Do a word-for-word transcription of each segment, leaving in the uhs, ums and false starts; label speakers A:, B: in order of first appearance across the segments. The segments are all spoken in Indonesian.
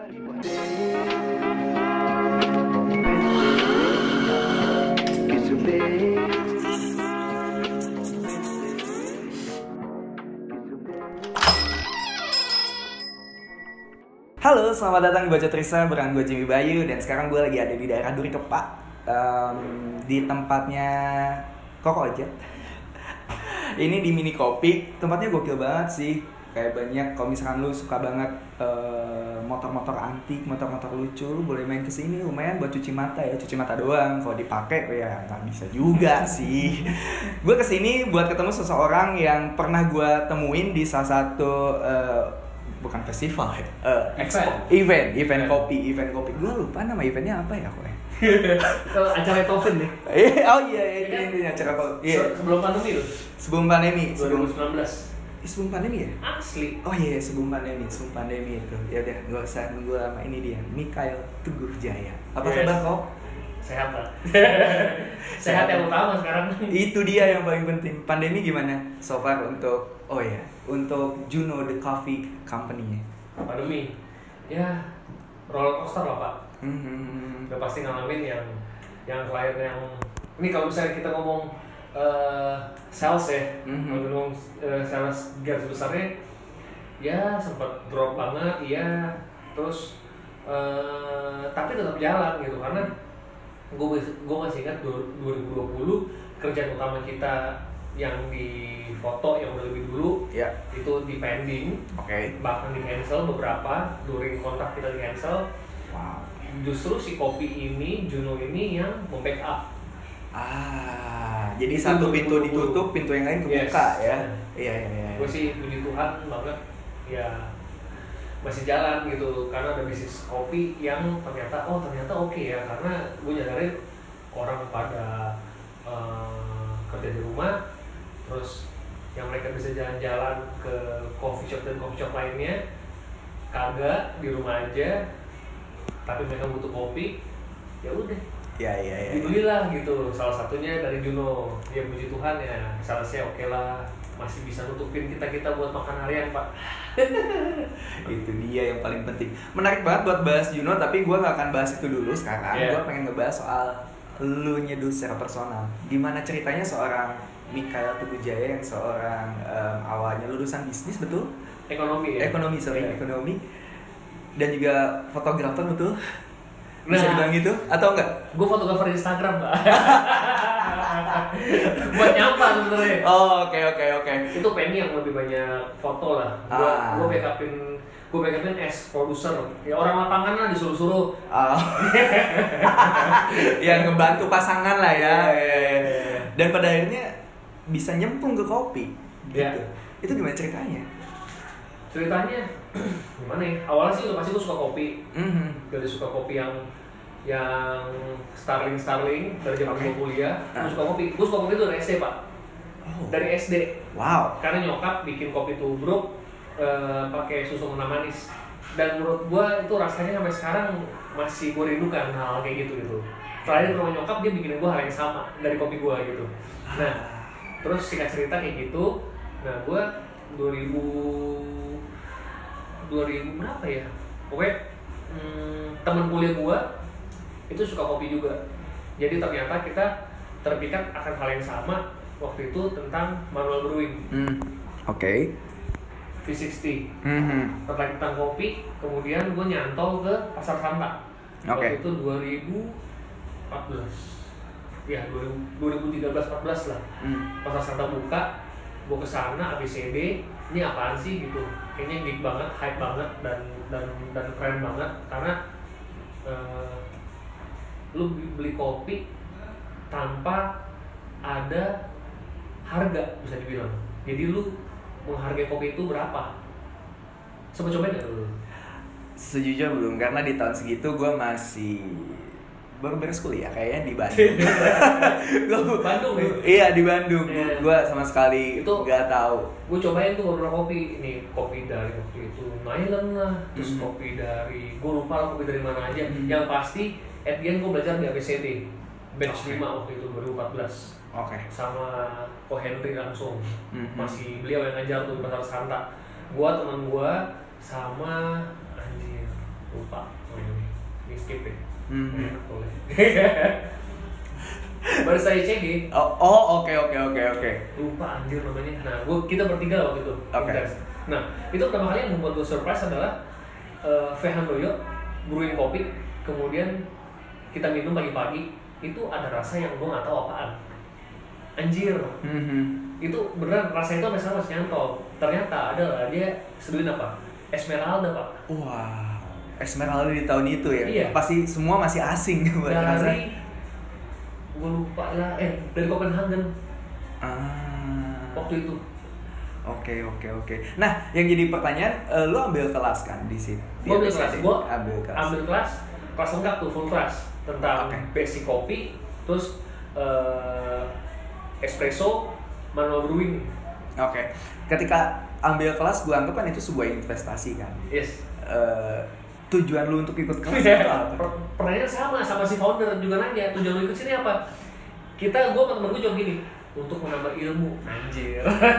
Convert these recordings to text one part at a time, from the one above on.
A: Halo, selamat datang di Baca Trisa bersama gue Jimmy Bayu. Dan sekarang gue lagi ada di daerah Duri Kepak, um, di tempatnya Koko Ojek. Ini di Mini Kopi. Tempatnya gokil banget sih. Kayak banyak, kalau misalkan lu suka banget uh, motor-motor antik, motor-motor lucu, lu boleh main kesini. Lumayan buat cuci mata ya, cuci mata doang. Kalau dipakai ya nggak bisa juga sih. Gue kesini buat ketemu seseorang yang pernah gue temuin di salah satu uh, bukan festival ya, uh, expo, event, event, event kopi, event kopi. Gue lupa nama eventnya apa ya, kok.
B: Kalau acara Tofen nih.
A: Oh iya, itu intinya acara kopi. Iya.
B: Sebelum pandemi loh.
A: Sebelum pandemi.
B: dua ribu sembilan belas.
A: Eh, sebelum pandemi ya?
B: Asli.
A: Oh iya, sebelum pandemi, sebelum pandemi itu. Ya udah, nggak usah nunggu lama. Ini dia, Mikhail Teguh Jaya. Apa yes. kabar kok?
B: Sehat lah. Sehat yang utama sekarang.
A: Itu dia yang paling penting. Pandemi gimana so far untuk oh ya, untuk Juno the Coffee Company-nya?
B: Pandemi, ya roller coaster lah Pak.
A: Mm-hmm.
B: Udah pasti ngalamin yang yang klien yang ini kalau misalnya kita ngomong uh, sales ya, mm-hmm. ngomong uh, sales garis besarnya, ya sempat drop banget, iya. Terus uh, tapi tetap jalan gitu karena gue gue masih ingat dua ribu dua puluh kerjaan utama kita yang di foto yang udah lebih dulu
A: yeah.
B: itu di pending,
A: okay.
B: bahkan di cancel beberapa during kontrak kita di cancel.
A: Wow.
B: Justru si kopi ini, Juno ini yang membackup.
A: Ah, jadi itu satu pintu ditutup, pintu yang lain kebuka yes. ya? Iya iya iya.
B: Gue sih puji Tuhan banget ya masih jalan gitu karena ada bisnis kopi yang ternyata oh ternyata oke okay ya karena gue nyadarin orang pada uh, kerja di rumah terus yang mereka bisa jalan-jalan ke coffee shop dan coffee shop lainnya kagak di rumah aja tapi mereka butuh kopi ya udah
A: ya ya ya
B: dibelilah gitu salah satunya dari Juno ya puji Tuhan ya salesnya oke okay lah masih bisa nutupin kita kita buat makan harian Pak.
A: Itu dia yang paling penting. Menarik banget buat bahas Juno tapi gue gak akan bahas itu dulu sekarang. Yeah. Gue pengen ngebahas soal lu nya dulu secara personal. Gimana ceritanya seorang Mikhail Teguh Jaya yang seorang um, awalnya lulusan bisnis betul?
B: Ekonomi ya?
A: Ekonomi, sorry, yeah. ekonomi. Dan juga fotografer betul?
B: Nah,
A: bisa dibilang gitu? Atau enggak?
B: Gue fotografer Instagram, Pak. Buat nyapa sebenarnya.
A: Oh, oke oke oke. Itu
B: Penny yang lebih banyak foto lah. Gue ah. gue backupin gue backupin as produser. Ya orang lapangan lah disuruh-suruh. Oh.
A: Yang ngebantu pasangan lah ya. Dan pada akhirnya bisa nyemplung ke kopi. Gitu.
B: Ya.
A: Itu gimana ceritanya?
B: Ceritanya gimana ya? Awalnya sih udah pasti gue suka kopi.
A: Mm-hmm.
B: Dari suka kopi yang yang starling starling dari zaman okay. gue kuliah. Gue suka kopi. Gue suka kopi itu dari S D Pak. Oh. Dari S D.
A: Wow.
B: Karena nyokap bikin kopi tubruk uh, pakai susu kental manis. Dan menurut gue itu rasanya sampai sekarang masih gue rindukan hal kayak gitu gitu. Terakhir ke rumah nyokap dia bikinin gue hal yang sama dari kopi gue gitu. Nah terus singkat cerita kayak gitu. Nah gue dua ribu berapa ya? Pokoknya hmm, teman kuliah gua itu suka kopi juga. Jadi ternyata kita terpikat akan hal yang sama waktu itu tentang manual brewing.
A: Hmm. Oke. Okay.
B: V enam puluh.
A: Mm-hmm.
B: Tentang tentang kopi, kemudian gua nyantol ke Pasar Santa.
A: Okay.
B: Waktu itu dua ribu empat belas. Ya, dua ribu tiga belas empat belas lah.
A: Mm.
B: Pasar Santa buka, gua kesana A B C D. Ini apaan sih gitu, kayaknya geek banget, hype banget dan dan dan keren banget karena uh, lu beli kopi tanpa ada harga bisa dibilang. Jadi lu menghargai kopi itu berapa? Coba cobain nggak dulu?
A: Sejujurnya belum karena di tahun segitu gue masih baru beres kuliah kayaknya di Bandung. Gua,
B: Bandung ya?
A: Iya di Bandung.
B: Yeah.
A: Gue sama sekali nggak tahu.
B: Gue cobain tuh beberapa kopi. Ini kopi dari waktu itu Nyland lah, terus mm-hmm. kopi dari gue lupa lah kopi dari mana aja. Mm-hmm. Yang pasti at the end gue belajar di A B C D batch okay. lima waktu itu dua ribu empat belas.
A: Oke. Okay.
B: Sama Ko Henry langsung. Mm-hmm. Masih beliau yang ngajar tuh di Pasar Santa. Gue teman gue sama anjir lupa lupa. Oh ini, ini skip ya.
A: Hmm.
B: Enak boleh. Baru saya cek
A: Oh, oh oke oke oke oke.
B: lupa anjir namanya. Nah, gua kita bertiga lah waktu itu.
A: Oke.
B: Intens. Nah, itu pertama kali yang membuat gue surprise adalah uh, Vehandoyo brewing kopi, kemudian kita minum pagi-pagi, itu ada rasa yang gue nggak tahu apaan. Anjir.
A: Mm-hmm.
B: Itu beneran rasanya itu sampai sekarang masih nyantol. Ternyata ada lah dia seduhin apa? Esmeralda, Pak.
A: Wah, Esmeralda di tahun itu ya.
B: Iya.
A: Pasti semua masih asing buat rasa.
B: Dari gue lupa lah, eh dari Copenhagen
A: Ah.
B: waktu itu.
A: Oke oke oke. Nah, yang jadi pertanyaan, uh, lu ambil kelas kan di situ? Di
B: Gue ambil
A: S K D?
B: kelas, gue
A: ambil kelas.
B: ambil kelas, kelas lengkap tuh, full kelas tentang
A: Oke.
B: basic kopi, terus uh, espresso, manual brewing.
A: Oke. Ketika ambil kelas, gua anggap kan itu sebuah investasi kan.
B: Yes.
A: Uh, tujuan lu untuk ikut kelas itu apa?
B: Per- Pertanyaan sama sama si founder juga nanya, tujuan lu ikut sini apa? Kita, gue sama temen gue jawab gini, untuk menambah ilmu. Anjir.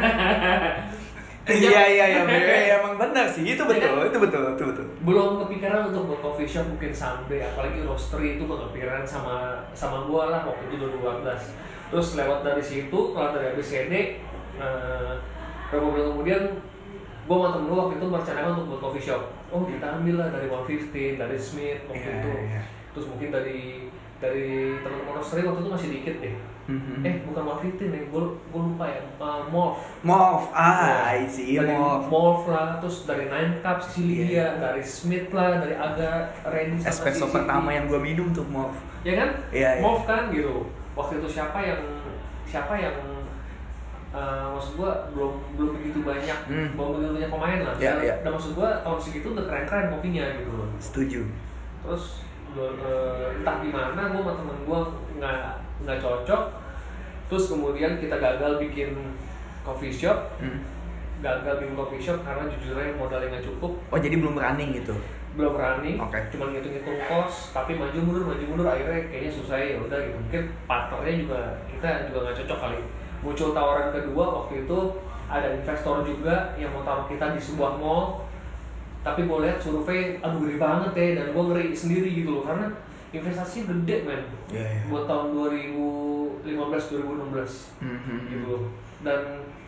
A: Iya iya iya, iya emang benar sih, itu betul, itu betul, itu betul.
B: Belum kepikiran untuk buat coffee shop mungkin someday, apalagi roastery itu belum kepikiran sama sama gue lah waktu itu dua ribu delapan belas. Terus lewat dari situ, kelar dari A B C D, uh, beberapa bulan kemudian gue sama temen gue waktu itu merencanakan untuk buat coffee shop. Oh kita ambil lah dari one fifteen, dari Smith waktu
A: Iya,
B: itu.
A: iya.
B: Terus mungkin dari dari teman-teman roastery waktu itu masih dikit deh.
A: Mm-hmm.
B: Eh bukan one fifteen nih, gue gue lupa ya. Uh, Morph.
A: Morph, ah,
B: Ya,
A: I see,
B: dari
A: Morph.
B: Morph lah, terus dari Nine Cups, Cilia,
A: Iya.
B: dari Smith lah, dari Aga, Ready sama
A: Espresso
B: C C P.
A: pertama yang gua minum tuh Morph.
B: Ya kan?
A: Iya, iya.
B: Morph kan gitu. Waktu itu siapa yang siapa yang uh, maksud gua belum belum begitu banyak,
A: Hmm.
B: belum begitu banyak pemain lah.
A: Iya,
B: dan,
A: iya.
B: dan maksud gua tahun segitu udah keren-keren kopinya gitu loh.
A: Setuju.
B: Terus gua, uh, entah gimana gua sama temen gua nggak nggak cocok. Terus kemudian kita gagal bikin coffee shop.
A: Hmm.
B: Gagal bikin coffee shop karena jujur aja modalnya nggak cukup.
A: Oh jadi belum running gitu?
B: Belum running,
A: Oke.
B: cuma ngitung-ngitung kos, tapi maju mundur maju mundur akhirnya kayaknya susah ya udah gitu. Mungkin partnernya juga kita juga nggak cocok kali. Muncul tawaran kedua waktu itu ada investor juga yang mau taruh kita di sebuah mall, tapi gue lihat survei aduh gede banget ya dan gue ngeri sendiri gitu loh karena investasi gede men.
A: Iya iya.
B: Buat tahun dua ribu lima belas dua ribu enam belas
A: Mm-hmm.
B: gitu loh. Dan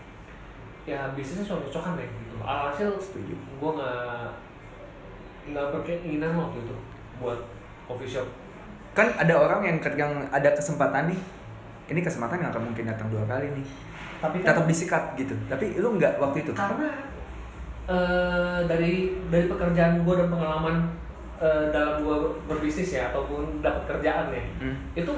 B: ya bisnisnya cocok-cocokan deh gitu. Alhasil
A: Setuju.
B: gue nggak nggak berkeinginan waktu itu buat coffee shop.
A: Kan ada orang yang ketika ada kesempatan nih, ini kesempatan nggak akan mungkin datang dua kali nih,
B: Tapi kan
A: tetap disikat gitu. Tapi lu nggak waktu itu?
B: karena eh, dari dari pekerjaan gue dan pengalaman eh, dalam gue berbisnis ya ataupun dapat kerjaan ya,
A: Hmm.
B: itu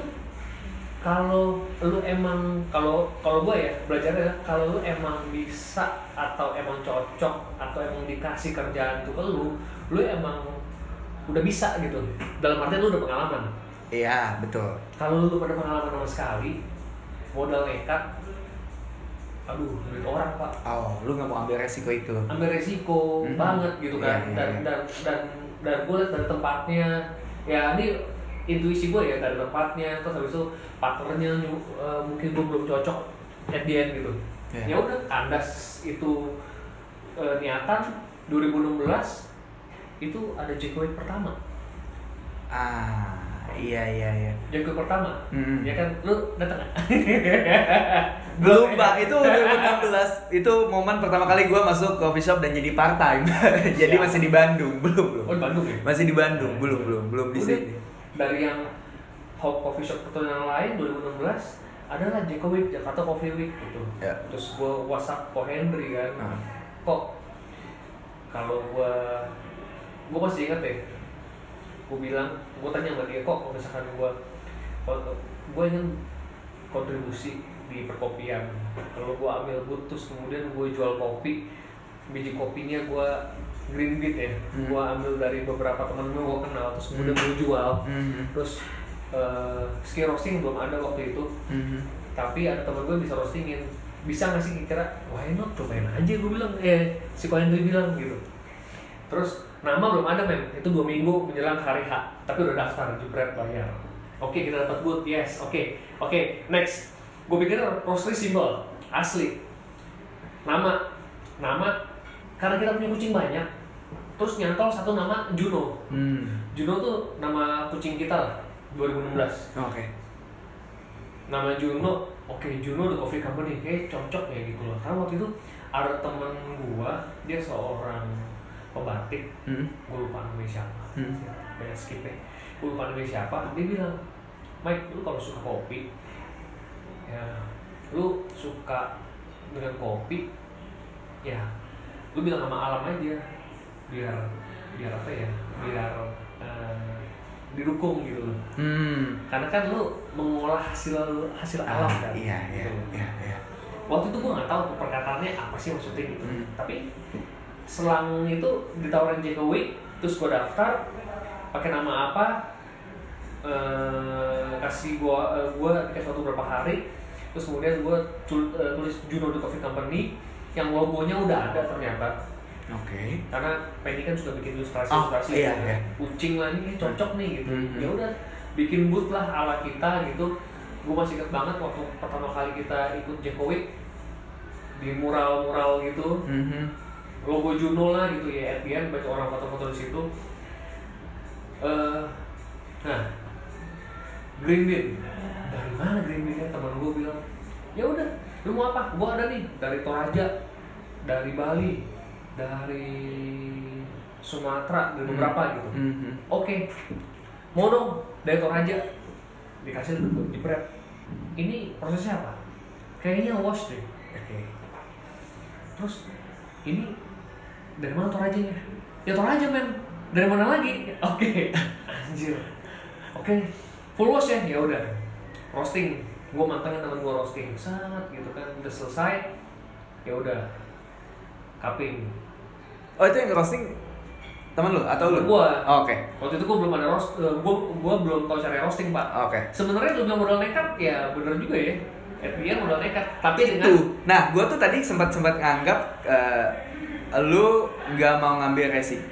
B: kalau lu emang kalau kalau gue ya belajarnya kalau lu emang bisa atau emang cocok atau emang dikasih kerjaan itu ke lu, lu emang udah bisa gitu. Dalam artian lu udah pengalaman.
A: Iya betul.
B: Kalau lu pada pengalaman sama sekali, modal nekat, aduh duit orang pak.
A: Oh, lu nggak mau ambil resiko itu?
B: Ambil resiko
A: Mhm.
B: banget gitu kan.
A: Iya, iya,
B: dan,
A: iya.
B: dan dan dan gue liat dari tempatnya, ya ini intuisi gue ya dari tempatnya, terus habis itu partnernya nyu- eh, mungkin gue belum cocok at the end gitu.
A: Iya.
B: Ya udah kandas itu eh, niatan. Dua ribu enam belas itu ada Jackaway pertama.
A: Ah, iya iya iya.
B: Jackaway pertama,
A: Mhm.
B: ya kan lu datang nggak?
A: Belum pak, itu dua ribu enam belas itu momen pertama kali gue masuk coffee shop dan jadi part time. Jadi
B: Siap.
A: masih di Bandung, belum belum.
B: Oh di Bandung ya?
A: Masih di Bandung, belum belum belum di
B: Udah,
A: sini.
B: dari yang hot coffee shop atau yang lain dua ribu enam belas adalah Jeko Week, Jakarta Coffee Week gitu.
A: Ya.
B: Terus gue WhatsApp Ko Henry kan,
A: Ah.
B: kok kalau gue gue masih ingat deh, gue bilang, gue tanya sama dia kok kalau misalkan gue gue ingin kontribusi di perkopian, kalau gue ambil booth terus kemudian gue jual kopi, biji kopinya gue green beet ya,
A: Hmm.
B: gue ambil dari beberapa temen gue gue kenal terus kemudian gue jual.
A: Mhm.
B: Terus uh, skill roasting belum ada waktu itu,
A: Mhm.
B: tapi ada temen gue bisa roastingin, bisa nggak sih kira why not, cobain aja gue bilang, eh si Ko Henry bilang gitu. Terus nama belum ada men, itu dua minggu menjelang hari H, tapi udah daftar jebret bayar. Oke kita dapat booth, yes, oke, oke next. Gue pikir roastery simple, asli. Nama, nama, karena kita punya kucing banyak, terus nyantol satu nama Juno.
A: Hmm.
B: Juno tuh nama kucing kita lah, dua ribu enam belas.
A: Oke. Okay.
B: Nama Juno, oke okay, Juno The Coffee Company, kayak cocok ya gitu loh. Karena waktu itu ada temen gua, dia seorang pembatik, hmm. gua lupa namanya siapa, hmm. banyak skip ya. Gua lupa namanya siapa, dia bilang, Mike, lu kalau suka kopi, ya lu suka dengan kopi, ya lu bilang sama alam aja, biar biar apa ya, biar uh, didukung gitu loh. Hmm. Karena kan lu mengolah hasil hasil
A: ah,
B: alam kan.
A: Iya iya,
B: gitu.
A: iya iya.
B: Waktu itu gue nggak tahu tuh perkataannya apa sih maksudnya gitu. Hmm. Tapi selang itu ditawarin Jackaway, terus gue daftar pakai nama apa, uh, kasih gue uh, gue dikasih waktu berapa hari, terus kemudian gue tulis Juno The Coffee Company. Yang logonya udah ada ternyata. Oke. Okay. Karena Penny kan sudah bikin ilustrasi-ilustrasi, oh, iya, iya. kucing lah nih cocok nih gitu. Mm-hmm. Ya udah, bikin booth lah ala kita gitu. Gue masih ingat banget waktu pertama kali kita ikut Jackaway di mural-mural gitu. Mm-hmm. Logo Juno lah gitu ya. At the end banyak orang foto-foto di situ. Uh, nah, Green Bean. Dari mana Green Bean-nya? Teman gue bilang, ya udah, lu mau apa? Gue ada nih dari Toraja, dari Bali, dari Sumatera, dari beberapa hmm. gitu. Mm-hmm. Oke, okay. Mau dong dari Toraja. Dikasih jepret. Ini prosesnya apa? Kayaknya wash deh. Oke. Okay. Terus ini dari mana Torajanya? Ya Toraja men. Dari mana lagi? Oke. Okay. Anjir. Oke. Okay. Full wash ya? Ya udah. Roasting. Gue mantengin temen gue roasting sangat gitu kan, udah selesai ya udah cupping.
A: Oh itu yang roasting temen lu atau lu?
B: Gue.
A: Oh, oke. Okay.
B: Waktu itu gue belum ada roast, uh, gue gue belum tahu cara roasting pak.
A: Oke. Okay.
B: Sebenarnya lu bilang modal nekat ya bener juga ya. F B N modal nekat. Tapi
A: itu.
B: Dengan...
A: Nah gue tuh tadi sempat sempat nganggap uh, lu nggak mau ngambil resiko.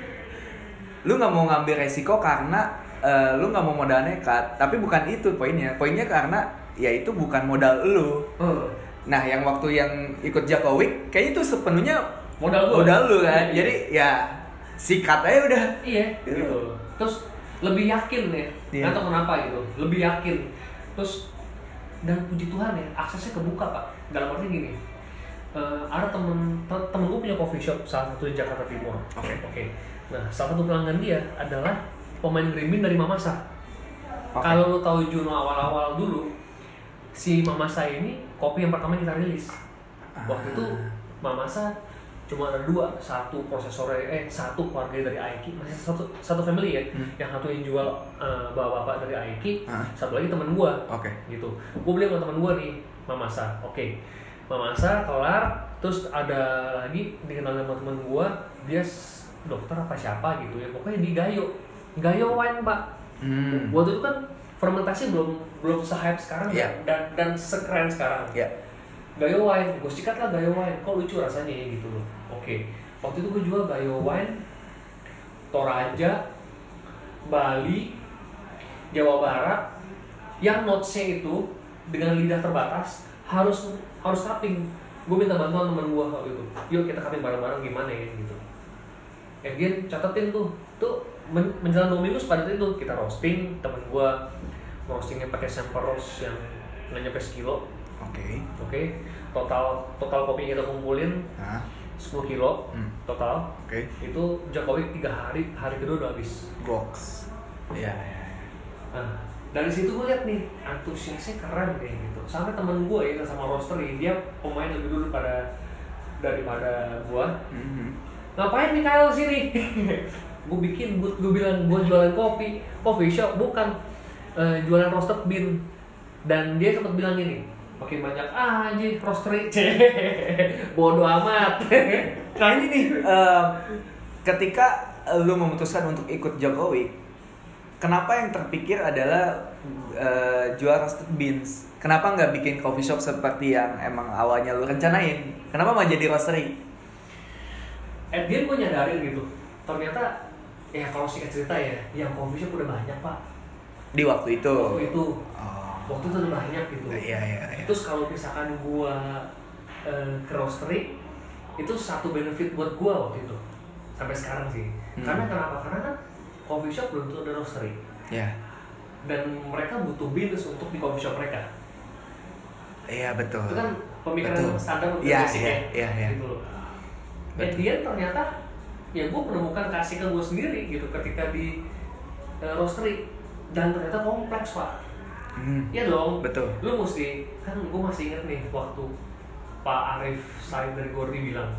A: Lu nggak mau ngambil resiko karena uh, lu nggak mau modal nekat. Tapi bukan itu poinnya. Poinnya karena ya itu bukan modal lu. Hmm. Nah, yang waktu yang ikut Jackaway kayaknya itu sepenuhnya
B: modal gua.
A: Modal lu kan.
B: Iya.
A: Jadi ya sikat aja udah.
B: Iya, gitu. gitu. Terus lebih yakin ya. Enggak tahu kenapa gitu. Lebih yakin. Terus dan puji Tuhan ya, aksesnya kebuka, Pak. Dalam arti gini. Uh, ada temen temen gue punya coffee shop salah satu di Jakarta Timur. Oke. Okay. Oke. Okay. Nah, salah satu pelanggan dia adalah pemain Green Bean dari Mamasa. Okay. Kalau lu tahu Juno awal-awal dulu, si Mamasa ini kopi yang pertama kita rilis. Waktu itu Mamasa cuma ada dua, satu prosesornya eh satu keluarga dari Aiki, masih satu satu family ya. Hmm. Yang satu yang jual uh, bapak-bapak dari Aiki, huh? Satu lagi teman gua. Oke. Okay. Gitu. Gua beli sama teman gua nih, Mamasa. Oke. Okay. Mamasa kelar, terus ada lagi dikenal sama teman gua, dia dokter apa siapa gitu ya. Pokoknya di Gayo. Gayo wine, Pak. Hmm. Waktu itu kan fermentasi belum belum se-hype sekarang yeah. dan dan sekeren sekarang. Yeah. Gayo wine, gue sikat lah Gayo wine. Kok lucu rasanya ya gitu loh. Oke. Okay. Waktu itu gue jual Gayo wine Toraja, Bali, Jawa Barat yang notes-nya itu dengan lidah terbatas harus harus cupping. Gue minta bantuan teman gue waktu itu. Yuk kita cupping bareng-bareng gimana ya gitu. Again catetin tuh. Tuh men- menjelang dua minggu pada itu kita roasting, temen gue roastingnya pakai sample roast yang nggak nyampe sekilo. Oke. Okay. Oke. Okay. Total total kopi yang kita kumpulin huh? sepuluh kilo hmm. total. Oke. Okay. Itu Jackaway tiga hari, hari kedua udah habis. Box. Iya. Yeah. Nah, dari situ gue liat nih antusiasnya keren kayak gitu. Sampai temen gue ya sama roastery, dia pemain lebih dulu pada daripada gue. Mm-hmm. Ngapain nih Kyle sini? Gue bikin, gue, gue bilang gue jualan kopi, coffee shop bukan uh, jualan roasted bean. Dan dia sempat bilang gini, makin banyak ah aja roastery, bodoh amat.
A: Nah ini nih, uh, ketika lu memutuskan untuk ikut Jackaway, kenapa yang terpikir adalah uh, jual roasted beans? Kenapa nggak bikin coffee shop seperti yang emang awalnya lu rencanain? Kenapa malah jadi roastery?
B: At the end gue nyadarin gitu, ternyata ya kalau singkat cerita ya, yang coffee shop udah banyak pak.
A: Di waktu itu?
B: Waktu itu, oh. waktu itu udah banyak gitu.
A: Iya iya. iya.
B: Terus kalau misalkan gue uh, ke roastery, itu satu benefit buat gue waktu itu. sampai sekarang sih.
A: Hmm.
B: Karena kenapa? Karena kan coffee shop belum tentu ada roastery.
A: Ya.
B: Dan mereka butuh beans untuk di coffee shop mereka.
A: Iya betul.
B: Itu kan pemikiran
A: Betul.
B: standar udah
A: Iya,
B: basic
A: iya,
B: ya.
A: iya, iya.
B: Gitu loh.
A: Betul.
B: Dan dia ternyata ya gue menemukan keasikan gue sendiri gitu ketika di uh, roastery, dan ternyata kompleks pak.
A: Hmm.
B: Iya dong.
A: Betul.
B: Lu mesti, kan gue masih inget nih waktu Pak Arif Said dari Gordi bilang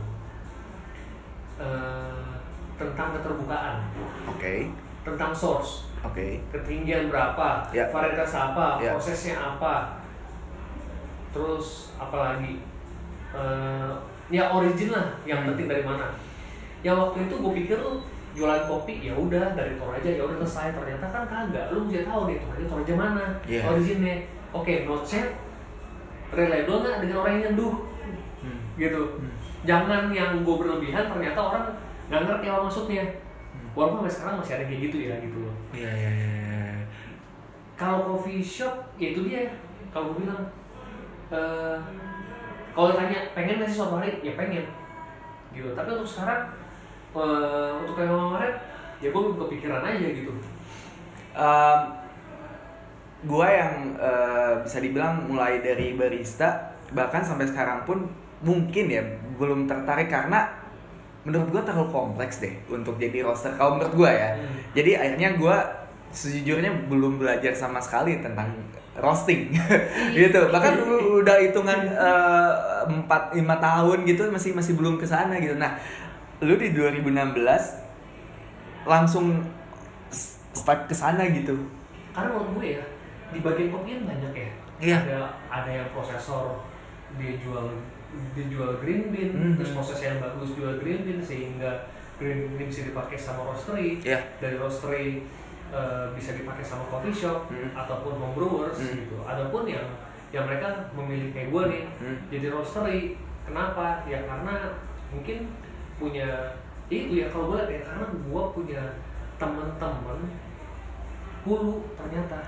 B: uh, tentang keterbukaan.
A: Oke. Okay.
B: Tentang source.
A: Oke. Okay.
B: Ketinggian berapa,
A: Ya.
B: varietas apa,
A: Ya.
B: prosesnya apa, terus apalagi uh, ya origin lah yang
A: Hmm.
B: penting dari mana. Yang waktu itu gue pikir lu jualan kopi ya udah dari Toraja ya udah selesai, ternyata kan kagak. Lu mesti tahu nih Toraja Toraja mana,
A: Yeah.
B: originnya. Oke, notes-nya reliable nggak dengan orang yang nyeduh,
A: Hmm.
B: gitu.
A: Hmm.
B: Jangan yang gue berlebihan ternyata orang nggak ngerti apa maksudnya.
A: Hmm.
B: Walaupun sampai sekarang masih ada kayak gitu ya gitu loh.
A: Iya iya iya.
B: Kalau coffee shop ya itu dia. Kalau gue bilang uh, kalau tanya pengen nggak sih suatu hari, ya pengen gitu. Tapi untuk sekarang uh, untuk kayak kemarin ya gue belum kepikiran aja gitu.
A: Um, gua yang uh, bisa dibilang mulai dari barista bahkan sampai sekarang pun mungkin ya belum tertarik karena menurut gua terlalu kompleks deh untuk jadi roaster kalau menurut gua ya.
B: Hmm.
A: Jadi akhirnya gua sejujurnya belum belajar sama sekali tentang roasting gitu. Bahkan udah hitungan uh, empat lima tahun gitu masih masih belum kesana gitu. Nah, lu di dua ribu enam belas langsung start kesana gitu.
B: Karena menurut gue ya di bagian kopi kan banyak ya.
A: Iya.
B: Ada ada yang prosesor dia jual dia jual green bean,
A: Hmm.
B: terus prosesnya yang bagus jual green bean sehingga green bean bisa dipakai sama roastery.
A: Iya.
B: Dari roastery uh, bisa dipakai sama coffee shop
A: Hmm.
B: ataupun home brewers
A: Hmm.
B: gitu. Adapun yang yang mereka memilih kayak gue nih
A: Hmm.
B: jadi roastery. Kenapa? Ya karena mungkin punya itu ya kalau gue lihat ya karena gue punya teman-teman hulu ternyata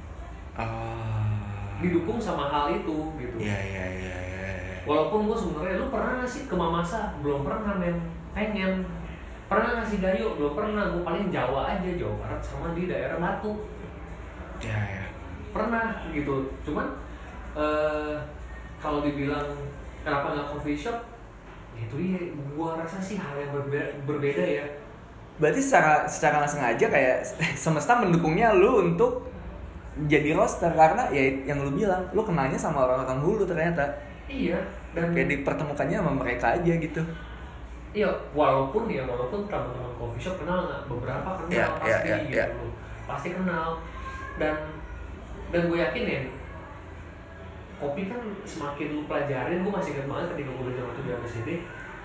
A: Ah.
B: didukung sama hal itu gitu.
A: Iya iya iya iya.
B: Walaupun gue sebenarnya lu pernah nggak sih ke Mamasa? Belum pernah men. Pengen. Pernah nggak sih Gayo? Belum pernah. Gue paling Jawa aja, Jawa Barat sama di daerah Batu.
A: Iya iya.
B: Pernah gitu. Cuman uh, kalau dibilang kenapa nggak coffee shop? Ya itu ya. Gue rasa sih hal yang berbeda, berbeda ya.
A: Berarti secara secara langsung aja kayak semesta mendukungnya lu untuk jadi roaster karena ya yang lu bilang lu kenalnya sama orang-orang hulu ternyata.
B: Iya. Dan
A: Kayak dipertemukannya sama mereka aja gitu.
B: iya, walaupun ya walaupun teman-teman coffee shop kenal nggak, beberapa kenal
A: Ya,
B: pasti
A: ya, ya,
B: gitu
A: ya.
B: loh. Pasti kenal. Dan dan gue yakin ya kopi kan semakin lu pelajarin, gue masih ingat banget ketika gue belajar waktu di A B C D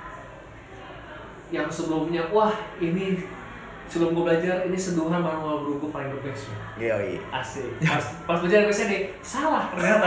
B: yang sebelumnya, wah ini sebelum gue belajar ini seduhan manual brew gue paling the best.
A: Iya iya.
B: Asik. Pas, pas belajar A B C D salah ternyata.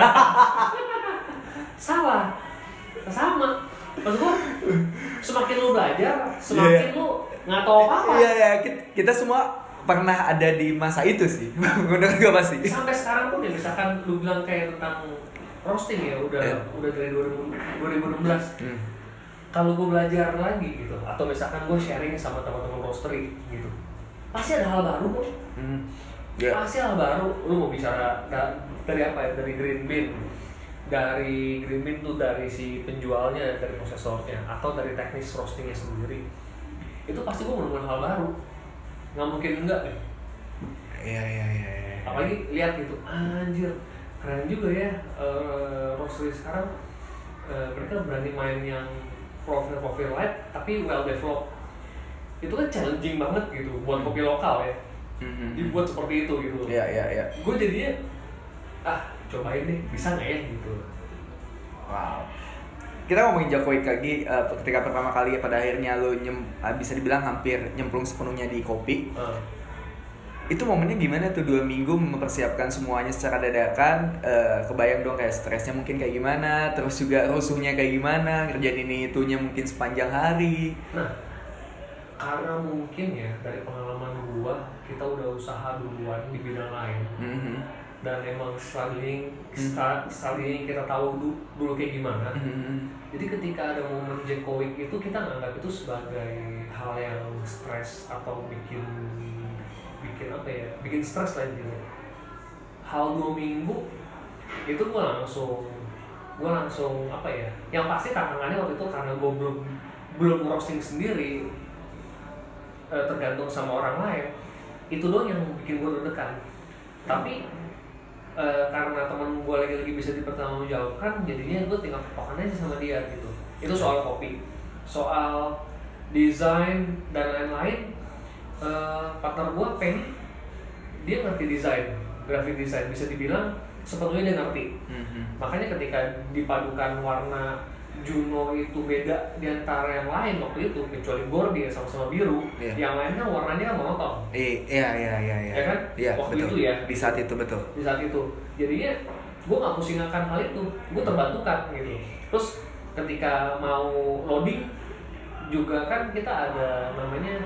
B: Salah. Sama. Maksud gue semakin lu belajar, semakin
A: Yeah.
B: lu nggak tahu apa-apa.
A: Iya iya kita, kita semua pernah ada di masa itu sih. Menurut gue pasti.
B: Sampai sekarang pun ya misalkan lu bilang kayak tentang roasting ya udah
A: Yeah.
B: udah dari dua ribu enam belas.
A: Hmm.
B: Kalau gue belajar lagi gitu atau misalkan gue sharing sama teman-teman roastery gitu, pasti ada hal baru kok.
A: Hmm. Yeah.
B: Pasti hal baru. Lu mau bicara da- dari apa ya? Dari green bean. Dari green bean tuh dari si penjualnya, dari prosesornya atau dari teknis roastingnya sendiri. Itu pasti gue menemukan hal baru. Nggak mungkin enggak nih.
A: Iya iya iya. iya.
B: Apalagi lihat gitu, anjir keren juga ya uh, roastery sekarang. Uh, mereka berani main yang profil-profil light tapi well developed. Itu kan challenging banget gitu buat kopi lokal ya.
A: Hmm.
B: Dibuat seperti itu gitu.
A: Iya iya iya.
B: Gue jadinya ah cobain deh bisa nggak ya gitu.
A: Wow. Kita ngomongin Jokowi lagi uh, ketika pertama kali pada akhirnya lo nyem, uh, bisa dibilang hampir nyemplung sepenuhnya di kopi.
B: Uh.
A: Itu momennya gimana tuh dua minggu mempersiapkan semuanya secara dadakan, uh, kebayang dong kayak stresnya mungkin kayak gimana, terus juga rusuhnya kayak gimana, ngerjain ini itunya mungkin sepanjang hari.
B: Nah, karena mungkin ya dari pengalaman gua kita udah usaha duluan di bidang lain.
A: Mm-hmm.
B: dan emang struggling start, struggling kita tahu dulu, dulu kayak gimana. Mm-hmm. Jadi ketika ada momen Djokovic itu kita nganggap itu sebagai hal yang stres atau bikin bikin apa ya, bikin stres lah intinya. Hal dua minggu itu gue langsung gue langsung apa ya, yang pasti tantangannya waktu itu karena gue belum belum roasting sendiri, eh, tergantung sama orang lain, itu doang yang bikin gue deg-degan. Tapi Uh, karena teman gue lagi-lagi bisa dipertanggungjawabkan, jadinya gue tinggal patokan aja sama dia gitu. Itu soal kopi, soal desain dan lain-lain. Uh, partner gue Penny, dia ngerti desain, graphic design, bisa dibilang sepenuhnya dia ngerti. Mm-hmm. Makanya ketika dipadukan warna Juno itu beda di antara yang lain waktu itu, kecuali Gordy sama-sama biru, yeah. Yang lain kan warnanya kan monoton.
A: Iya iya iya iya.
B: Ya kan?
A: Yeah,
B: waktu
A: betul.
B: itu ya.
A: Di saat itu betul.
B: Di saat itu. Jadinya gue nggak pusing akan hal itu, gue terbantukan gitu. Terus ketika mau loading juga kan kita ada namanya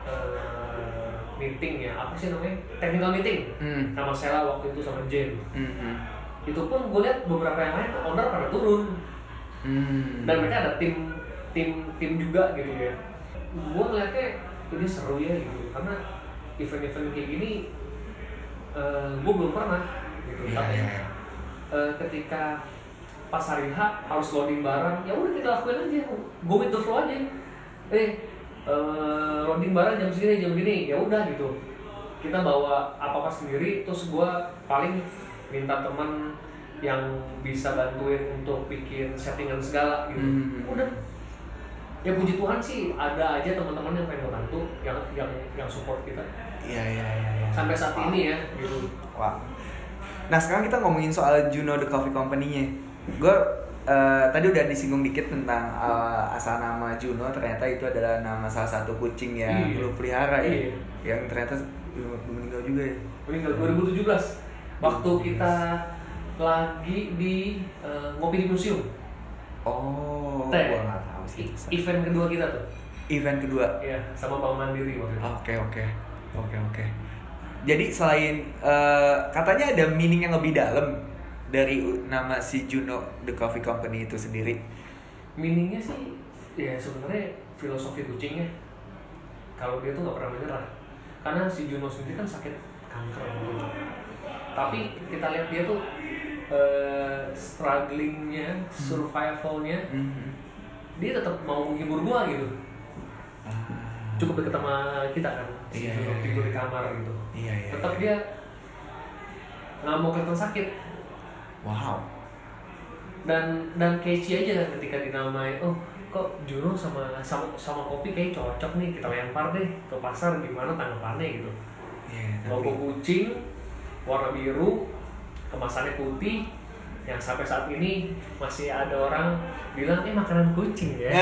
B: uh, meeting ya, apa sih namanya? Technical meeting. Mm. Sama Sela waktu itu sama Jen. Mm-hmm. Itu pun gue lihat beberapa yang lain owner pada turun. Hmm. Dan mereka ada tim tim tim juga gitu ya. Gue ngeliatnya ini seru ya gitu, karena event-event kayak gini uh, gue belum pernah gitu. Yeah, tapi yeah. Uh, ketika pas hari H harus loading barang, ya udah kita lakuin aja, go with the flow aja. Eh uh, loading barang jam segini jam gini, ya udah gitu. Kita bawa apa apa sendiri, terus gue paling minta teman yang bisa bantuin untuk bikin settingan segala gitu. Hmm. Udah. Ya puji Tuhan sih ada aja teman-teman yang pengen bantu, yang yang yang support kita.
A: Iya iya iya ya.
B: Sampai saat wow. ini ya gitu.
A: Wah. Nah, sekarang kita ngomongin soal Juno The Coffee Company-nya. Gue uh, tadi udah disinggung dikit tentang uh, asal nama Juno, ternyata itu adalah nama salah satu kucing yang iya. lu pelihara ya. Iya. Yang ternyata meninggal juga ya.
B: Meninggal dua ribu tujuh belas. Waktu kita lagi di uh, ngopi di museum.
A: Oh,
B: Teh.
A: Gua nggak tahu sih.
B: Event kedua kita tuh.
A: Event kedua.
B: Iya, sama Bank Mandiri waktu itu.
A: Oke oke oke oke. Jadi selain uh, katanya ada meaning yang lebih dalam dari nama si Juno The Coffee Company itu sendiri.
B: Meaningnya sih, ya sebenarnya filosofi kucingnya. Kalau dia tuh nggak pernah menyerah. Karena si Juno sendiri kan sakit kanker gitu. Tapi kita lihat dia tuh Uh, strugglingnya, survivalnya, mm-hmm. dia tetap mau menghibur gua gitu. Ah. Cukup deket sama kita kan,
A: iya,
B: si
A: iya,
B: tidur
A: iya.
B: di kamar gitu.
A: Iya, iya,
B: tetap
A: iya.
B: dia nggak mau kelihatan sakit.
A: Wow.
B: Dan dan catchy aja kan ketika dinamai. Oh, kok Juno sama sama sama kopi kayak cocok nih, kita lempar deh ke pasar, gimana tanggapannya gitu.
A: Yeah,
B: logo tapi... kucing warna biru, kemasannya putih, yang sampai saat ini masih ada orang bilang eh makanan kucing ya.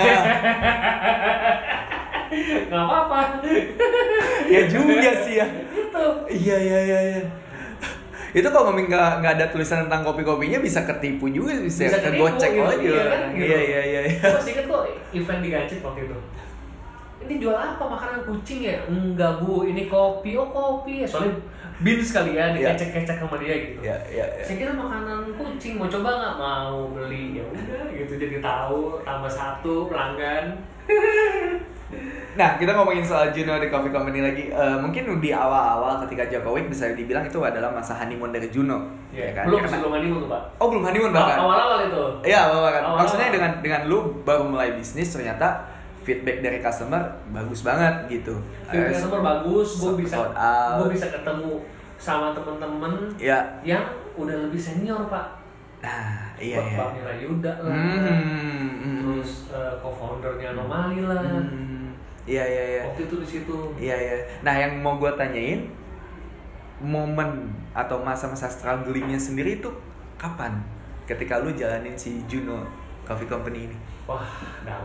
B: Nggak apa-apa.
A: Ya juga sih ya.
B: Itu.
A: Iya iya iya. iya. Itu kalau ngomong nggak nggak ada tulisan tentang kopi-kopinya bisa ketipu juga, bisa, bisa kegocek gitu, aja. Iya, kan, gitu. Iya iya iya.
B: Gue masih inget kok event di Gancit waktu itu. Ini jual apa, makanan kucing ya? Enggak bu, ini kopi. Oh kopi ya, soalnya beans kali ya, dikecek-kecek sama dia gitu.
A: Iya iya. Ya.
B: Saya kira makanan kucing, mau coba nggak? Mau beli, ya udah gitu, jadi tahu tambah satu pelanggan.
A: Nah, kita ngomongin soal Juno The Coffee Company lagi. Uh, mungkin di awal-awal ketika Djokovic bisa dibilang itu adalah masa honeymoon dari Juno.
B: Yeah.
A: Ya kan?
B: Belum
A: Karena...
B: sebelum honeymoon tuh, Pak.
A: Oh, belum honeymoon bahkan.
B: Awal-awal itu.
A: Iya, bahkan.
B: Awal-awal.
A: Maksudnya dengan dengan lu baru mulai bisnis, ternyata feedback dari customer bagus banget gitu.
B: Feedback uh, customer bagus, gue bisa gue bisa ketemu sama temen-temen
A: ya.
B: yang udah lebih senior, Pak.
A: Nah, iya iya.
B: Pak Mira Yuda lah. Mm-hmm. Terus uh, co-foundernya Anomali lah.
A: Mm-hmm. Iya iya iya.
B: Waktu itu di situ.
A: Iya iya. Nah, yang mau gue tanyain, momen atau masa-masa strugglingnya sendiri itu kapan? Ketika lu jalanin si Juno Coffee Company ini.
B: Wah, dalam.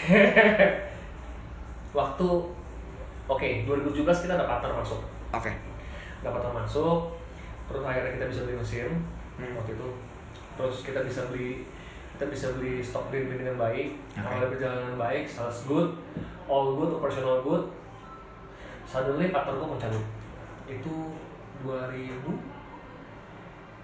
B: Waktu oke, okay, dua ribu tujuh belas kita ada partner masuk.
A: Oke. Okay.
B: Ada partner masuk, terus akhirnya kita bisa beli mesin
A: hmm.
B: waktu itu. Terus kita bisa beli kita bisa beli stok green bean dengan baik, okay. Awalnya berjalan dengan baik, sales good, all good, operational good. Suddenly partner gue mencabut. Itu dua ribu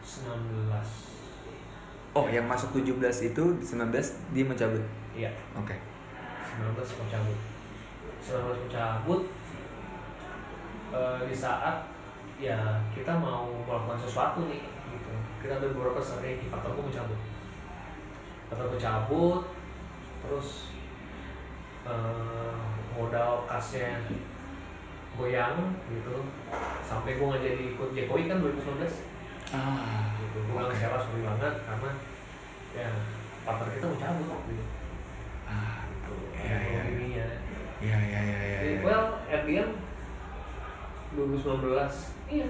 B: sembilan belas.
A: Oh, yang masuk tujuh belas itu di sembilan belas dia mencabut.
B: Iya.
A: Oke. Okay.
B: sembilan belas mencabut. sembilan belas mencabut uh, di saat ya kita mau melakukan sesuatu nih gitu. Kita ada beberapa strategi, partnerku mencabut. Partnerku cabut, terus uh, modal kasnya goyang gitu. Sampai gue nggak jadi ikut Jokowi kan dua ribu sembilan belas.
A: Ah,
B: Gitu. Gue nggak kecewa sorry banget karena ya partner kita mencabut gitu.
A: Ah,
B: Ya, ya, ya.
A: Ya, ya, ya, ya, ya.
B: Well, at the end dua ribu sembilan belas iya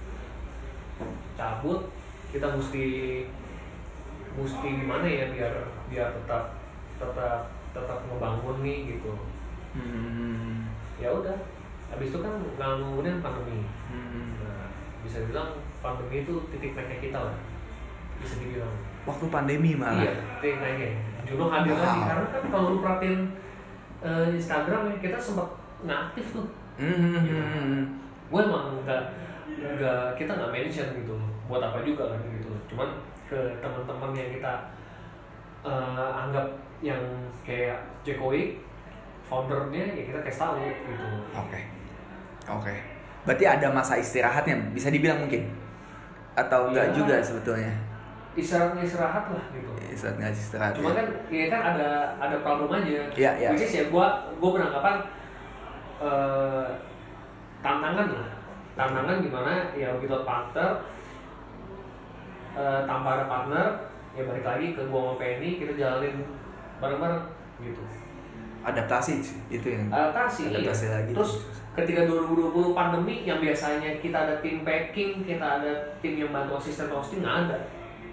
B: cabut, kita mesti mesti gimana ya biar biar tetap tetap tetap ngebangun nih gitu.
A: Hmm.
B: Ya udah, habis itu kan nggak kemudian pandemi.
A: Hmm.
B: Nah, bisa dibilang pandemi itu titik naiknya kita lah, bisa dibilang.
A: Waktu pandemi malah.
B: Iya, titik naiknya. Juno hadir
A: Wow.
B: lagi karena kan kalau lu perhatiin uh, Instagram ya kita sempat nggak aktif tuh.
A: Hmm.
B: Gitu. Gue emang nggak nggak kita nggak mention gitu, buat apa juga kan gitu. Cuman ke teman-teman yang kita uh, anggap yang kayak Jokowi, foundernya ya kita kasih tahu gitu.
A: Oke. Okay. Oke. Okay. Berarti ada masa istirahatnya, bisa dibilang mungkin? Atau enggak
B: Ya,
A: juga sebetulnya?
B: Istirahat istirahat lah gitu.
A: Istirahat nggak istirahat.
B: Cuma
A: ya?
B: kan ya kan ada ada problem aja.
A: Iya, iya.
B: Which is ya gue gue beranggapan uh, tantangan lah. Tantangan gimana ya begitu partner uh, tanpa ada partner ya balik lagi ke gua sama Penny kita jalanin bareng-bareng gitu.
A: Adaptasi itu yang
B: Adaptasi,
A: adaptasi
B: iya.
A: lagi.
B: Terus ketika dua ribu dua puluh pandemi yang biasanya kita ada tim packing, kita ada tim yang bantu asisten hosting nggak ada.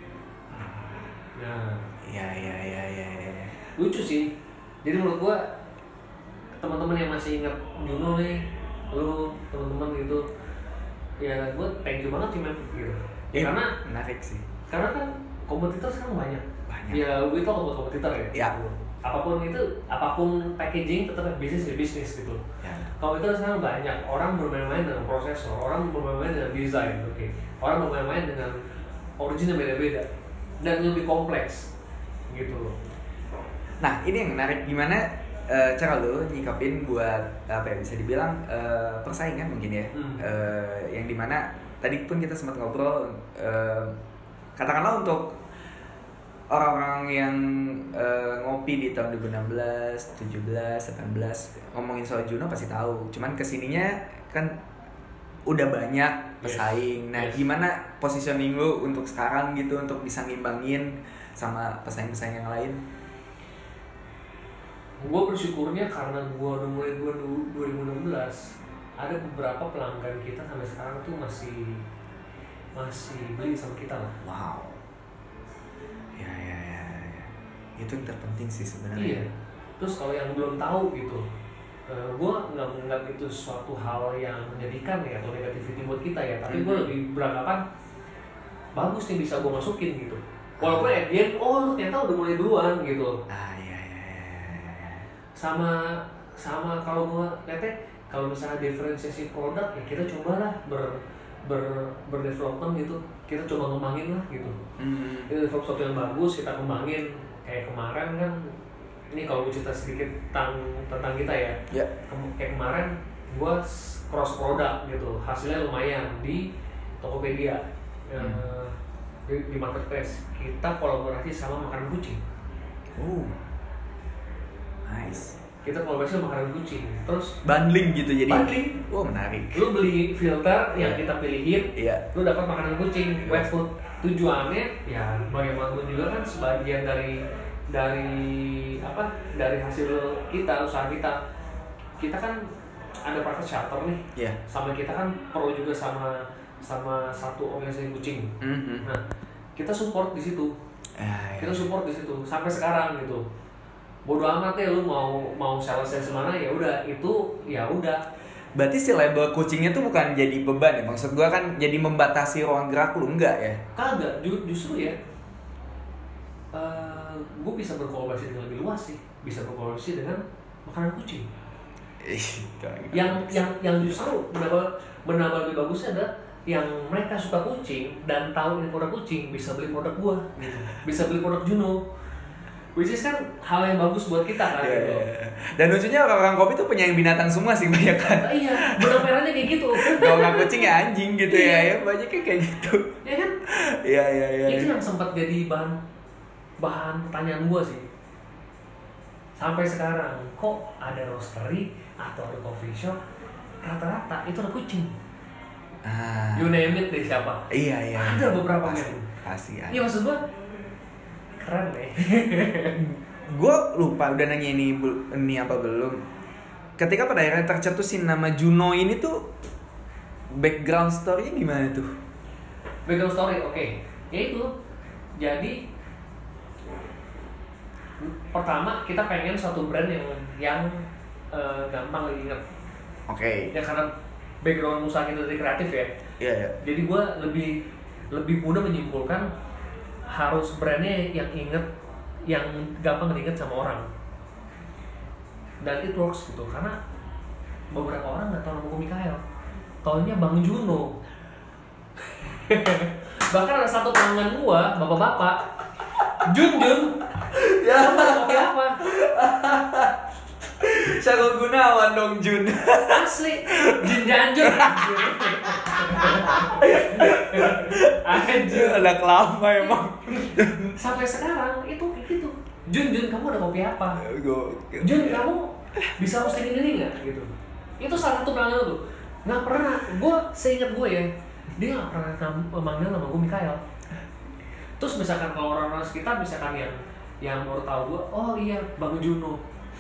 B: Nah,
A: ya ya ya ya ya.
B: lucu sih. Jadi menurut gua teman-teman yang masih ingat Juno nih, lu teman-teman gitu, ya gua thank you banget sih men gitu. Ya,
A: Eh,
B: karena
A: menarik sih.
B: karena kan kompetitor sekarang banyak.
A: Banyak.
B: Ya gue tau buat kompetitor ya.
A: Ya.
B: Apapun itu, apapun packaging tetap bisnis ya bisnis gitu.
A: Ya.
B: Kompetitor sekarang banyak. Orang bermain-main dengan prosesor, orang bermain-main dengan desain, oke. Okay. Orang bermain-main dengan origin yang beda-beda dan lebih kompleks gitu loh.
A: Nah, ini yang menarik gimana uh, cara lo nyikapin buat apa ya bisa dibilang uh, persaingan mungkin ya.
B: Hmm.
A: Uh, yang dimana tadi pun kita sempat ngobrol uh, katakanlah untuk orang-orang yang uh, ngopi di tahun dua ribu enam belas, tujuh belas, delapan belas ngomongin soal Juno pasti tahu. Cuman kesininya kan udah banyak pesaing. Yes. Nah, yes. Gimana positioning lo untuk sekarang gitu untuk bisa ngimbangin sama pesaing-pesaing yang lain?
B: Gue bersyukurnya karena gue udah mulai dua ribu enam belas ada beberapa pelanggan kita sampai sekarang tuh masih masih beli sama kita lah.
A: Wow. Ya ya ya, ya. Itu yang terpenting sih sebenarnya.
B: Iya. Terus kalau yang belum tahu gitu, uh, gue nggak menganggap itu suatu hal yang menyedihkan ya atau negativity buat kita ya. Tapi gue lebih beranggapan bagus nih bisa gue masukin gitu. Walaupun at the end, oh lu ternyata udah mulai duluan gitu.
A: Ah iya iya iya. Ya.
B: Sama sama kalau gue lihatnya kalau misalnya diferensiasi produk ya kita cobalah ber ber berdevelopment gitu, kita coba ngembangin lah gitu.
A: Hmm.
B: Itu develop sesuatu yang bagus kita kembangin. Kayak kemarin kan ini kalau gue cerita sedikit tentang tentang kita ya.
A: Yeah.
B: Kem- kayak kemarin gue cross produk gitu, hasilnya lumayan di Tokopedia. Hmm. Uh, di, di marketplace kita kolaborasi sama makanan kucing.
A: Oh, nice.
B: Kita kolaborasi sama makanan kucing. Terus
A: bundling gitu jadi.
B: Bundling.
A: Oh menarik.
B: Lu beli filter yang kita pilihin,
A: iya.
B: Lu dapat makanan kucing, wet food. Tujuannya ya bagaimanapun juga kan sebagian dari dari apa? Dari hasil kita, usaha kita. Kita kan ada private shelter nih.
A: Iya. Yeah.
B: Sama kita kan perlu juga sama sama satu organisasi kucing.
A: Mm-hmm.
B: Nah, kita support di situ.
A: Ya, ya.
B: Kita support di situ sampai sekarang gitu. Bodoh amat ya lu mau mau salesnya semana ya udah itu ya udah.
A: Berarti si label kucingnya tuh bukan jadi beban ya? Maksud gua kan jadi membatasi ruang gerak lu enggak ya?
B: Kagak, justru ya. Uh, gue bisa berkolaborasi dengan lebih luas sih. Bisa berkolaborasi dengan makanan kucing. yang yang yang justru menambah menambah lebih bagusnya adalah yang mereka suka kucing dan tahu ini produk kucing bisa beli produk gua gitu. Bisa beli produk Juno. Which is kan hal yang bagus buat kita kan
A: yeah,
B: gitu.
A: yeah. Dan lucunya orang-orang kopi tuh penyayang binatang semua sih banyak kan.
B: Iya, benang merahnya kayak gitu.
A: Kalau nggak kucing ya anjing gitu ya, ya banyaknya kayak gitu.
B: Ya kan?
A: Iya iya iya.
B: Itu yang sempat jadi bahan bahan pertanyaan gua sih. Sampai sekarang kok ada roastery atau ada coffee shop rata-rata itu ada kucing.
A: Ah.
B: You name it deh siapa?
A: Iya iya.
B: Ada beberapa
A: pasti,
B: yang.
A: pasti ada.
B: Iya maksud gua keren deh.
A: Gue lupa udah nanya ini ini apa belum. Ketika pada akhirnya tercetusin nama Juno ini tuh background story-nya gimana tuh?
B: Background story, oke. Okay. Ya itu. Jadi pertama kita pengen suatu brand yang yang uh, gampang diingat.
A: Oke. Okay.
B: Ya karena background usaha kita dari kreatif ya.
A: Iya, yeah, yeah.
B: Jadi gue lebih lebih mudah menyimpulkan harus brandnya yang inget, yang gampang diinget sama orang. Dan it works gitu, karena beberapa orang nggak tahu nama gue Mikael, taunya Bang Juno. Bahkan ada satu pelanggan gue, bapak-bapak, Jun Jun, ya kopi apa?
A: Syarul Gunawan dong Jun.
B: Asli, Jun Janjun. Anjir,
A: anak lama emang.
B: Sampai sekarang itu kayak gitu. Jun Jun kamu ada kopi apa?
A: Gokil.
B: Jun kamu bisa roasting ini nggak gitu? Itu salah satu pelanggan tuh. Nggak pernah. Gue seingat gue ya, dia nggak pernah memanggil nama gue Mikael. Terus misalkan kalau orang-orang sekitar misalkan yang yang baru tahu gue, oh iya Bang Juno.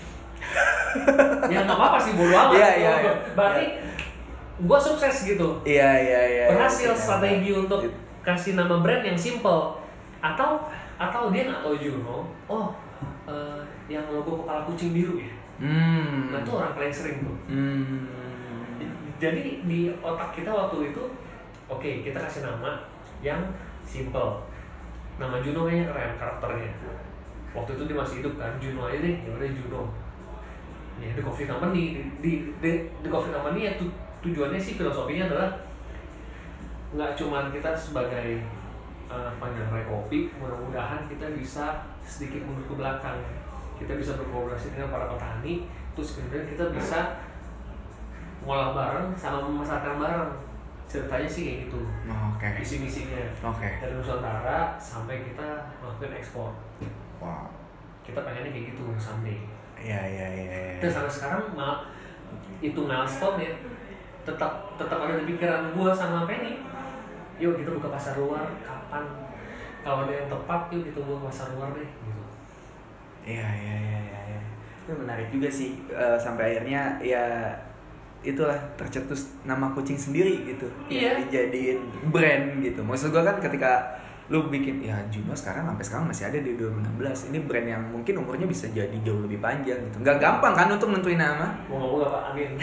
B: Ya nggak apa-apa sih, bodo amat.
A: Iya iya.
B: Berarti gue sukses gitu.
A: Iya iya iya.
B: Berhasil
A: ya,
B: strategi
A: ya.
B: untuk kasih nama brand yang simple. Atau atau dia nggak tahu Juno. Oh, uh, yang logo kepala kucing biru ya.
A: Hmm.
B: Nah itu orang paling sering tuh.
A: Hmm.
B: Jadi di otak kita waktu itu, oke okay, kita kasih nama yang simple. Nama Juno kayaknya keren karakternya. Waktu itu dia masih hidup kan, Juno aja deh, ya udah Juno. Ya The Coffee Company, di di di, di Coffee Company ya tu, tujuannya sih filosofinya adalah nggak cuman kita sebagai uh, penyerai kopi, mudah-mudahan kita bisa sedikit mundur ke belakang. Kita bisa berkolaborasi dengan para petani, terus kemudian kita bisa ngolah bareng sama memasarkan bareng. Ceritanya sih kayak gitu.
A: Oh, oke. Okay.
B: Visi-misinya.
A: Oke. Okay.
B: Dari Nusantara sampai kita melakukan ekspor.
A: Wow.
B: Kita pengennya kayak gitu someday.
A: Iya iya iya. Ya.
B: Dan sampai sekarang mal, itu milestone ya. Tetap tetap ada di pikiran gua sama Penny. Yuk kita buka pasar luar kapan? Kalau ada yang tepat yuk kita buka pasar luar deh gitu.
A: Iya iya iya iya. Ya. Itu menarik juga sih uh, sampai akhirnya ya itulah tercetus nama kucing sendiri gitu.
B: Iya.
A: Dijadiin brand gitu. Maksud gua kan ketika lu bikin ya Juno sekarang sampai sekarang masih ada di dua ribu enam belas. Ini brand yang mungkin umurnya bisa jadi jauh lebih panjang gitu. Nggak gampang kan untuk nentuin nama.
B: Moga-moga Pak, amin.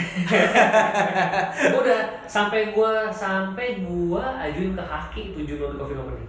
B: Gua udah sampai gua sampai gua ajuin ke Haki itu Juno Coffee Company.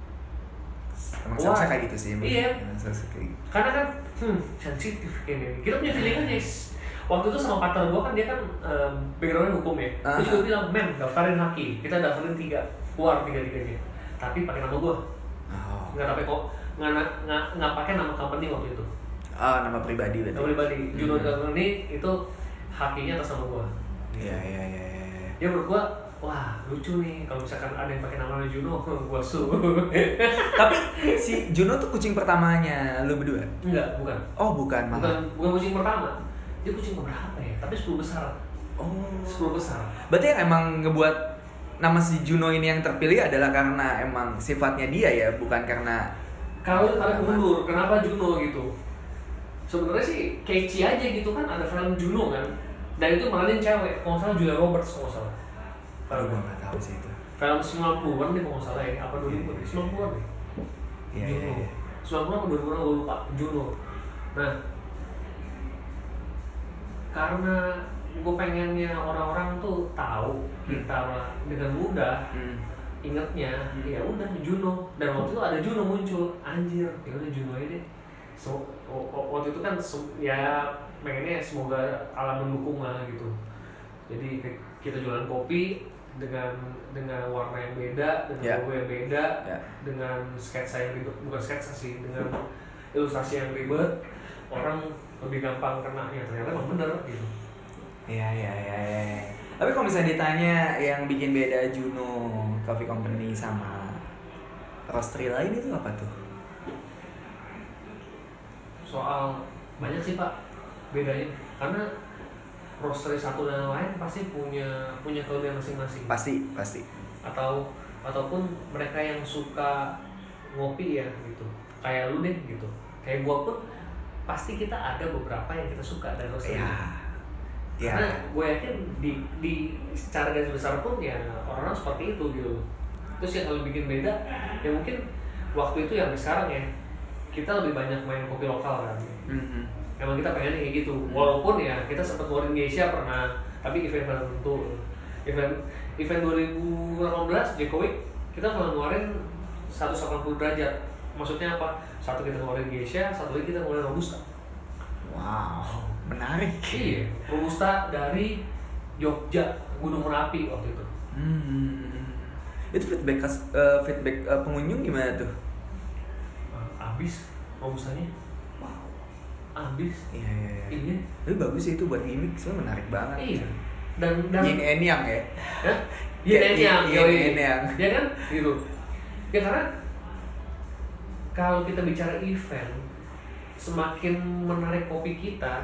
A: Emang seharusnya kayak gitu sih.
B: Iya.
A: Seharusnya kayak gitu.
B: Karena kan hmm, sensitif kayaknya. Kita punya feeling aja. Waktu itu sama partner gua kan dia kan um, backgroundnya hukum ya. Dia
A: Uh-huh.
B: juga bilang, "Men, daftarin Haki." Kita daftarin tiga, keluar tiga-tiganya. Tapi pakai nama gua.
A: Oh.
B: Nggak pakai kok, nggak nggak nggak pakai nama company waktu itu.
A: Oh, nama pribadi berarti.
B: Nama pribadi. Juno
A: Hmm.
B: Company itu hakinya atas nama gua.
A: Iya iya iya iya.
B: Ya menurut gua, wah lucu nih kalau misalkan ada yang pakai nama Juno, gua su.
A: Tapi si Juno tuh kucing pertamanya lu berdua?
B: Enggak, bukan.
A: Oh, bukan malah.
B: Bukan bukan kucing pertama. Dia kucing berapa ya? Tapi sepuluh besar.
A: Oh.
B: sepuluh besar.
A: Berarti yang emang ngebuat nama si Juno ini yang terpilih adalah karena emang sifatnya dia ya, bukan karena
B: Kalau tarik mundur, kenapa Juno gitu? Sebenarnya sih catchy aja gitu kan, ada film Juno kan. Dan itu meranin cewek, kalau nggak salah Julia Roberts kalau nggak salah.
A: Kalau gue nggak tahu sih itu.
B: Film sembilan puluhan deh kalau nggak salah ya, apa dua ribu? sembilan puluhan deh.
A: Iya iya iya.
B: sembilan puluhan apa dua ribu gue lupa, Juno. Nah, karena gue pengennya orang-orang tuh tahu kita dengan mudah
A: Hmm.
B: ingetnya,
A: Hmm.
B: ya udah Juno. Dan waktu itu ada Juno muncul, anjir, ya udah Juno ini. So, waktu itu kan ya pengennya semoga alam mendukung lah gitu. Jadi kita jualan kopi dengan dengan warna yang beda, dengan
A: yeah.
B: logo yang beda,
A: yeah.
B: dengan sketsa yang ribet, bukan sketsa sih, dengan ilustrasi yang ribet, orang lebih gampang kenanya, ternyata emang bener gitu.
A: Iya iya iya. Ya. Tapi kalau misalnya ditanya yang bikin beda Juno Coffee Company sama roastery lain itu apa tuh?
B: Soal banyak sih Pak bedanya, karena roastery satu dan lain pasti punya punya kelebihan masing-masing.
A: Pasti, pasti.
B: Atau ataupun mereka yang suka ngopi ya gitu. Kayak lu deh gitu. Kayak gua pun pasti kita ada beberapa yang kita suka dari roastery.
A: Ya. Ya.
B: Karena gue yakin di di secara garis besar pun ya orang-orang seperti itu gitu. Terus yang lebih bikin beda ya mungkin waktu itu yang sekarang ya kita lebih banyak main kopi lokal kan. Mm-hmm. Emang kita pengen kayak gitu, walaupun ya kita sempat ngeluarin Geisha pernah, tapi event tertentu, event event dua ribu delapan belas Jokowi kita pernah ngeluarin seratus delapan puluh derajat, maksudnya apa? Satu kita ngeluarin Geisha, satu lagi kita ngeluarin Robusta.
A: Wow, menarik.
B: Iya, Robusta dari Jogja, Gunung Merapi waktu itu.
A: Hmm. Itu feedback uh, feedback uh, pengunjung gimana tuh?
B: Uh, abis Robustanya. Abis.
A: Iya, iya, iya.
B: Iya.
A: Tapi bagus sih itu buat gimmick, sebenarnya menarik banget.
B: Iya. Dan dan
A: yin and yang ya.
B: Hah? Yin and yang.
A: Yin and yang.
B: Ya kan? Gitu. Ya karena kalau kita bicara event, semakin menarik kopi kita,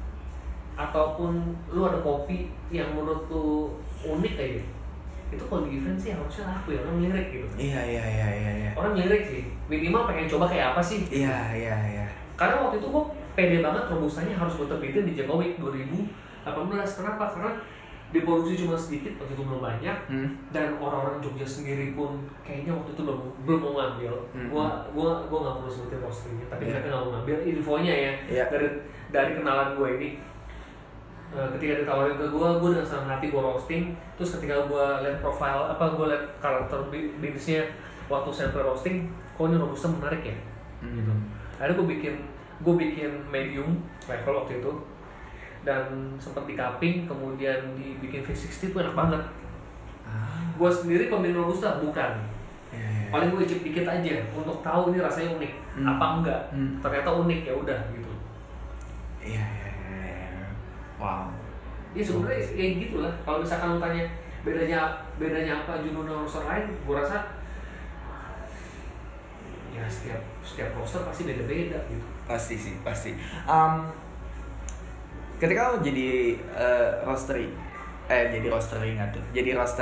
B: ataupun lu ada kopi yang menurut lu unik aja, itu kalau di event sih harusnya laku ya, orang lirik gitu.
A: Iya, iya, iya, iya, iya.
B: Orang lirik sih, minimal pengen coba kayak apa sih?
A: Iya, iya, iya.
B: Karena waktu itu gue pede banget Robustanya harus gue terbitin di Jokowi dua ribu delapan belas. Kenapa? Karena diproduksi cuma sedikit, waktu itu belum banyak, hmm. dan orang-orang Jogja sendiri pun kayaknya waktu itu belum belum mau ngambil. Hmm. Gua gua gua nggak perlu sebutin roastery-nya, tapi yeah. mereka nggak mau ngambil infonya ya yeah. dari dari kenalan gue ini. Uh, ketika ditawarin ke gue, gue dengan senang hati gue roasting. Terus ketika gue lihat profile apa gue lihat karakter bisnisnya waktu sample roasting, kok ini Robusta menarik ya, hmm. gitu. Akhirnya gue bikin gue bikin medium level waktu itu. Dan sempat di cupping, kemudian dibikin V enam puluh itu enak banget. Ah. Gue sendiri pemilik Robusta bukan. Yeah, yeah. Paling gue icip dikit aja untuk tahu ini rasanya unik hmm. apa enggak. Hmm. Ternyata unik ya udah gitu.
A: Iya yeah, yeah, yeah. Wow.
B: Ya sebenarnya ya gitulah. Kalau misalkan lu tanya bedanya bedanya apa Juno dan roaster lain, gue rasa ya setiap setiap roaster pasti beda-beda gitu.
A: Pasti sih pasti. Um, Ketika lo jadi uh, roastery, eh jadi roastery nggak tuh, jadi roaster.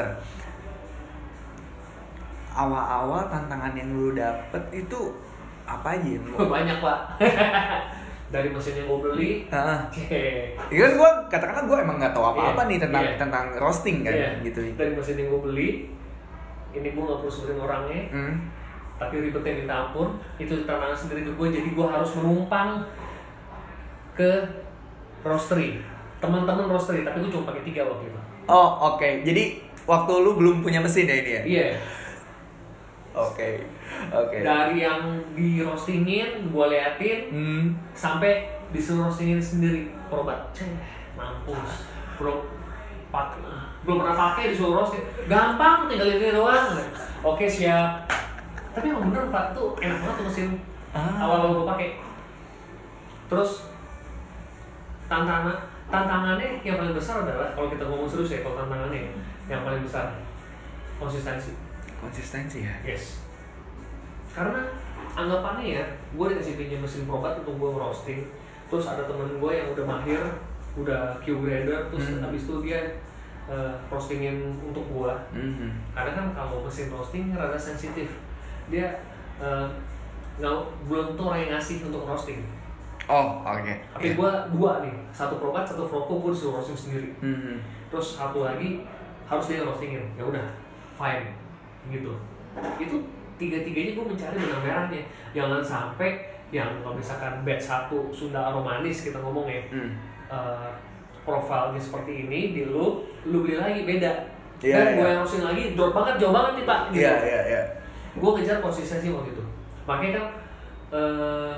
A: Awal-awal tantangan yang lo dapet itu apa aja? Lo?
B: Banyak pak. Dari mesin yang gue beli.
A: Uh, Iya kan gue katakanlah gue emang nggak tahu apa-apa yeah, nih tentang yeah. tentang roasting kan, yeah. gitu.
B: Dari mesin yang gue beli, ini gue nggak perlu sebutin orangnya, mm. tapi ribetnya minta ampun. Itu tantangan sendiri ke gue, jadi gue harus menumpang ke roastery, teman-teman roastery, tapi gue cuma pakai tiga waktu itu.
A: Oh oke, okay. Jadi waktu lu belum punya mesin ya ini ya?
B: Iya. Yeah.
A: Oke, okay. oke. Okay.
B: Dari yang di roastingin, gue liatin, hmm. sampai disuruh roastingin sendiri, perobat. Ceh, mampus, bro, pak, belum pernah pakai disuruh roasting, gampang, tinggal ini doang. Oke okay, siap. Tapi emang bener pak, tuh enak banget tuh mesin ah. awal-awal gue pakai. Terus tantangan tantangannya yang paling besar adalah kalau kita ngomong serius ya, kalau tantangannya yang paling besar konsistensi.
A: Konsistensi ya.
B: Yes. Karena anggapannya ya, gue dikasih pinjam mesin probat untuk gue roasting, terus ada temen gue yang udah mahir, udah Q grader, terus hmm. habis itu dia uh, roastingin untuk gue. Hmm. Karena kan kalau mesin roasting rada sensitif, dia uh, nggak belum tuh orang yang ngasih untuk roasting.
A: Oh, oke. Okay.
B: Tapi yeah. gue dua nih, satu probat, satu Froco, gue disuruh roasting sendiri. Mm-hmm. Terus satu lagi harus dia roastingin. Ya udah, fine, gitu. Itu tiga-tiganya gue mencari benang merahnya. Jangan sampai yang kalau misalkan batch satu Sunda Aromanis kita ngomong ya, mm. uh, profilnya seperti ini, di lu, lu beli lagi beda. Yeah, Dan yeah. gue yang roasting lagi drop banget, jauh banget nih pak.
A: Iya gitu. iya iya.
B: Gue ngejar konsistensi waktu itu. Makanya kan. Uh,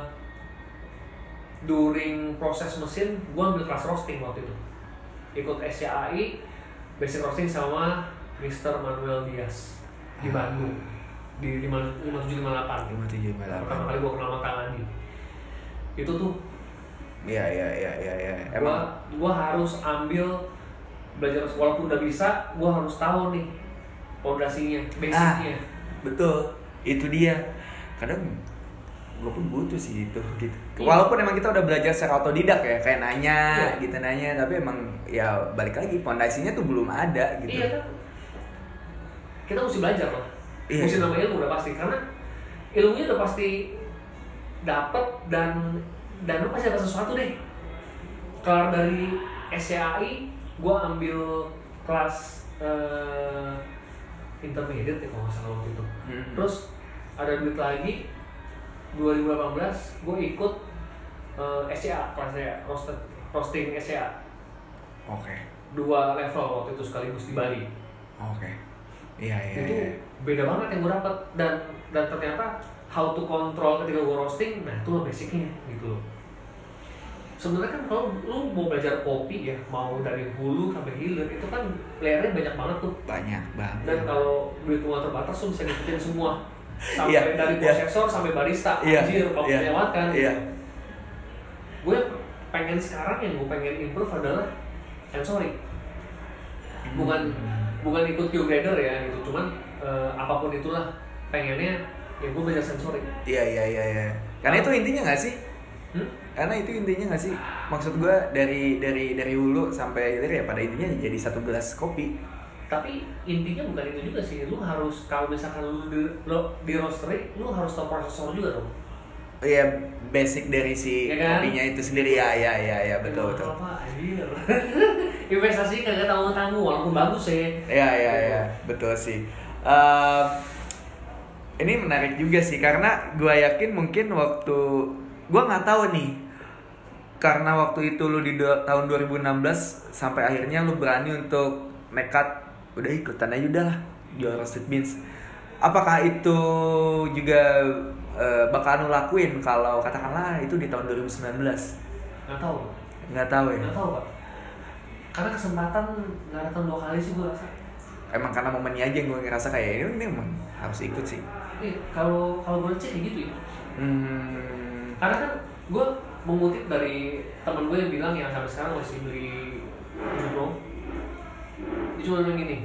B: During proses mesin, gue ambil kelas roasting waktu itu. Ikut S C A I, basic roasting sama Mister Manuel Diaz di Bandung di lima tujuh lima delapan.
A: lima tujuh lima delapan.
B: Pertama kali gue kenal sama Kang Andi. Itu tuh.
A: Iya iya iya iya. Ya.
B: Emang. Gue gue harus ambil belajar walaupun udah bisa, gue harus tahu nih fondasinya, basicnya.
A: Ah, betul, itu dia. Kadang gue pun butuh sih itu gitu. Iya. Walaupun emang kita udah belajar secara otodidak ya, kayak nanya, iya. gitu nanya, tapi emang ya balik lagi fondasinya tuh belum ada gitu.
B: Iya kan? Kita mesti belajar loh. Iya. Mesti nama ilmu udah pasti, karena ilmunya udah pasti dapet dan dan lu pasti ada sesuatu deh. Kelar dari S C A I, gue ambil kelas uh, intermediate ya kalau nggak salah waktu itu. Mm-hmm. Terus ada duit lagi dua ribu delapan belas gue ikut uh, S C A kelasnya roasted roasting S C A.
A: Oke. Okay.
B: Dua level waktu itu sekaligus di Bali.
A: Oke. Okay. Iya iya.
B: Itu
A: iya.
B: beda banget yang gue dapat dan dan ternyata how to control ketika gue roasting, nah itu lah basicnya gitu loh. Sebenarnya kan kalau lu mau belajar kopi ya, mau dari hulu sampai hilir itu kan layernya banyak banget tuh.
A: Banyak banget.
B: Dan kalau duit lu terbatas lu bisa ngikutin semua. Sampai
A: yeah,
B: dari prosesor yeah. sampai barista,
A: yeah,
B: anjir kalau
A: yeah,
B: melewatkan.
A: Yeah.
B: Gue pengen sekarang yang gue pengen improve adalah sensory. Bukan hmm. bukan ikut Q-grader ya gitu, cuman uh, apapun itulah pengennya ya gue belajar sensory.
A: Iya iya iya iya. Karena itu intinya nggak sih? Hmm? Karena itu intinya nggak sih? Maksud gue dari dari dari hulu sampai hilir ya pada intinya jadi satu gelas kopi.
B: Tapi intinya bukan itu juga sih. Lu harus kalau misalkan lu di, lo, di roastery, lu harus tahu prosesor juga dong.
A: Iya, basic dari si ya kan? Kopinya itu sendiri ya ya ya ya betul betul.
B: Apa anjir. Investasi kagak tanggung-tanggung walaupun bagus ya.
A: Iya iya iya, betul sih. Uh, ini menarik juga sih karena gue yakin mungkin waktu gue nggak tahu nih karena waktu itu lu di do, tahun dua ribu enam belas sampai akhirnya lu berani untuk nekat udah ikutan aja udah lah jual roasted beans. Apakah itu juga uh, bakal lu lakuin kalau katakanlah itu di tahun dua ribu sembilan belas?
B: Nggak tahu.
A: Nggak tahu ya.
B: Nggak tahu Pak. Karena kesempatan nggak datang dua kali sih gue rasa.
A: Emang karena momennya aja gue ngerasa kayak ini, ini emang harus ikut sih.
B: Iya, kalau kalau gue cek kayak gitu ya.
A: Hmm.
B: Karena kan gue mengutip dari teman gue yang bilang yang sampai sekarang masih beli Juno. Dia cuma bilang gini,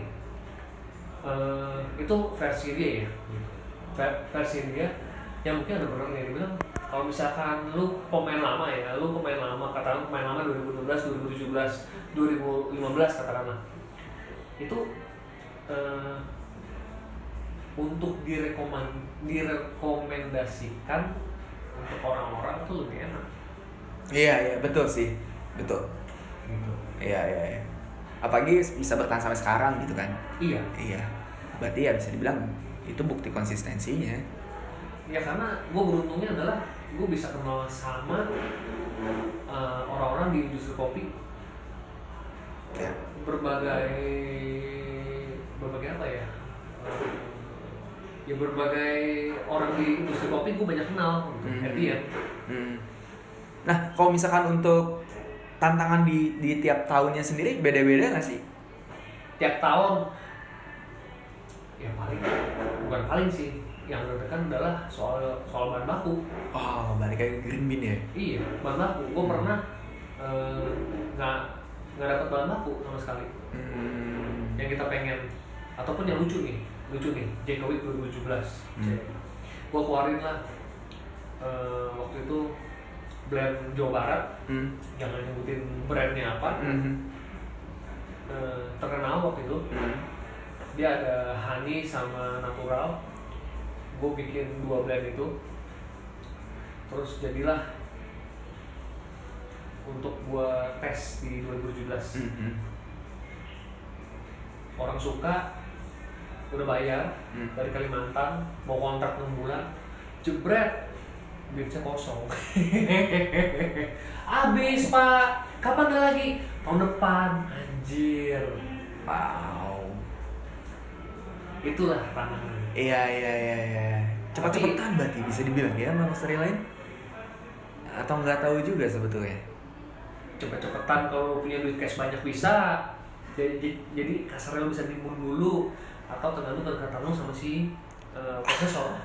B: uh, itu versi dia ya, versi dia yang mungkin ada benar yang dia bilang kalau misalkan lu pemain lama ya, lu pemain lama katakan pemain lama dua ribu enam belas, dua ribu tujuh belas, dua ribu lima belas katakanlah itu uh, untuk direkomend direkomendasikan untuk orang-orang tuh lebih enak.
A: Iya iya betul sih betul.
B: Gitu.
A: Iya iya. iya. Apalagi bisa bertahan sampai sekarang gitu kan.
B: Iya.
A: Iya. Berarti ya bisa dibilang itu bukti konsistensinya.
B: Ya karena gue beruntungnya adalah gue bisa kenal sama uh, orang-orang di industri kopi.
A: Ya.
B: Berbagai berbagai apa ya? Uh, ya berbagai orang di industri kopi gue banyak kenal.
A: Hmm.
B: Artinya.
A: Hmm. Nah kalau misalkan untuk tantangan di di tiap tahunnya sendiri beda-beda nggak sih?
B: Tiap tahun ya paling bukan paling sih yang terdekat adalah soal soal bahan baku.
A: Oh balik kayak green bean ya?
B: Iya bahan baku. Gue hmm. pernah nggak uh, nggak dapat bahan baku sama sekali. Hmm. Yang kita pengen ataupun yang lucu nih lucu nih Jacobi dua ribu tujuh belas. Hmm. Gue keluarin lah uh, waktu itu blend Jawa Barat, hmm. jangan nyebutin brandnya apa, hmm. e, terkenal waktu itu. Hmm. Dia ada honey sama natural. Gue bikin dua blend itu, terus jadilah untuk gue tes di dua ribu tujuh belas. Hmm. Orang suka, udah bayar hmm. dari Kalimantan, mau kontrak enam bulan, jebret. Beansnya kosong. Abis pak, kapan ada lagi? Tahun depan. Anjir.
A: Wow.
B: Itulah tantangan.
A: Iya iya iya iya. Cepat-cepatan berarti bisa dibilang ya sama roastery lain? Atau nggak tahu juga sebetulnya?
B: Cepet-cepetan kalau punya duit cash banyak bisa. Jadi, jadi kasarnya lu bisa nimbun dulu atau tergantung kedekatan lu sama si uh, prosesor.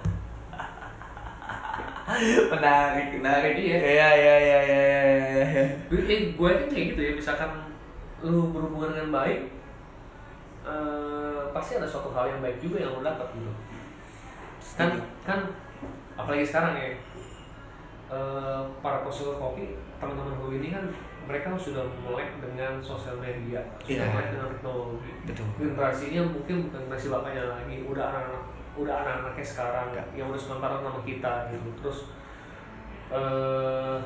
A: menarik, menarik.
B: Iya.
A: Iya, iya, iya, iya, iya.
B: Eh, gue kan kayak gitu ya, misalkan lu berhubungan dengan baik, uh, pasti ada suatu hal yang baik juga yang lu dapat gitu. Kan, kan apalagi sekarang ya, uh, para konsumen kopi, teman-teman gue ini kan mereka sudah melek dengan sosial media, sudah
A: yeah.
B: melek dengan teknologi.
A: Betul.
B: Generasinya mungkin bukan generasi bapaknya lagi, udah anak-anak, udah anak-anaknya sekarang yeah. yang udah sementara sama kita gitu. Terus uh,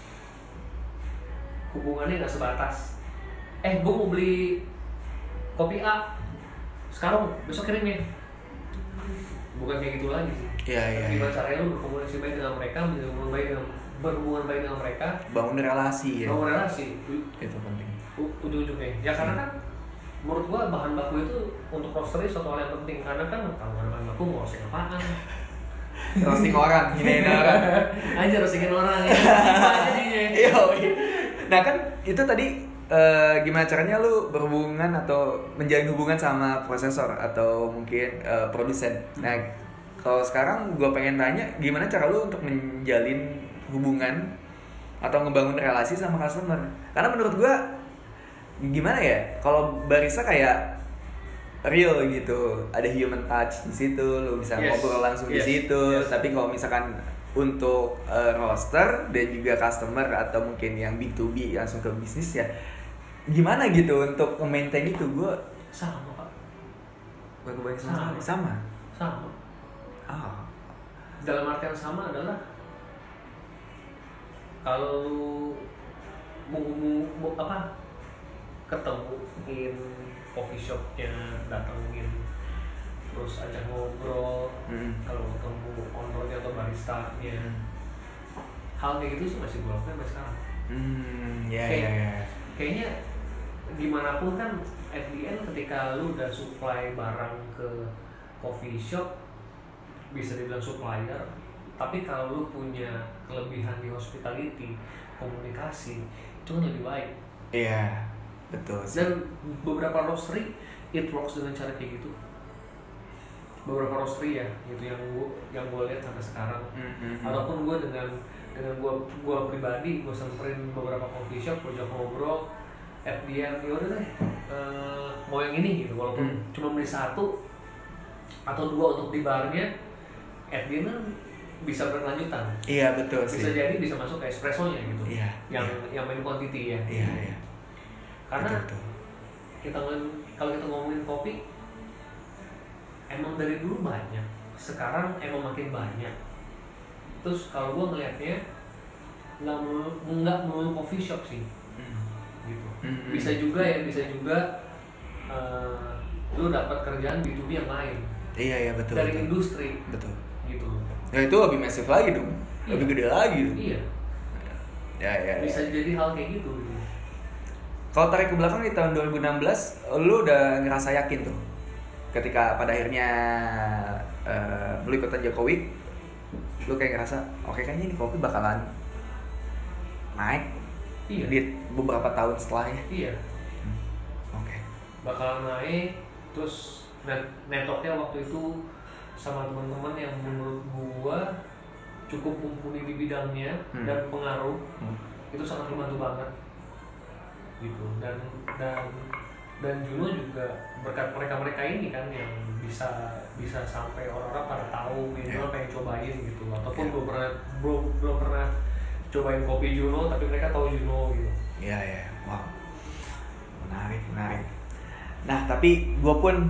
B: hubungannya nggak sebatas, eh gue mau beli kopi A, sekarang besok kirim ya. Bukan kayak gitu lagi sih.
A: Iya, iya.
B: Gimana caranya lu berkomunikasi baik dengan mereka, berhubungan baik dengan berhubungan baik dengan mereka,
A: bangun relasi ya.
B: Bangun relasi.
A: Itu penting.
B: U- ujung-ujungnya. Ya karena kan menurut gua bahan baku itu untuk roastery suatu hal yang penting, karena kan kalau bahan baku mau roasting apaan?
A: Roasting orang, hinain orang.
B: Aja roastingin orang ya. Jadinya.
A: Iya. Nah kan itu tadi uh, gimana caranya lu berhubungan atau menjalin hubungan sama prosesor atau mungkin uh, produsen. Nah, kalau sekarang gue pengen tanya gimana cara lu untuk menjalin hubungan atau ngebangun relasi sama customer. Karena menurut gue gimana ya, kalau barista kayak real gitu, ada human touch di situ, lu bisa yes. ngobrol langsung yes. di situ. Yes. Tapi kalau misalkan untuk uh, roaster dan juga customer atau mungkin yang B to B langsung ke bisnis ya, gimana gitu untuk maintain itu? Gue
B: sama pak.
A: Gue kebayang sama. Sama.
B: Sama.
A: Oh.
B: Dalam artian sama adalah kalau lu mau, mau, mau apa ketemuin coffee shopnya, datengin terus ajak ngobrol, hmm. kalau ketemu ownernya atau baristanya, hal kayak gitu sih masih gue lakukan sampai sekarang.
A: Hmm, ya,
B: Kayak,
A: ya, ya.
B: Kayaknya gimana pun kan at the end ketika lu udah supply barang ke coffee shop, bisa dibilang supplier, tapi kalau lu punya kelebihan di hospitality, komunikasi, itu kan lebih baik.
A: Iya, betul sih.
B: Dan beberapa roastery it works dengan cara kayak gitu. Beberapa roastery ya, gitu yang gua yang gua lihat sampai sekarang. Mm-hmm. Ataupun gua dengan dengan gua gua pribadi gua samperin beberapa coffee shop, gua ajak ngobrol, at the end ya udah deh, uh, mau yang ini gitu, walaupun mm. cuma beli satu atau dua untuk di barnya, at the end kan bisa berkelanjutan.
A: Iya betul sih.
B: Bisa jadi bisa masuk ke espressonya gitu.
A: Iya.
B: Yang
A: iya.
B: yang main quantity ya.
A: Iya iya.
B: Karena
A: betul, betul.
B: kita kalau kita ngomongin kopi, emang dari dulu banyak, sekarang emang makin banyak. Terus kalau gue ngelihatnya nggak melulu nggak melulu coffee shop sih, mm. gitu. Mm-hmm. Bisa juga ya, bisa juga uh, lu dapat kerjaan B to B yang lain.
A: Iya iya betul.
B: Dari
A: betul.
B: industri.
A: Betul.
B: Gitu.
A: Nah itu lebih masif lagi dong, iya. lebih gede lagi dong.
B: Iya.
A: Ya ya.
B: Bisa
A: ya.
B: jadi hal kayak gitu. gitu.
A: Kalau tarik ke belakang di tahun dua ribu enam belas, lu udah ngerasa yakin tuh, ketika pada akhirnya uh, lu ikutan Jokowi, lu kayak ngerasa, oke okay, kayaknya ini kopi bakalan naik.
B: Iya.
A: Di beberapa tahun setelahnya.
B: Iya.
A: Hmm. Oke. Okay.
B: Bakalan naik, terus net networknya waktu itu sama teman-teman yang menurut gua cukup mumpuni di bidangnya hmm. dan pengaruh, hmm. itu sangat membantu banget gitu. Dan dan dan Juno juga berkat mereka-mereka ini kan yang bisa bisa sampai orang-orang pada tahu minimal yeah. pengen cobain gitu, ataupun yeah. belum pernah belum belum pernah cobain kopi Juno tapi mereka tahu Juno gitu.
A: Iya yeah, ya, yeah. Wow, menarik menarik. Nah tapi gua pun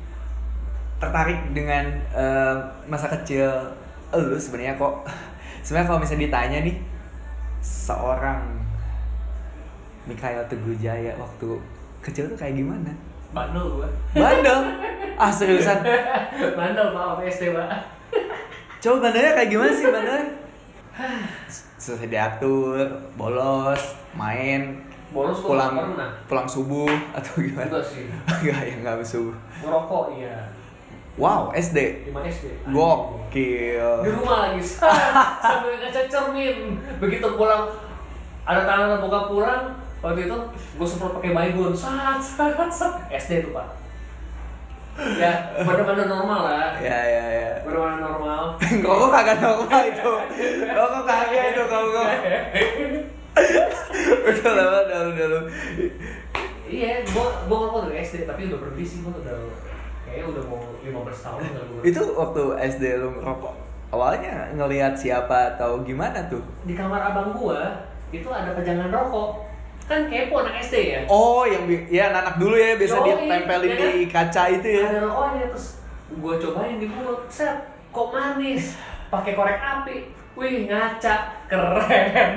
A: tertarik dengan uh, masa kecil lu sebenarnya kok. Sebenarnya kalau misalnya ditanya nih, seorang Mikhail Teguh Jaya waktu kecil tuh kayak gimana?
B: Bandel gua.
A: Bandel? Ah seriusan?
B: Bandel pak, apa S D pak?
A: Coba bandelnya kayak gimana sih bandelnya? Susah diatur, bolos, main,
B: bolos
A: pulang
B: pernah.
A: pulang subuh atau gimana?
B: Enggak sih.
A: Enggak ya, enggak subuh.
B: Ngerokok iya.
A: Wow, S D.
B: Lima S D.
A: Gokil.
B: Di rumah lagi sambil ngaca cermin. Begitu pulang ada tangan buka pulang, Waktu itu gue semprot pakai Baygon, sat sat sat. S D tuh pak. Ya bener-bener normal lah.
A: Ya ya ya.
B: Bener-bener normal.
A: Kok kagak normal itu. Kok kagak itu kau kau. Udah lama udah udah lu.
B: Iya, gue gue ngerokok dari S D tapi udah berhenti sih, gue udah kayaknya udah mau lima belas tahun nggak gue.
A: Itu waktu S D lu ngerokok, awalnya ngelihat siapa atau gimana tuh?
B: Di kamar abang gua itu ada pajangan rokok, kan kepo anak S D ya.
A: Oh, yang bi- ya anak dulu ya biasa
B: Yoi,
A: ditempelin
B: ya kan?
A: di kaca itu ya.
B: Ada rokoknya terus gua cobain di mulut, set, kok manis, pakai korek api, wih ngaca, keren.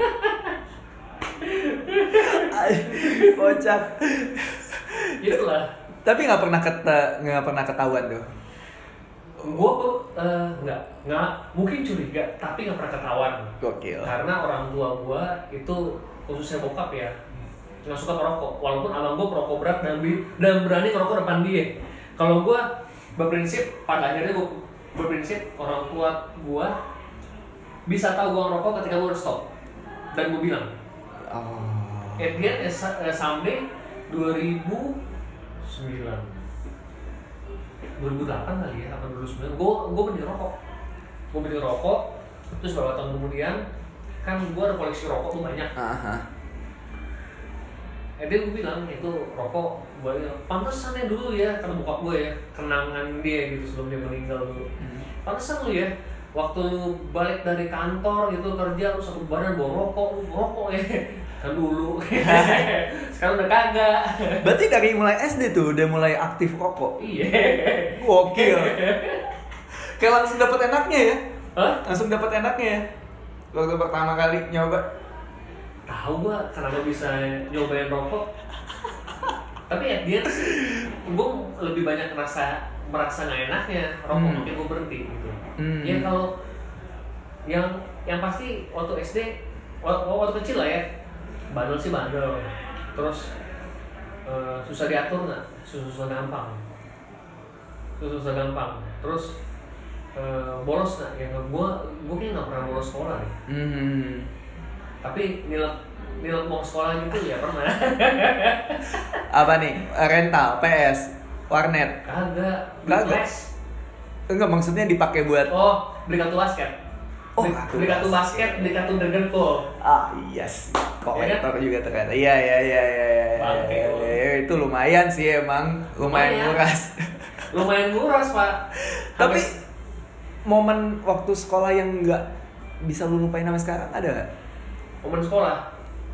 A: Kocak.
B: Itulah.
A: Tapi nggak pernah keta nggak pernah ketahuan tuh.
B: Gue tuh uh, nggak nggak mungkin curiga tapi nggak pernah ketahuan.
A: Gokil.
B: Karena orang tua gue itu khususnya bokap ya nggak suka merokok. Walaupun abang gue perokok berat dan, bi- dan berani ngerokok depan dia. Kalau gue berprinsip pada akhirnya gue berprinsip orang tua gue bisa tahu gue ngerokok ketika gue udah stop dan gue bilang.
A: Oh.
B: At the end, uh, someday dua ribu sembilan dua ribu delapan kali ya, atau dua ribu sembilan gue gue berhenti rokok gue berhenti rokok terus beberapa tahun kemudian kan gue ada koleksi rokok tuh banyak.
A: Aha.
B: Eh dia gue bilang itu rokok gue pantesannya dulu ya karena bokap gue ya kenangan dia gitu sebelum dia meninggal dulu. Hmm. Pantesan lu ya waktu lu balik dari kantor gitu kerja lu satu badan bawa rokok lu rokok ya kan dulu. Sekarang udah kagak.
A: Berarti dari mulai S D tuh udah mulai aktif rokok.
B: Iya.
A: Gokil. Kayak langsung dapet enaknya ya.
B: Hah?
A: Langsung dapet enaknya ya. Waktu pertama kali nyoba.
B: Tahu gua kenapa bisa nyobain rokok. Tapi at the end gue lebih banyak merasa merasa nggak enaknya rokok,
A: Hmm.
B: makanya gue berhenti gitu.
A: Hmm.
B: Ya kalau yang yang pasti waktu S D waktu, waktu kecil lah ya bandel sih bandel, terus uh, susah diatur nggak, susah, susah gampang, susah, susah gampang, terus uh, bolos nggak, ya gue gue kayaknya nggak pernah bolos sekolah deh.
A: Hmm.
B: Tapi nilai nilai mau sekolah gitu ya pernah.
A: Apa nih? Rental, P S, warnet.
B: Kagak,
A: Kagak.
B: les.
A: Enggak, maksudnya dipakai buat
B: Oh, beli kartu basket.
A: Oh,
B: beli,
A: kartu
B: beli kartu
A: basket.
B: basket, beli kartu Dragon Ball.
A: ah yes. Kolektor
B: Ya,
A: juga ternyata. Iya iya iya iya iya.
B: Bangke,
A: iya,
B: lu.
A: iya, itu lumayan sih emang, lumayan
B: Lumayan.
A: nguras.
B: Lumayan nguras, Pak.
A: Tapi
B: Habis-
A: momen waktu sekolah yang nggak bisa lu lupain sampai sekarang ada nggak?
B: momen sekolah.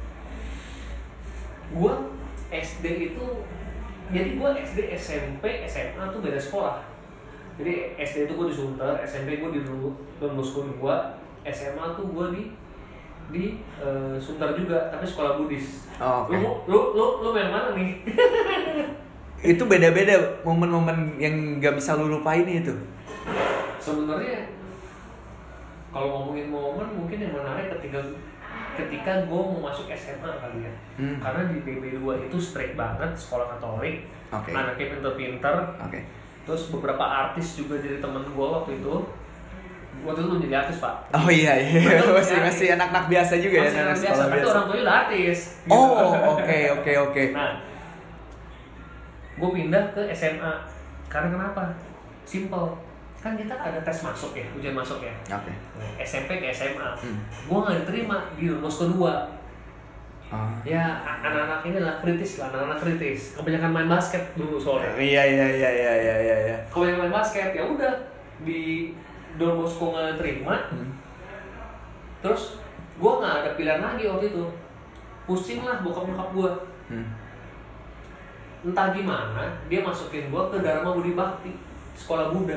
B: Gua S D itu jadi gua S D, S M P, S M A tuh beda sekolah. Jadi S D itu gua di Sunter, S M P gua di Don Bosco dua, S M A tuh gua di di uh, Sunter juga, tapi sekolah Buddhis.
A: Oh, oke.
B: Lu lu lu lu yang mana nih?
A: Itu beda-beda momen-momen yang nggak bisa lu lupain itu.
B: Sebenarnya kalau ngomongin momen mungkin yang menarik ketika ketika gue mau masuk S M A kali ya.
A: Hmm.
B: Karena di D B dua itu strict banget, sekolah Katolik,
A: Oke.
B: anaknya pinter-pinter.
A: Oke.
B: Terus beberapa artis juga jadi temen gue waktu itu. Waktu itu belum jadi artis, Pak.
A: Oh iya iya.
B: Betul,
A: masih
B: jadi
A: masih
B: artis.
A: anak-anak biasa juga
B: Masih
A: ya, anak
B: anak biasa,
A: sekolah
B: tapi
A: biasa.
B: orang tuanya udah artis. gitu.
A: Oh, oke oke oke.
B: Nah, gue pindah ke S M A. Karena kenapa? Simple. Kan kita ada tes masuk ya, ujian masuk ya.
A: Oke.
B: S M P ke S M A.
A: Hmm.
B: Gue nggak diterima di Don Bosco dua.
A: Ah.
B: Ya, anak-anak ini lah kritis lah, anak-anak kritis. Kebanyakan main basket dulu soalnya.
A: Iya iya iya iya iya iya. iya.
B: Kebanyakan main basket, ya udah di Don Bosco nggak terima.
A: Hmm.
B: Terus gue nggak ada pilihan lagi waktu itu. Pusing lah bokap nyokap gue.
A: Hmm.
B: Entah gimana, dia masukin gue ke Dharma Budi Bakti, sekolah Buddha.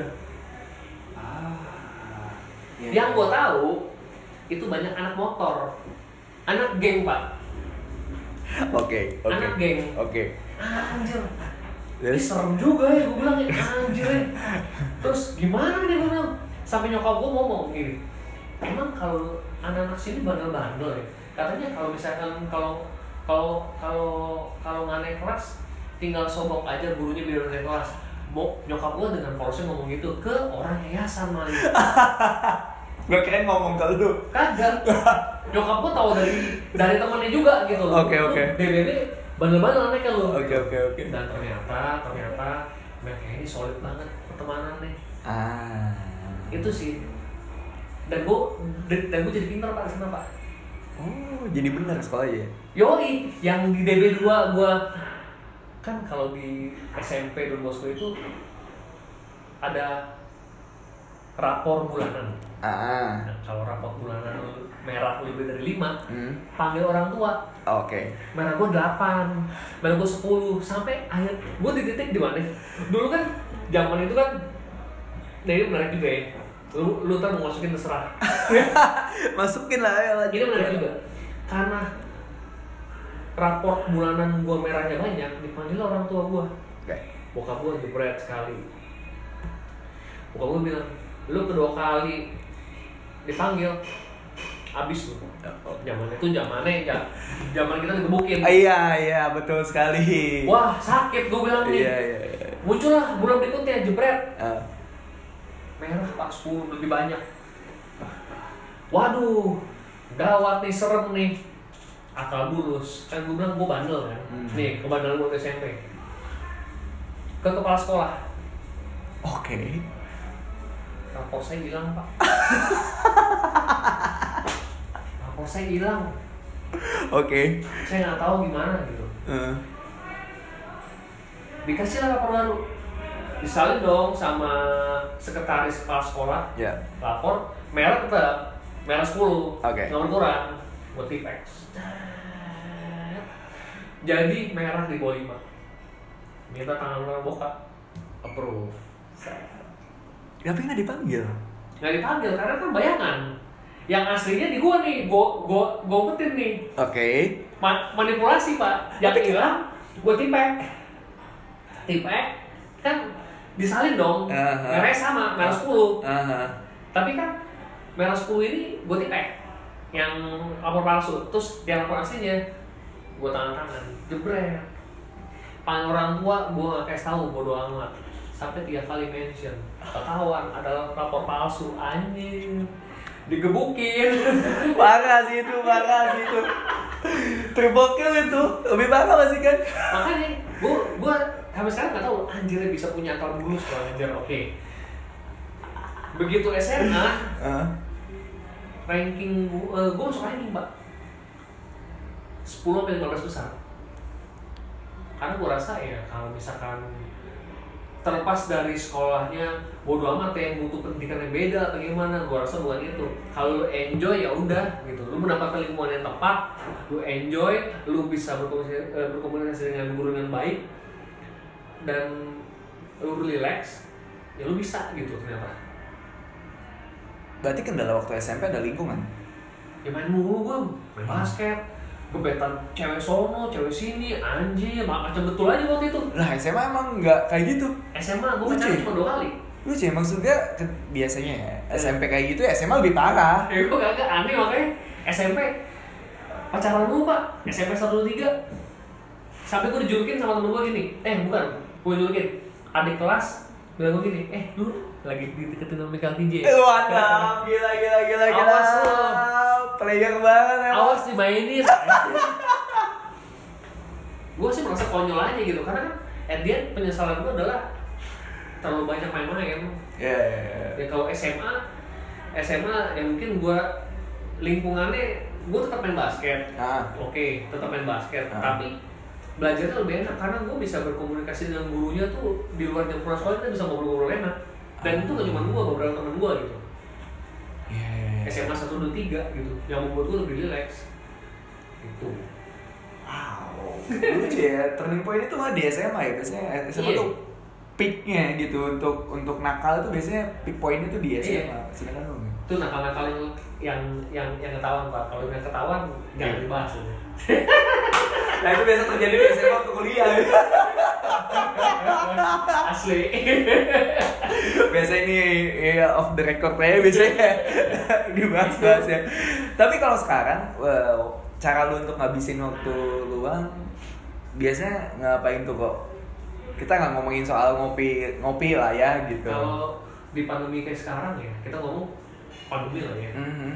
A: Ah. Iya,
B: Yang
A: iya.
B: gue tahu itu banyak anak motor, anak geng pak,
A: Oke oke.
B: anak geng.
A: Oke.
B: Anjir. Ih,
A: Terus
B: serem juga ya, gue bilang ya, anjir ya. Terus gimana nih gue bilang, sampai nyokap gue ngomong gini, emang kalau anak-anak sini bandel-bandel ya, katanya kalau misalkan kalau kalau kalau kalau nggak naik kelas, tinggal sobok aja gurunya biar naik kelas. Mau nyokap gue dengan porsi ngomong gitu ke orang yayasan malah.
A: Gak keren ngomong ke lu.
B: Kagak. Nyokap gue tahu dari dari temannya juga gitu.
A: Oke, oke.
B: D B B bandel-bandel aneh kan lu.
A: Oke oke oke.
B: Dan ternyata ternyata mereka ini solid banget pertemanannya.
A: Ah.
B: Itu sih. Dan gue dan gue jadi pintar Pak di sana Pak.
A: Oh, jadi bener sekolahnya ya?
B: Yoi, yang di D B dua gue kan kalau di S M P Don Bosco itu ada rapor bulanan.
A: Ah.
B: Nah, kalau rapor bulanan merah lebih dari lima,
A: hmm.
B: panggil orang tua.
A: Oke. Okay.
B: Merah gue delapan, merah gue sepuluh, sampai akhir gue di titik di mana? Dulu kan zaman itu kan, nah ini menarik juga ya. Lu lu ntar mau masukin terserah.
A: Masukin lah ya.
B: Ini menarik juga, karena rapor bulanan gue merahnya banyak, dipanggil orang tua gue.
A: Okay.
B: Bokap gue jebret sekali. Bokap gue bilang, lu kedua kali dipanggil, abis lu. Zaman itu zamannya ya, zaman kita digebukin.
A: Ah, iya iya betul sekali.
B: Wah sakit gue bilang nih.
A: Iya iya.
B: Muncullah bulan berikutnya jebret.
A: Uh.
B: Merah pak sepuluh lebih banyak. Waduh, gawat nih, serem nih. Akal bulus, kan gue bilang gue bandel kan. Hmm. Nih kebandelan gue S M P. Ke kepala sekolah.
A: Oke. Okay.
B: Rapor saya hilang pak. Rapor saya hilang.
A: Oke. Okay.
B: Saya nggak tahu gimana gitu.
A: Uh.
B: Dikasih lah rapor baru. Disalin dong sama sekretaris kepala sekolah.
A: Ya. Yeah.
B: Lapor merah tetap merah sepuluh.
A: Oke. Okay.
B: Nomor kurang. Buat tipex. Jadi merah di bawah lima. Minta tangan orang bokap. Approve.
A: Tapi nggak dipanggil.
B: Nggak dipanggil karena kan bayangan. Yang aslinya di gua nih, gua gua gua umpetin nih.
A: Oke. Okay.
B: Ma- manipulasi pak. Yang hilang, gua tipek. Tipek kan disalin dong. Uh-huh. Merah sama, merah sepuluh.
A: Uh-huh.
B: Tapi kan merah sepuluh ini gua tipek. Yang lapor palsu, terus yang lapor aslinya gua tangan-tangan, jebret. Panggil orang tua, gua nggak kasih tahu, bodo amat. Sampai tiga kali mention, ketahuan ada rapor palsu, anjing, digebukin.
A: Parah sih itu, parah sih itu. Triple kill itu, lebih parah gak sih kan?
B: Makanya, gua gua sampai sekarang nggak tahu, anjirnya bisa punya akal bulus kalau anjir, oke. Okay. Begitu S M A, uh. ranking uh, gua masuk ranking pak. sepuluh sampai lima belas besar. Karena gue rasa ya kalau misalkan terlepas dari sekolahnya bodo amat ya, yang butuh pendidikan yang beda atau gimana, gue rasa bukan itu. Kalau lu enjoy ya udah gitu, lu mendapatkan lingkungan yang tepat, lu enjoy, lu bisa berkomunikasi, berkomunikasi dengan guru dengan baik dan lu relax, ya lu bisa gitu ternyata.
A: Berarti kendala waktu S M P ada lingkungan?
B: Ya main mulu gue, main basket, kebetan cewek sono, cewek sini, anjir, macam betul aja waktu itu.
A: Lah S M A emang nggak kayak gitu?
B: S M A gue pacaran cuma dua kali.
A: Lucu ya, maksudnya biasanya ya, S M P kayak gitu, S M A lebih parah.
B: Ya gue kagak, aneh makanya S M P pacaran dulu pak, S M P satu dua tiga. Sampai gue dijulukin sama temen gue gini, eh bukan, gue dijulukin adik kelas, bilang gue gini, eh lu lagi dideketin sama Michael T J.
A: Eh mantap, gila gila gila gila.
B: Awas lu,
A: player banget ya.
B: Awas dimainin. Gue sih merasa konyol aja gitu, karena kan at the end penyesalan gue adalah terlalu banyak main-main.
A: Iya. Yeah, yeah, yeah.
B: Ya kalau S M A, S M A ya mungkin gue lingkungannya gue tetap main basket. Ah. Oke, okay, tetap main basket, ah. Tapi belajarnya lebih enak karena gue bisa berkomunikasi dengan gurunya tuh di luar jam pulang sekolah, kita bisa ngobrol-ngobrol enak. Dan itu gak cuma gue, beberapa temen gue gitu. Yeah. S M A satu dua tiga gitu, yang membuat gue lebih relax. Gitu.
A: Wow. Lucu ya, turning point itu mah di S M A ya, biasanya S M A yeah. Tuh peak-nya gitu untuk untuk nakal itu biasanya peak point itu di S M A. Yeah. Silakan dong.
B: Itu nakal-nakal yang yang yang yang ketahuan pak. Kalau yang ketahuan jangan yeah. Dibahas. Ya.
A: Nah itu biasa terjadi di S M A ke kuliah.
B: Asli.
A: Biasanya ini ya, off the record aja biasanya dibahas-bahas ya. Tapi kalau sekarang, wow, cara lu untuk ngabisin waktu luang biasanya ngapain tuh kok? Kita nggak ngomongin soal ngopi ngopi lah ya gitu.
B: Kalau di pandemi kayak sekarang ya, kita ngomong pandemi lah ya.
A: Mm-hmm.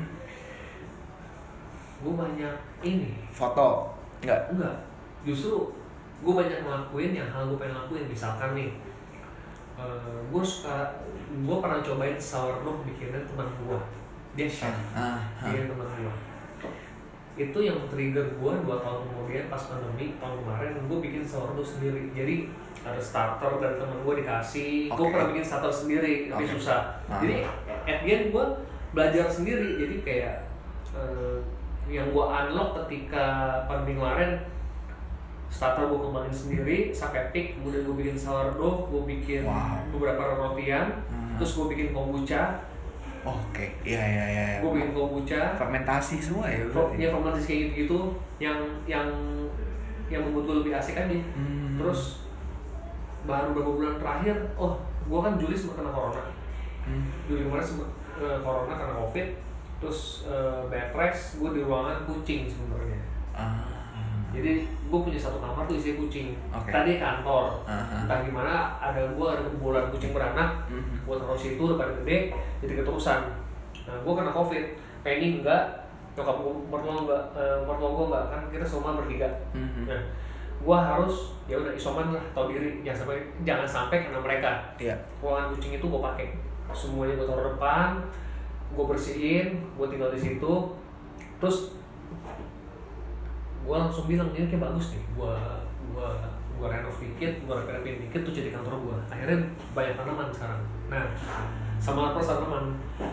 B: Gue banyak ini.
A: Foto? Enggak?
B: Enggak. Justru gue banyak ngelakuin yang hal gue pengen lakuin. Misalkan nih, uh, gue suka, gue pernah cobain sourdough bikinnya teman gue. Dia chef,
A: ah, ah,
B: dia teman gue. Itu yang trigger gue dua tahun kemudian pas pandemi tahun kemarin, gue bikin sourdough sendiri. Jadi ada starter dari teman gue dikasih, okay. Gue pernah bikin starter sendiri, tapi okay. susah. Uh-huh. Jadi at the end gue belajar sendiri. Jadi kayak uh, yang gue unlock ketika pandemi kemarin, starter gue kembangin sendiri sampai peak, kemudian gue bikin sourdough, gue bikin wow. beberapa rotian, uh-huh. terus gue bikin kombucha.
A: Oke, okay. iya iya iya.
B: Gue bikin kombucha,
A: fermentasi semua ya.
B: Iya, fermentasi kayak gitu, yang yang yang membuat gue lebih asik aja. Hmm. Terus baru beberapa bulan terakhir, oh, gue kan Juli sempat kena corona. Hmm. Juli kemarin sempat uh, corona karena covid, terus uh, bed rest, gue di ruangan kucing sebenarnya. Ah. Jadi gue punya satu kamar tuh isinya kucing. Okay. Tadi kantor, uh-huh. entah gimana ada gue ada kumpulan kucing beranak, uh-huh. gue taruh situ udah pada gede, jadi keterusan. Nah gue kena covid, Penny enggak, nyokap gue mertua enggak, uh, mertua gue enggak, kan kita semua bertiga. Uh-huh. Nah gue harus ya udah isoman lah, tahu diri, jangan sampai jangan sampai kena mereka. Yeah. Ruangan kucing itu gue pakai, semuanya gue taruh depan, gue bersihin, gue tinggal di situ, terus gue langsung bilang ini kayak bagus nih, gue gue gue renov dikit, gue repair-repair dikit tuh jadi kantor gue. Akhirnya banyak tanaman sekarang. Nah, sama plus tanaman.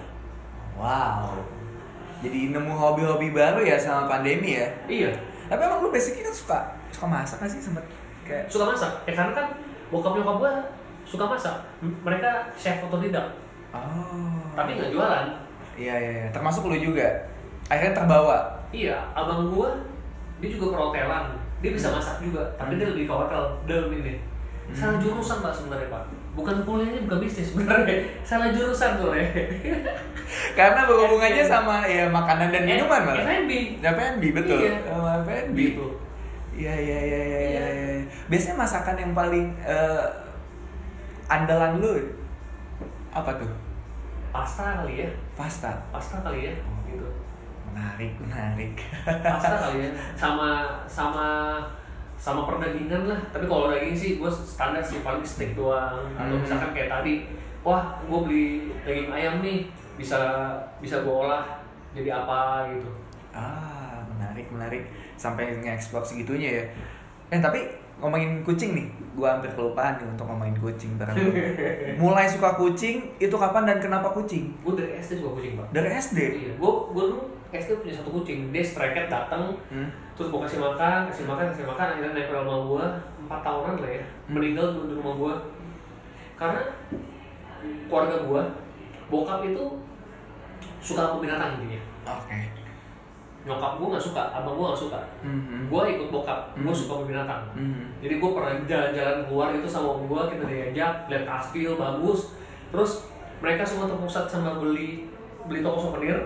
A: Wow. Jadi nemu hobi-hobi baru ya sama pandemi ya?
B: Iya.
A: Tapi emang lu basically kan suka suka masak kan sih, sempet kayak
B: suka masak. Ya karena kan bokap nyokap gue suka masak. Mereka chef otodidak. Oh. Tapi nggak jualan.
A: Iya iya. iya. Termasuk lu juga. Akhirnya terbawa.
B: Iya. Abang gue dia juga perhotelan, dia bisa masak juga, tapi hmm. dia lebih ke hotel dalam ini. Hmm. Salah jurusan pak sebenarnya pak, bukan kuliahnya bukan bisnis sebenarnya, salah jurusan tuh ya.
A: Karena berhubungannya sama ya makanan dan minuman malah.
B: F and B.
A: F and B betul.
B: Iya.
A: Sama F and B.
B: Gitu.
A: Iya iya iya iya iya. Ya. Biasanya masakan yang paling uh, andalan lu apa tuh?
B: Pasta kali ya.
A: Pasta.
B: Pasta kali ya. Gitu.
A: Menarik, menarik.
B: Pasta kali ya, sama sama sama perdagingan lah. Tapi kalau daging sih gue standar sih paling steak doang. Hmm. Atau misalkan kayak tadi, wah gue beli daging ayam nih, bisa bisa gue olah jadi apa gitu.
A: Ah, menarik, menarik. Sampai nge-explore segitunya ya. Eh tapi ngomongin kucing nih, gue hampir kelupaan nih untuk ngomongin kucing bareng. Mulai suka kucing itu kapan dan kenapa kucing?
B: Gue dari S D suka kucing pak.
A: Dari S D?
B: Iya, gue gue dulu S D punya satu kucing, dia stray cat datang, hmm. terus gue kasih makan, kasih makan, kasih makan, akhirnya nempel sama gue empat tahunan lah ya, meninggal di rumah gue. Karena keluarga gue, bokap itu suka sama binatang intinya.
A: Oke. Okay.
B: Nyokap gue nggak suka, abang gue nggak suka. Mm-hmm. Gue ikut bokap, mm-hmm. gue suka sama binatang. Mm-hmm. Jadi gue pernah jalan-jalan keluar itu sama om gue, kita diajak, lihat kastil bagus. Terus mereka semua terpusat sama beli beli toko souvenir.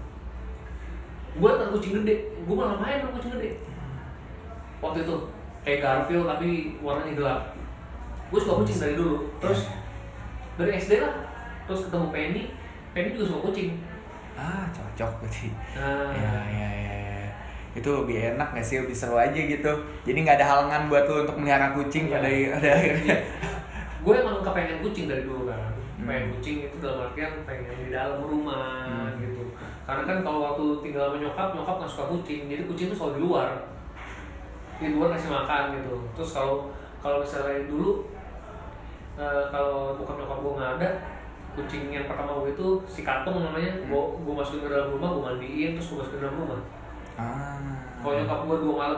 B: Gue nonton kucing gede, gue malah main sama kucing gede. Waktu itu kayak Garfield tapi warnanya gelap. Gue suka kucing dari dulu. Terus dari S D lah, terus ketemu Penny, Penny juga suka kucing.
A: Ah, cocok berarti.
B: Nah.
A: Ya, ya, ya, ya. Itu lebih enak nggak sih, lebih seru aja gitu. Jadi nggak ada halangan buat lo untuk melihara kucing ya. pada pada akhirnya.
B: Gue emang kepengen kucing dari dulu kan. Hmm. Pengen kucing itu dalam artian pengen di dalam rumah hmm. gitu. Karena kan kalau waktu tinggal sama nyokap, nyokap nggak suka kucing, jadi kucing itu selalu di luar. Di luar kasih makan gitu. Terus kalau kalau misalnya dulu uh, kalau bukan nyokap gue nggak ada, kucing yang pertama gue itu si Katung namanya, gue hmm. gue masukin ke dalam rumah, gue mandiin, terus gue masukin ke dalam rumah. Ah. Kalau nyokap gue dua malam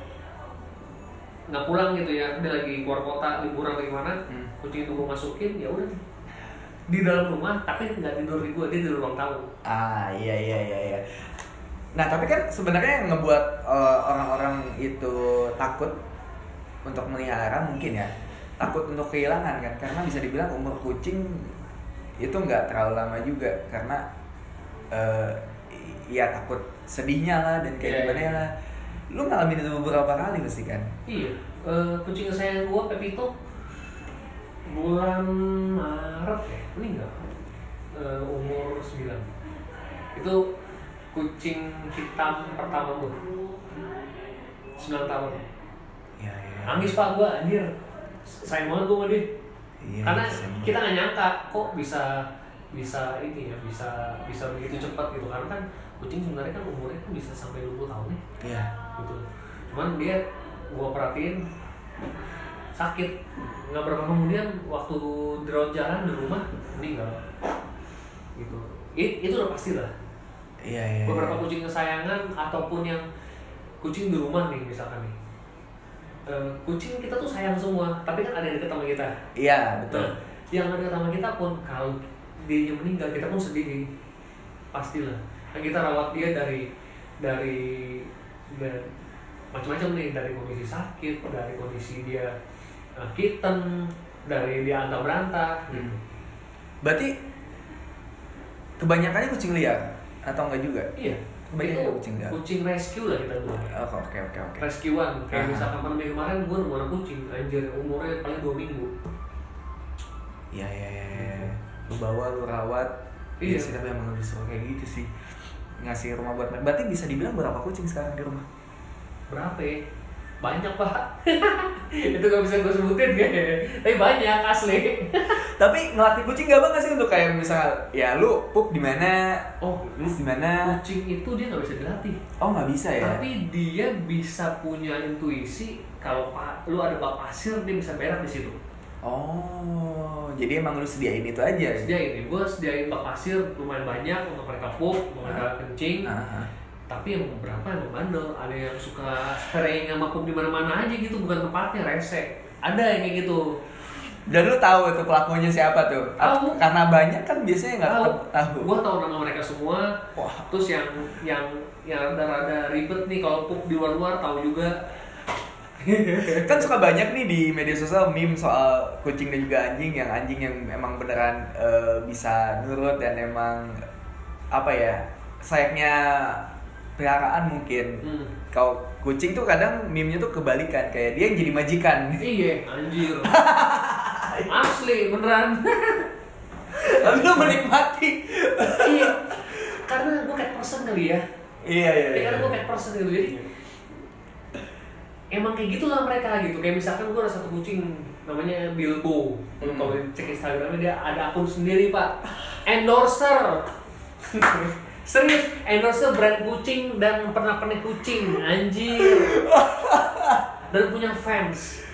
B: nggak pulang gitu ya, dia lagi keluar kota liburan atau gimana, hmm. kucing itu gue masukin, ya udah di dalam rumah, tapi nggak tidur di gue, dia di ruang tamu.
A: Ah iya iya iya iya. Nah tapi kan sebenarnya yang ngebuat uh, orang-orang itu takut untuk melihara mungkin ya, takut untuk kehilangan kan, karena bisa dibilang umur kucing itu nggak terlalu lama juga, karena uh, ya takut sedihnya lah dan kayak yeah, gimana yeah. lah. Lu ngalamin itu beberapa kali pasti kan?
B: Iya, uh, kucing kesayangan gue Pepito bulan Maret ya meninggal, uh, umur sembilan. Itu kucing hitam pertama gue. sembilan tahun.
A: Iya, iya.
B: Nangis pak gue, anjir. Sayang banget gue sama dia.
A: Iya,
B: Karena
A: sama.
B: kita nggak nyangka kok bisa bisa ini ya, bisa bisa begitu cepat gitu. Karena kan kucing sebenarnya kan umurnya kan bisa sampai dua puluh tahun ya.
A: Iya.
B: Gitu. Cuman dia gue perhatiin sakit. Nggak berapa kemudian waktu drone jalan di rumah meninggal. Gitu. It, itu udah pasti lah.
A: Iya, iya.
B: Beberapa
A: iya.
B: kucing kesayangan ataupun yang kucing di rumah nih misalkan nih. Uh, kucing kita tuh sayang semua, tapi kan ada yang dekat sama kita.
A: Iya, betul.
B: Nah, yang ada dekat sama kita pun kalau dia meninggal kita pun sedih, pastilah. Nah, kita rawat dia dari dari, dari macam-macam nih, dari kondisi sakit, dari kondisi dia uh, kitten, dari dia antah berantah.
A: Hmm. Berarti kebanyakannya kucing liar atau enggak juga?
B: Iya.
A: Kebanyakan
B: Itu
A: kucing liar.
B: kucing rescue lah kita bilang.
A: Oh, oke oke oke.
B: Rescuean, kayak
A: Aha.
B: misalkan pandemi kemarin gue rumah kucing, anjir umurnya paling dua minggu.
A: Iya iya iya. Ya. Lu bawa, lu rawat. Iya
B: Iya.
A: sih, tapi emang lebih suka kayak gitu sih. Ngasih rumah buat mereka. Berarti bisa dibilang berapa kucing sekarang di rumah?
B: Berapa ya? Banyak pak. Itu gak bisa gue sebutin kayaknya. Tapi banyak asli.
A: Tapi ngelatih kucing gak banget sih untuk kayak misal ya lu pup di mana?
B: Oh,
A: Terus di mana?
B: kucing itu dia nggak bisa dilatih.
A: Oh, nggak bisa ya?
B: Tapi dia bisa punya intuisi kalau pa, lu ada bak pasir dia bisa berak di situ.
A: Oh, jadi emang lu sediain itu aja?
B: Sediain nih, gue sediain bak pasir lumayan banyak untuk mereka pup, untuk mereka kencing.
A: Aha.
B: Tapi yang beberapa yang bandel, ada yang suka spraying sama pup di mana-mana aja gitu, bukan tempatnya, rese. Ada yang kayak gitu.
A: Dan lu tahu tuh pelakunya siapa tuh?
B: Tahu.
A: Karena banyak kan biasanya nggak
B: Tahu.
A: tahu.
B: Gua tahu nama mereka semua.
A: Wah.
B: Terus yang yang yang rada-rada ribet nih kalau pup di luar-luar tahu juga.
A: Kan suka banyak nih di media sosial meme soal kucing dan juga anjing, yang anjing yang emang beneran eh, bisa nurut dan emang apa ya, sayapnya peliharaan mungkin.
B: Hmm.
A: Kalau kucing tuh kadang meme-nya tuh kebalikan, kayak dia yang jadi majikan.
B: Iya, anjir. Asli, beneran.
A: Lalu lu menikmati.
B: Iya. Karena gue cat person kali ya.
A: Iya iya.
B: Ya, karena gue cat person gitu. Jadi emang kayak gitulah mereka gitu. Kayak misalkan gue ada satu kucing namanya Bilbo.
A: Hmm.
B: Kalau cek Instagramnya dia ada akun sendiri pak. Endorser. Serius, endorser brand kucing dan pernak-pernik kucing, anjir. Dan punya fans.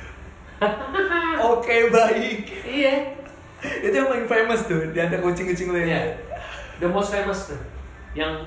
A: Oke, baik.
B: Iya.
A: Itu yang paling famous tuh di antara kucing-kucing lu
B: Iya.
A: ya.
B: The most famous tuh. Yang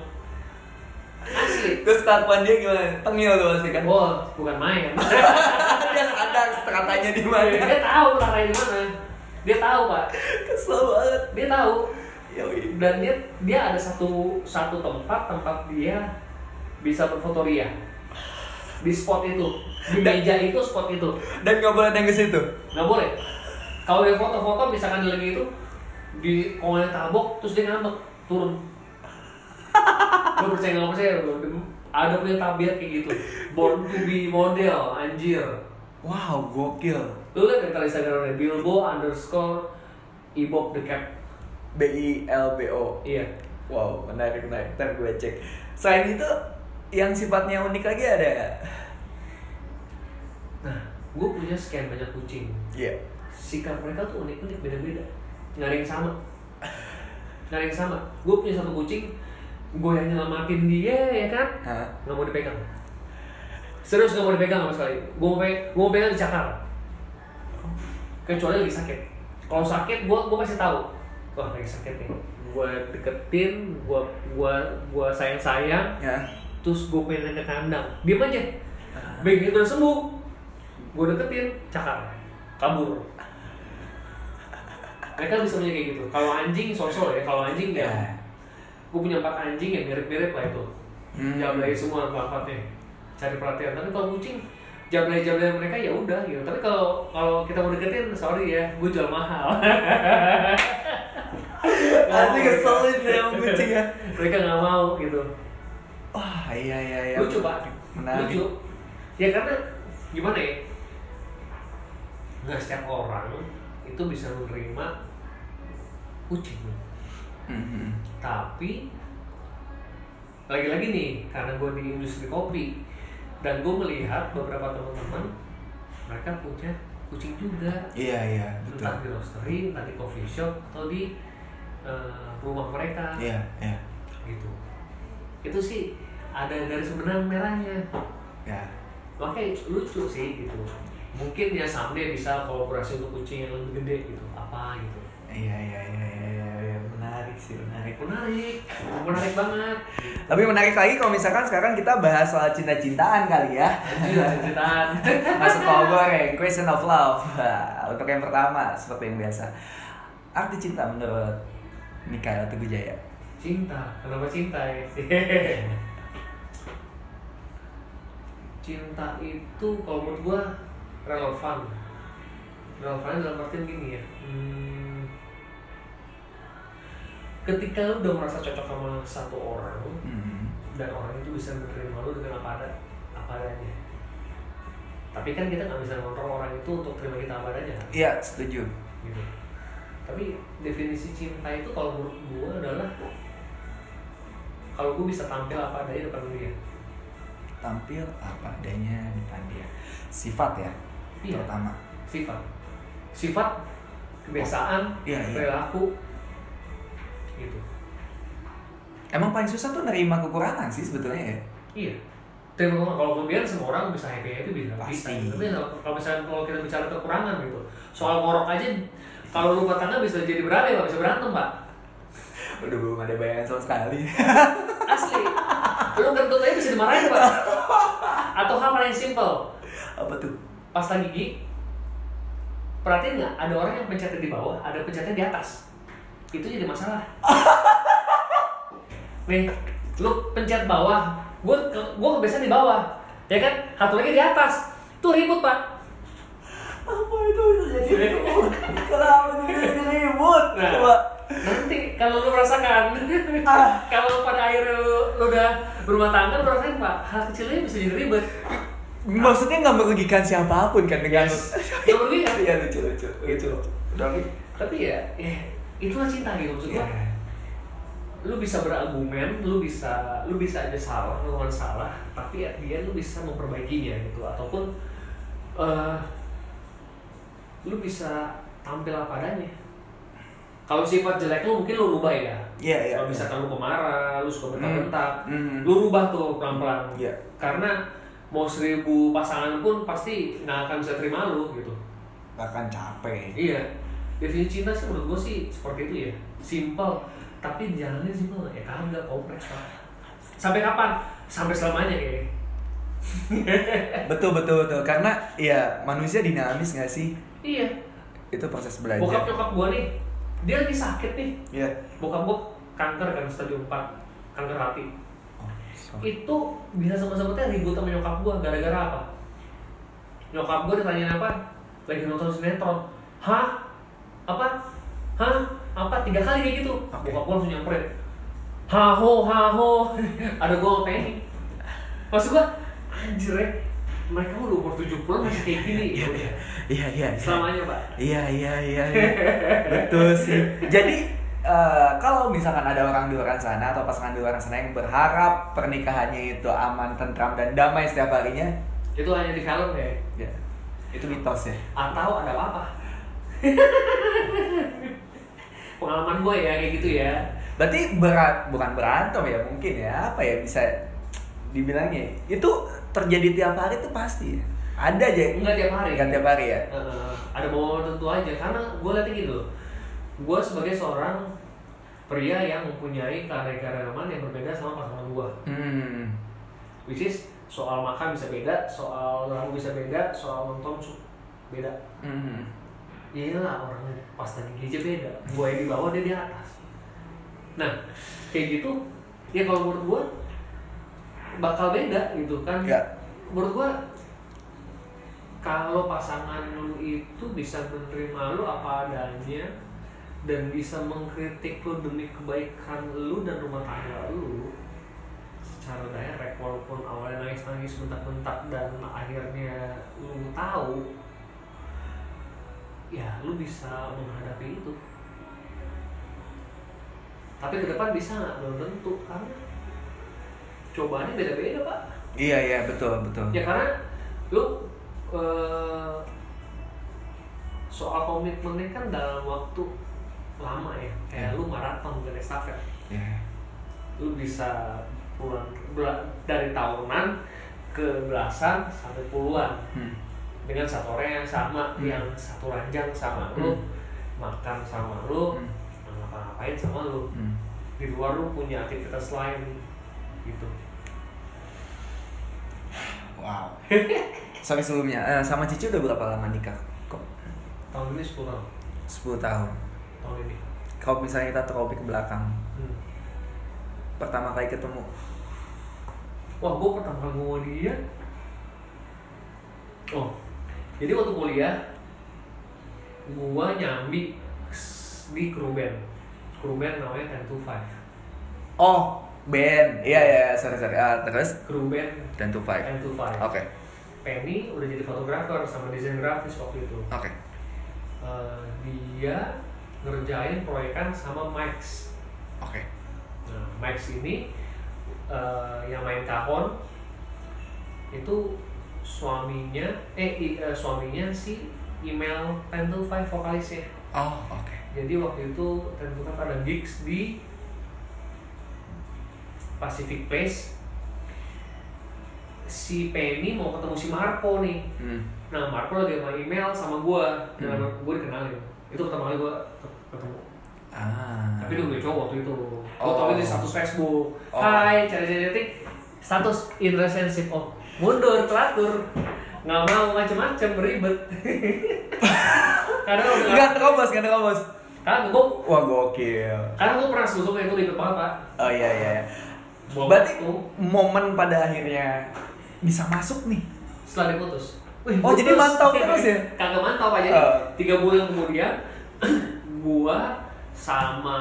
B: asli.
A: Terus kelakuan dia gimana? Tengil tuh pasti kan.
B: Oh, bukan main.
A: Dia sadar katanya di mana.
B: Dia tahu caranya di mana. Dia tahu, Pak.
A: Kesel banget.
B: Dia tahu.
A: Yoi.
B: Dan dia dia ada satu satu tempat tempat dia bisa berfotoria. Di spot itu. Di meja itu spot itu.
A: Dan nggak boleh ada ke situ.
B: Nggak boleh. Kalau dia foto-foto misalkan dia lagi itu di komennya tabok terus dia ngambek turun. Lo percaya nggak percaya lo? Ada punya tabiat kayak gitu. Born to be model, anjir.
A: Wow, gokil.
B: Lu lihat di Instagramnya Bilbo underscore Ibob the Cat.
A: B I L B O.
B: Iya.
A: Wow, menarik menarik. Ntar gue cek. Selain itu, yang sifatnya unik lagi ada nggak?
B: Nah, gue punya sekian banyak kucing.
A: Iya. Yeah.
B: Sikap mereka tuh unik-unik, beda-beda. Nggak ada yang sama. Nggak ada yang sama. Gue punya satu kucing, gue yang nyelamatin dia ya kan,
A: Hah?
B: nggak mau dipegang. Serius nggak mau dipegang sama sekali. Gue mau pegang, gue mau pegang dicakar. Kecuali lagi sakit. Kalau sakit, gue gue pasti tahu. Wah lagi sakit nih. Gue deketin, gue gue gue sayang-sayang.
A: Ya.
B: Terus gue pengen ke kandang, diam aja. Begitu udah sembuh, gue deketin, cakar, kabur. Mereka bisa punya kayak gitu. Kalau anjing sosok ya, kalau anjing ya,
A: Ya.
B: gue punya empat anjing yang mirip-mirip lah itu.
A: Hmm.
B: Jablay semua empat-empatnya, cari perhatian. Tapi kalau kucing, jablay-jablay mereka ya udah gitu. Tapi kalau kalau kita mau deketin, sorry ya, gue jual mahal.
A: Asli keselin deh sama kucing ya.
B: Mereka nggak mau gitu.
A: Wah, iya iya iya.
B: Lucu pak,
A: Menarik.
B: lucu. Ya karena gimana ya? Nggak setiap orang itu bisa menerima kucing.
A: Mhm.
B: Tapi lagi-lagi nih karena gue di industri kopi dan gue melihat beberapa teman-teman mereka punya kucing juga.
A: Iya iya betul.
B: Entah di roastery, entah di coffee shop atau di uh, rumah mereka.
A: Iya iya.
B: Gitu. Itu sih ada garis benang merahnya.
A: Ya.
B: Makanya lucu sih gitu. Mungkin ya someday bisa kolaborasi untuk kucing yang lebih gede gitu. Apa gitu.
A: Iya iya iya iya iya menarik sih menarik.
B: Menarik, menarik banget.
A: Tapi menarik lagi kalau misalkan sekarang kita bahas soal cinta-cintaan kali ya.
B: Cinta-cintaan.
A: Masuk kol goreng, question of love. Untuk yang pertama seperti yang biasa. Arti cinta menurut Mikael Teguh Jaya.
B: Cinta, kenapa cinta ya? Cinta itu kalau menurut gua relevan. Relevan dalam artian gini ya. Hmm, ketika lu udah merasa cocok sama satu orang, hmm. dan orang itu bisa menerima lu dengan apa ada, apa adanya. Tapi kan kita nggak bisa ngontrol orang itu untuk terima kita apa adanya kan?
A: Iya, setuju.
B: Gitu. Tapi definisi cinta itu kalau menurut gua adalah kalau gue bisa tampil apa adanya depan dia.
A: Tampil apa adanya depan dia. Sifat ya, iya, terutama.
B: Sifat, sifat, kebiasaan, oh, iya, iya. perilaku, gitu.
A: Emang paling susah tuh nerima kekurangan sih sebetulnya ya.
B: Iya. Terima kekurangan. Kalau kelebihan semua orang bisa happy happy bisa.
A: Pasti.
B: Bisa. Tapi kalau misalnya kalau kita bicara kekurangan gitu, soal ngorok aja, kalau rumah tangga bisa jadi berabe, nggak bisa berantem, Pak.
A: Udah belum ada bayangan sama sekali.
B: Asli. Lu kentut aja bisa dimarahin, Pak. Atau hal paling simple.
A: Apa tuh?
B: Pasta gigi. Perhatiin nggak? Ada orang yang pencetnya di bawah, ada pencetnya di atas. Itu jadi masalah. Nih, lu pencet bawah, gua gua kebiasaan di bawah. Ya kan? Satu lagi di atas. Tuh ribut, Pak.
A: Apa itu bisa jadi ribut? Kenapa jadi ribut?
B: Nah, coba. Nanti kalau lu merasakan, ah. kalau pada akhirnya lu, lu udah berumah tangga, lu rasain Pak, hal kecilnya bisa jadi ribet.
A: Maksudnya nggak merugikan siapapun kan dengan
B: yes. Nggak merugikan.
A: Iya lucu lucu lucu.
B: Tapi ya, ya itulah cinta gitu maksud gua. Yeah. Lu bisa berargumen, lu bisa, lu bisa aja salah, melakukan salah, tapi ya dia lu bisa memperbaikinya gitu, ataupun uh, lu bisa tampil apa adanya. Kalau sifat jelek lu mungkin lu rubah ya.
A: Iya, yeah, iya. Yeah,
B: kalau misalkan yeah. lu pemarah, lu suka bentak-bentak,
A: mm, mm.
B: lu rubah tuh pelan-pelan.
A: Iya. Yeah.
B: Karena mau seribu pasangan pun pasti nggak akan bisa terima lu gitu.
A: Bahkan capek.
B: Iya. Definisi cinta sih menurut gua sih seperti itu ya. Simple, tapi jalannya simple ya kagak kompleks Pak. Sampai kapan? Sampai selamanya kayaknya.
A: Betul betul betul. Karena ya manusia dinamis nggak sih?
B: Iya.
A: Itu proses belajar.
B: Bokap nyokap gua nih, dia lagi sakit nih.
A: Iya.
B: Bokap gua kanker kan stadium empat, kanker hati.
A: Oh,
B: itu bisa sama-sama ribut sama nyokap gua gara-gara apa? Nyokap gua ditanyain apa? Lagi nonton sinetron. Hah? Apa? Hah? Apa? Tiga kali kayak gitu. Okay. Bokap gua langsung nyamperin. Haho, haho. Ada gua ngapain? Maksud gua, anjir ya. Mereka udah umur tujuh puluh masih kayak gini.
A: Iya, iya, iya.
B: Selamanya, Pak.
A: Iya, iya, iya. Betul sih. Jadi uh, kalau misalkan ada orang di luar sana atau pasangan di luar sana yang berharap pernikahannya itu aman, tentram dan damai setiap harinya,
B: itu hanya di film ya.
A: Ya. Itu mitos ya.
B: Atau ada apa-apa. Pengalaman gue ya kayak gitu ya.
A: Berarti berat bukan berantem ya mungkin ya, apa ya bisa dibilangnya itu terjadi tiap hari itu pasti ya. Ada aja.
B: Enggak tiap hari.
A: Enggak tiap hari ya.
B: Uh, ada momen tertentu aja karena gue lihatnya gitu. Gue sebagai seorang pria yang mempunyai keanekaragaman yang berbeda sama pasangan gue. Hmm. Which is soal makan bisa beda, soal lagu bisa beda, soal nonton beda. Hmm. Ya iyalah orangnya pasta gigi aja beda. Gue yang di bawah, dia di atas. Nah, kayak gitu. Ya kalau menurut gue bakal beda gitu kan.
A: Ya.
B: Menurut gue kalau pasangan lu itu bisa menerima lu apa adanya dan bisa mengkritik lu demi kebaikan lu dan rumah tangga lu secara direct, walaupun awalnya nangis-nangis bentak-bentak dan akhirnya lu tahu, ya lu bisa menghadapi itu. Tapi ke depan bisa nggak? Belum tentu, karena cobaannya beda-beda Pak.
A: Iya iya betul betul.
B: Ya karena lu uh, soal komitmennya kan dalam waktu lama ya, kayak yeah. lu maraton bukan estafet. Yeah. Lu bisa puluhan dari tahunan ke belasan sampai puluhan hmm. dengan satu orang yang sama, hmm. yang satu ranjang sama hmm. lu, makan sama lu, hmm. ngapa-ngapain sama lu. Hmm. Di luar lu punya aktivitas lain gitu.
A: Wow. Sorry sebelumnya, uh, sama Cici udah berapa lama nikah kok?
B: Tahun ini sepuluh tahun.
A: sepuluh tahun.
B: Tahun ini.
A: Kalau misalnya kita terobek ke belakang, hmm. pertama kali ketemu.
B: Wah, gue pertama kali ngomong dia. Oh, jadi waktu kuliah, gue nyambi di kru band. Kru band namanya ten to five.
A: Oh, band. Iya iya, sorry sorry. Uh, terus?
B: Kru band
A: ten to five.
B: ten to five.
A: Oke. Okay.
B: Penny udah jadi fotografer sama desain grafis waktu itu.
A: Oke. Okay.
B: Uh, dia ngerjain proyekan sama Max.
A: Oke. Okay.
B: Nah, Max ini uh, yang main kahon itu suaminya, eh i, uh, suaminya si email ten to five vokalisnya.
A: Oh, oke. Okay.
B: Jadi waktu itu ten to five ada gigs di Pacific Place. Si Penny mau ketemu si Marco nih. Hmm. Nah, Marco lagi sama email sama gue, dengan hmm. gue dikenalin. Itu pertama kali gue ketemu. Ah. Tapi dia udah cowok waktu itu. Gue oh. tau di status Facebook. Oh. Hai, cari-cari detik. Status in relationship. Oh, mundur, teratur. Nggak mau macem-macem, beribet. Karena udah
A: nggak terobos, nggak terobos.
B: Karena gue,
A: wah gokil.
B: Karena gue pernah sebelumnya itu ribet banget Pak.
A: Oh iya iya. Berarti momen pada akhirnya bisa masuk nih
B: setelah diputus.
A: Wih, oh putus. Jadi mantau terus ya?
B: Kagak mantau aja. Uh. Tiga bulan kemudian gua sama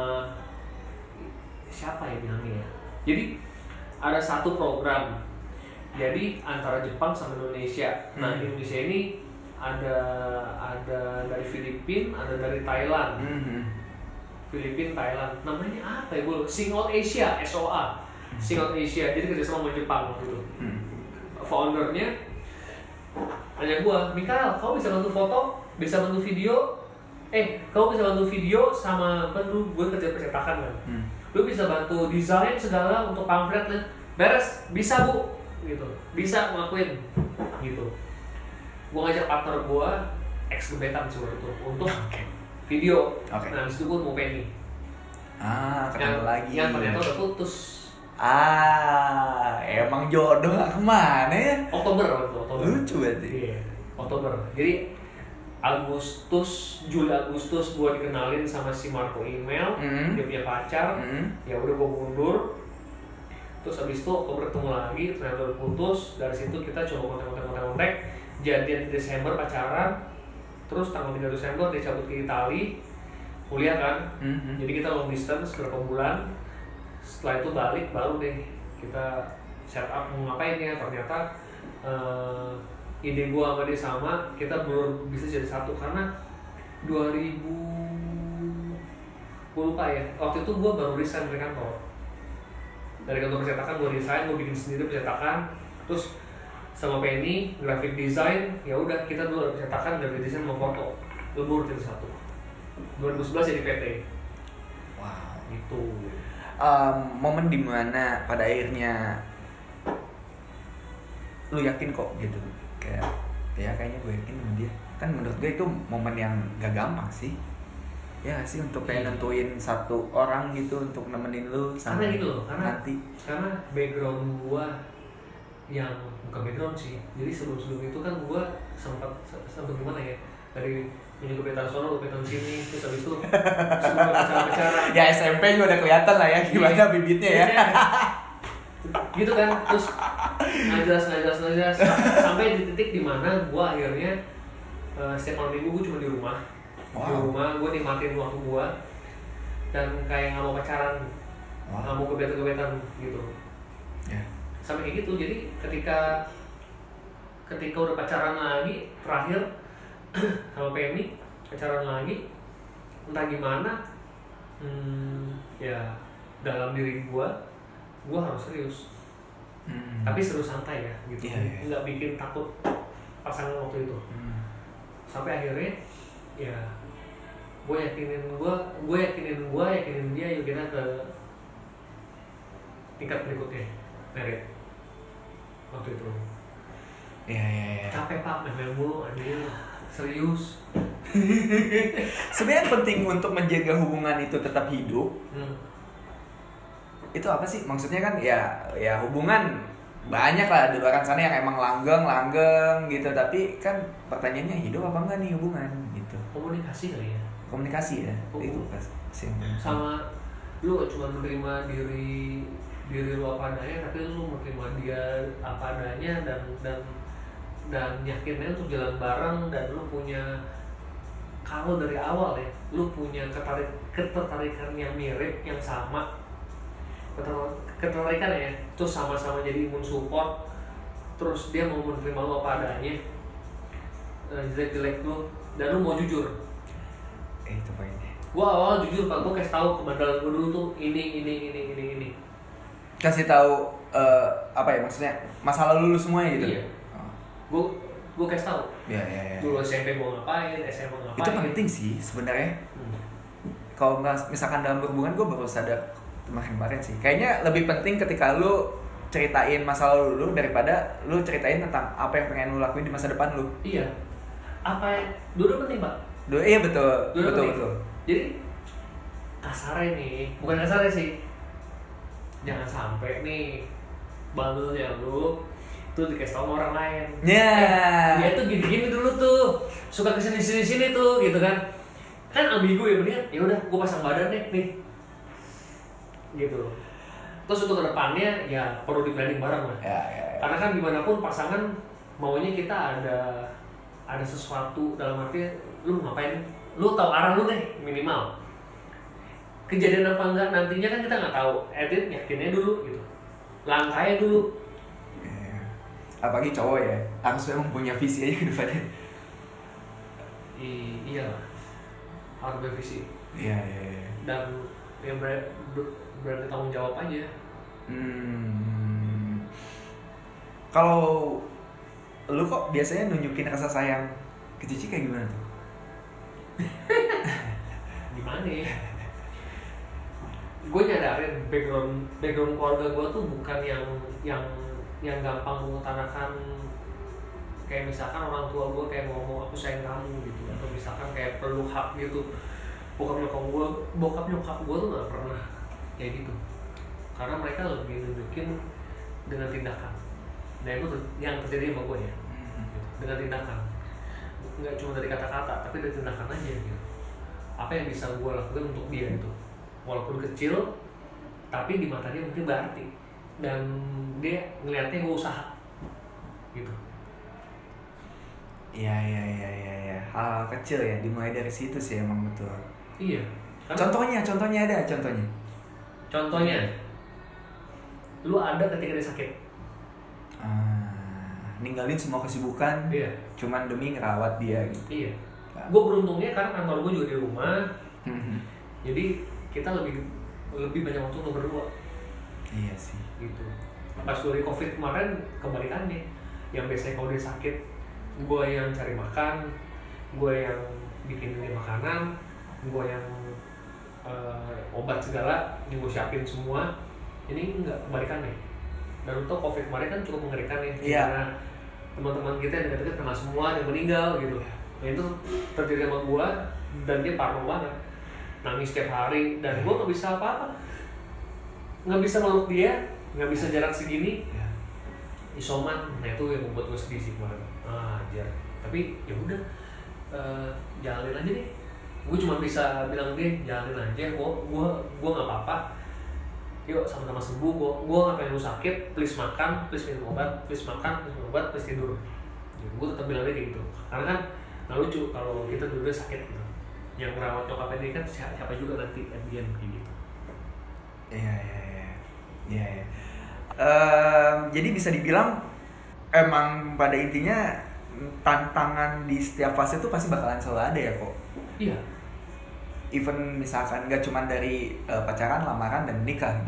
B: siapa ya bilangnya ya? Jadi ada satu program. Jadi antara Jepang sama Indonesia. Hmm. Nah, Indonesia ini ada ada dari Filipina, ada dari Thailand. Hmm. Filipina, Thailand. Namanya apa ya, Bu? Sing Out Asia, S O A. Sing Out Asia. Jadi kerjasama sama Jepang waktu itu. Hmm. Foundernya nanya gua, Mikael, kamu bisa bantu foto, bisa bantu video, eh, kamu bisa bantu video sama apa dulu? Gue kerja percetakan kan, hmm. lu bisa bantu desain segala untuk pamflet nih, beres, bisa Bu, gitu, bisa ngelakuin, gitu. Gua ngajak partner gua, ex gebetan sih waktu itu, untuk okay. video. Okay. Nah, habis itu gua mau Penny.
A: Ah, ketemu lagi.
B: Yang ternyata udah putus.
A: Ah, emang jodoh gak kemana ya?
B: Oktober waktu Oktober.
A: Lucu berarti.
B: Iya, Oktober. Jadi Agustus, Juli Agustus gue dikenalin sama si Marco email, mm-hmm. dia punya pacar, mm-hmm. ya udah gue mundur. Terus abis itu Oktober ketemu lagi, ternyata udah putus. Dari situ kita coba kontak-kontak-kontak-kontak. Jadian di Desember pacaran. Terus tanggal tiga Desember dia cabut ke Itali, kuliah kan. Mm-hmm. Jadi kita long distance berapa bulan. Setelah itu balik baru deh kita set up mau ngapain ya. Ternyata uh, ide gua sama dia sama, kita belum bisa jadi satu karena dua ribu gua lupa ya, waktu itu gua baru resign dari kantor dari kantor percetakan. Gua resign, gua bikin sendiri percetakan, terus sama Penny graphic design. Ya udah kita dulu ada percetakan, graphic design sama foto, lembur jadi satu. Dua ribu sebelas jadi P T.
A: Wow,
B: itu
A: Um, momen dimana pada akhirnya lu yakin kok gitu, kayak ya kayaknya gue yakin sama dia. Kan menurut gue itu momen yang gak gampang sih ya sih, untuk kayak nentuin satu orang gitu untuk nemenin lu
B: sampai karena gitu loh, karena
A: nanti
B: karena background gua yang bukan background sih, jadi sebelum-sebelum itu kan gua sempat sempat gimana ya, dari punya gebetan sono, gebetan sini, terus habis itu semua pacaran-pacaran.
A: Ya S M P juga udah kelihatan lah ya gimana yeah. bibitnya ya.
B: Gitu kan, terus nggak jelas nggak jelas nggak jelas sampai di titik dimana gue akhirnya uh, setiap malam minggu gue cuma di rumah. Wow. Di rumah gue nikmatin waktu gue dan kayak nggak mau pacaran, nggak wow. mau gebetan-gebetan gitu. Yeah. Sampai kayak gitu, jadi ketika ketika udah pacaran lagi terakhir sama Penny pacaran lagi, entah gimana, hmm, ya dalam diri gue, gue harus serius. hmm. tapi seru santai ya gitu, yeah, yeah. nggak bikin takut pasangan waktu itu. hmm. Sampai akhirnya ya gue yakinin gue gue yakinin gue yakinin dia yuk kita ke tingkat berikutnya, merit waktu itu.
A: Iya iya iya.
B: Capek pak, memang mulu, anjir, serius.
A: Sebenarnya penting untuk menjaga hubungan itu tetap hidup. Hmm. Itu apa sih? Maksudnya kan ya ya hubungan banyak lah di luar sana yang emang langgeng langgeng gitu, tapi kan pertanyaannya hidup apa enggak nih hubungan gitu.
B: Komunikasi kali ya.
A: Komunikasi ya. Oh, itu pas sih.
B: Sama lu cuma menerima diri diri lu apa adanya, tapi lu menerima dia apa adanya dan dan dan yakinnya untuk jalan bareng, dan lu punya, kalau dari awal ya lu punya ketarik ketertarikan yang mirip, yang sama, ketertarikan ya, terus sama-sama jadi imun support, terus dia mau menerima lu apa adanya, jelek-jelek lu, dan lu mau jujur.
A: Eh itu poinnya.
B: Gua awal jujur pak, gua kasih tahu kebandalan gua dulu tuh ini ini ini ini ini.
A: Kasih tahu uh, apa ya maksudnya masa lalu lu semuanya gitu.
B: Iya. Oh. Gua gua kasih tahu.
A: Iya iya iya.
B: Dulu S M P gua ngapain, S M A ngapain.
A: Itu penting sih sebenarnya. Hmm. Kalau misalkan dalam hubungan gua baru sadar kemarin-kemarin sih. Kayaknya lebih penting ketika lu ceritain masa lalu lu daripada lu ceritain tentang apa yang pengen lu lakuin di masa depan lu.
B: Iya. Apa yang dulu penting, Pak?
A: Dulu iya betul.
B: Dulu
A: betul
B: penting.
A: betul.
B: Jadi kasarnya nih, bukan kasarnya sih. Jangan sampai nih bandelnya lu tuh dikasih tau sama orang lain.
A: Iya. Yeah.
B: Eh, dia tuh gini-gini dulu tuh, suka kesini sini sini tuh, gitu kan? Kan ambigu ya, mendingan ya udah gue pasang badan deh nih, gitu. Terus untuk kedepannya ya perlu di planning bareng lah.
A: Yeah, yeah, yeah.
B: Karena kan gimana pun pasangan maunya kita ada ada sesuatu, dalam arti lu ngapain, lu tahu arah lu deh minimal. Kejadian apa enggak nantinya kan kita nggak tahu. Edit yakinnya dulu gitu, langkahnya dulu.
A: Yeah. Apalagi cowok ya, harus memang punya visi aja ke depannya.
B: I- iya lah, harus bervisi.
A: Iya iya iya.
B: Dan yang ber- ber- berarti tanggung jawab aja.
A: Hmm. Kalau lu kok biasanya nunjukin rasa sayang ke Cici kayak gimana tuh?
B: Gimana ya? Gue nyadarin background background keluarga gue tuh bukan yang yang yang gampang mengutarakan, kayak misalkan orang tua gue kayak ngomong aku sayang kamu gitu, atau misalkan kayak perlu hak gitu. Bokap nyokap gue, bokap nyokap gue tuh nggak pernah kayak gitu, karena mereka lebih nunjukin dengan tindakan. Nah itu yang terjadi sama gue ya, dengan tindakan, nggak cuma dari kata-kata tapi dari tindakan aja gitu. Apa yang bisa gue lakukan untuk dia itu, walaupun kecil tapi di mata dia mungkin berarti, dan dia ngelihatnya gue usaha gitu.
A: Iya iya iya iya ya. Hal kecil ya, dimulai dari situ sih emang betul.
B: Iya. Kan?
A: Contohnya, contohnya ada contohnya.
B: Contohnya, lu ada ketika dia sakit.
A: Ah, ninggalin semua kesibukan.
B: Iya.
A: Cuman demi ngerawat dia gitu.
B: Iya. Gue beruntungnya karena kantor gue juga di rumah.
A: Mm-hmm.
B: Jadi kita lebih lebih banyak waktu untuk berdua.
A: Iya sih.
B: Gitu. Pas dari COVID kemarin kebalikannya. Yang biasanya kalau dia sakit, gue yang cari makan, gue yang bikin dia makanan, gue yang uh, obat segala, yang gue siapin semua. Ini enggak, kebalikannya. Dan untuk COVID kemarin kan cukup mengerikan ya,
A: yeah.
B: Karena teman-teman kita yang dekat-dekat kena semua, yang meninggal gitu. Nah itu terjadi sama gue, dan dia parno banget, nangis setiap hari, dan gue nggak bisa apa-apa, nggak bisa meluk dia, nggak bisa jarak segini, isoman. Nah itu yang membuat gue sedih sih kemarin. Ah, ajar. Tapi ya udah, uh, jalanin aja deh. Gue cuma bisa bilang dia jalanin aja. Gue gue gue nggak apa-apa. Yuk sama-sama sembuh. Gue gue nggak pengen lu sakit. Please makan, please minum obat, please makan, please minum obat, please tidur. Gitu. Gue tetap bilangnya kayak gitu. Karena kan nggak lucu kalau kita dulu sakit gitu. Yang merawat nyokapnya dia kan siapa juga nanti at the end kayak gitu.
A: Iya iya iya. Iya iya. Um, jadi bisa dibilang emang pada intinya tantangan di setiap fase itu pasti bakalan selalu ada ya kok.
B: Iya.
A: Even misalkan nggak cuma dari uh, pacaran, lamaran dan nikah gitu.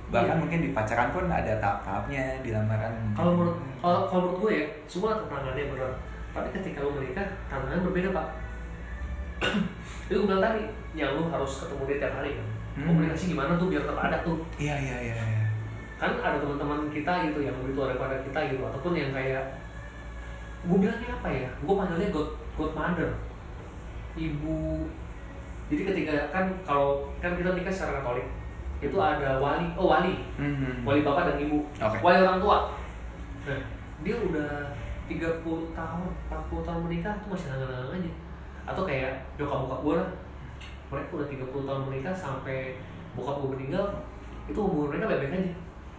A: Bahkan
B: iya.
A: mungkin di pacaran pun ada tahap-tahapnya, di lamaran.
B: Kalau menurut kalau, kalau menurut gue ya, semua tantangannya berat. Tapi ketika lu menikah, tantangannya berbeda pak. Itu gue bilang tadi, yang lu harus ketemu dia tiap hari kan. Hmm. Komunikasi gimana tuh biar tetap ada tuh.
A: Iya iya iya. iya.
B: Kan ada teman-teman kita gitu yang lebih tua daripada kita gitu, ataupun yang kayak gue bilangnya apa ya? Gue panggilnya god godmother, ibu. Jadi ketika kan kalau kan kita nikah secara Katolik, itu ada wali, oh wali, mm-hmm. wali bapak dan ibu, okay. wali orang tua. Nah, dia udah tiga puluh tahun, empat puluh tahun menikah tuh masih nanggung-nanggung aja. Atau kayak nyokap bokap gue lah, mereka udah tiga puluh tahun menikah sampai bokap gue meninggal, itu hubungan mereka baik-baik aja.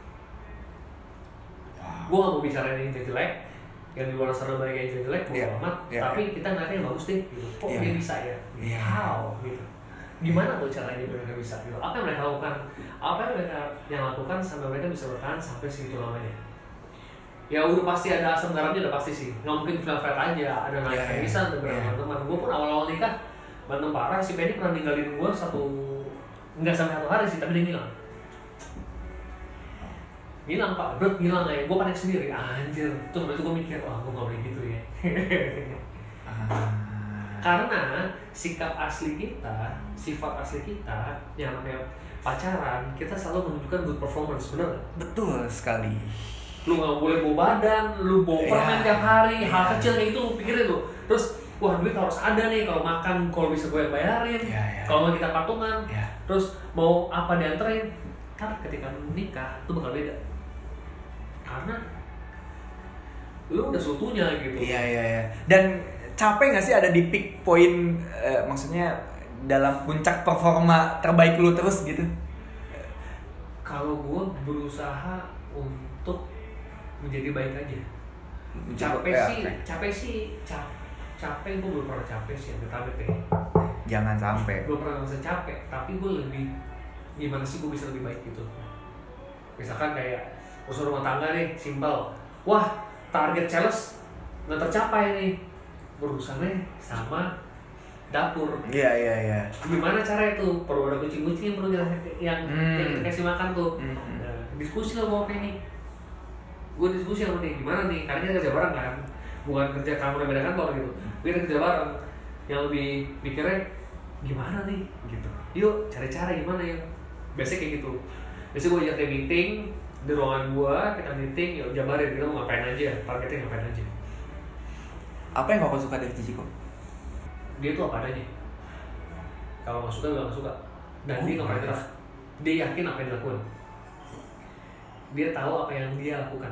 B: Gue gak mau bicarain yang jelek, yang di luar sana banyak yang jelek, bodo yeah. amat. Yeah, tapi yeah. kita ngeliatnya yang bagus deh, gitu. Kok yeah. dia bisa ya?
A: Yeah.
B: How? Gitu. Gimana tuh caranya mereka bisa gitu? Apa yang mereka lakukan? Apa yang mereka yang lakukan sampai mereka bisa bertahan sampai segitu lamanya? Ya udah pasti ada asam garamnya, udah pasti sih. Nggak mungkin flat-flat aja, ada naik yeah, bisa yeah. beberapa yeah. teman. Gue pun awal-awal nikah berantem parah. Si Penny pernah ninggalin gue satu, nggak sampai satu hari sih, tapi dia ngilang. Ngilang pak, berat ngilang aja. Gue panik sendiri, anjir. Terus waktu itu gue mikir, wah gue nggak boleh gitu ya. Karena sikap asli kita, sifat asli kita yang namanya pacaran, kita selalu menunjukkan good performance, bener gak?
A: Betul sekali.
B: Lu gak boleh bawa badan, lu bawa permen yeah. tiap hari, yeah. hal kecil kayak itu lu pikirin tuh. Terus, wah duit harus ada nih, kalau makan, kalau bisa gue yang bayarin, yeah, yeah. kalau kita patungan, yeah. terus mau apa dianterin. Tapi ketika lu nikah, itu bakal beda. Karena lu udah seutuhnya gitu.
A: Iya, yeah, iya, yeah, iya. Yeah. Dan capek gak sih ada di peak point, eh, maksudnya dalam puncak performa terbaik lu terus gitu?
B: Kalau gue berusaha untuk menjadi baik aja. Capek ya, sih, okay. capek sih, cap, capek gue belum pernah capek sih, tapi deh.
A: Jangan sampai.
B: Belum pernah merasa capek, tapi gue lebih gimana sih gue bisa lebih baik gitu. Misalkan kayak urusan rumah tangga nih, simpel. Wah, target sales nggak tercapai nih. Berurusannya sama dapur.
A: Iya yeah, iya yeah, iya. Yeah.
B: Gimana cara itu? Perlu ada kucing-kucing yang perlu kita yang,
A: hmm.
B: yang kita kasih makan tuh.
A: Hmm.
B: Nah, diskusi lah mau nih. Gue diskusi sama dia gimana nih? Karena kita kerja bareng kan, bukan kerja kamu yang beda kantor gitu. Kita kerja bareng. Yang lebih mikirnya gimana nih? Gitu. Yuk cari cara gimana ya? Biasanya kayak gitu. Biasanya gue ajak dia meeting di ruangan gue, kita meeting, yuk jabarin kita mau ngapain aja, targetnya ngapain aja.
A: Apa yang kau suka dari Ciciko?
B: Dia tuh apa adanya. Kalau nggak suka, nggak suka. Dan
A: oh,
B: dia nggak pernah nyerah. Dia yakin apa yang dilakukan. Dia tahu apa yang dia lakukan.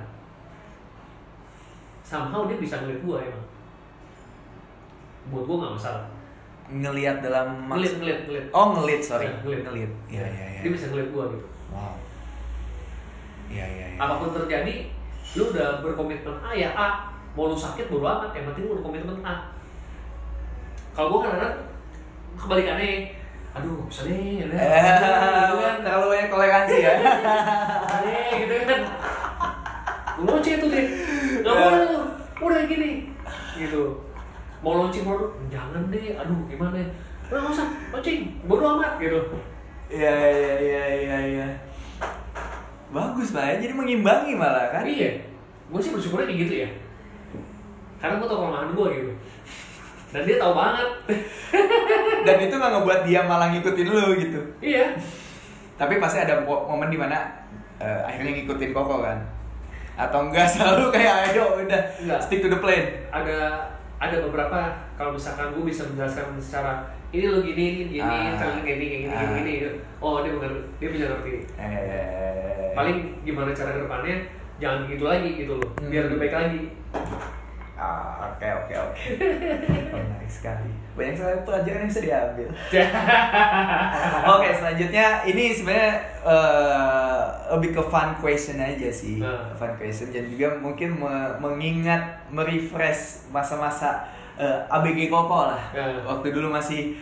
B: Somehow dia bisa ngeliat gue emang. Buat gue nggak masalah.
A: Ngeliat dalam
B: ngeliat ngeliat ngeliat.
A: Oh ngeliat sorry.
B: Ya, ngeliat
A: ngeliat. Iya iya iya.
B: Dia bisa ngeliat gue gitu.
A: Wow. Iya iya iya.
B: Apapun terjadi, lu udah berkomitmen A ya A. Mau lu sakit bodo amat, yang penting lu berkomitmen A. Kalau gue kadang-kadang kebalikannya, aduh bisa nih, udah, gitu kan,
A: terlalu banyak toleransi ya.
B: Aneh gitu kan. Gue lonce tuh deh, nggak boleh tuh, udah gini, gitu. Mau launching produk, jangan deh, aduh gimana? Udah nggak usah launching, bodo amat gitu.
A: Iya iya iya iya iya. Bagus lah, jadi mengimbangi malah kan?
B: Iya, gue sih bersyukurnya kayak gitu ya. Karena gue tau kelemahan gue gitu. Dan dia tahu banget.
A: Dan itu gak ngebuat dia malah ngikutin lu gitu.
B: Iya.
A: Tapi pasti ada momen dimana uh, akhirnya ngikutin Koko kan? Atau enggak selalu kayak ayo udah enggak. Stick to the plan.
B: Ada ada beberapa kalau misalkan gue bisa menjelaskan secara ini lo gini, gini, ah. kalian gini, gini, gini, ah. gini, oh dia mengerti, dia bisa ngerti.
A: Eh.
B: Paling gimana cara ke depannya jangan begitu lagi gitu loh, biar lebih baik lagi.
A: Ah, oke oke oke. Menarik sekali. Banyak sekali pelajaran yang bisa diambil. Oke, selanjutnya ini sebenarnya uh, lebih ke fun question aja sih, uh. fun question dan juga mungkin me- mengingat, merefresh masa-masa uh, A B G Koko lah. Uh. Waktu dulu masih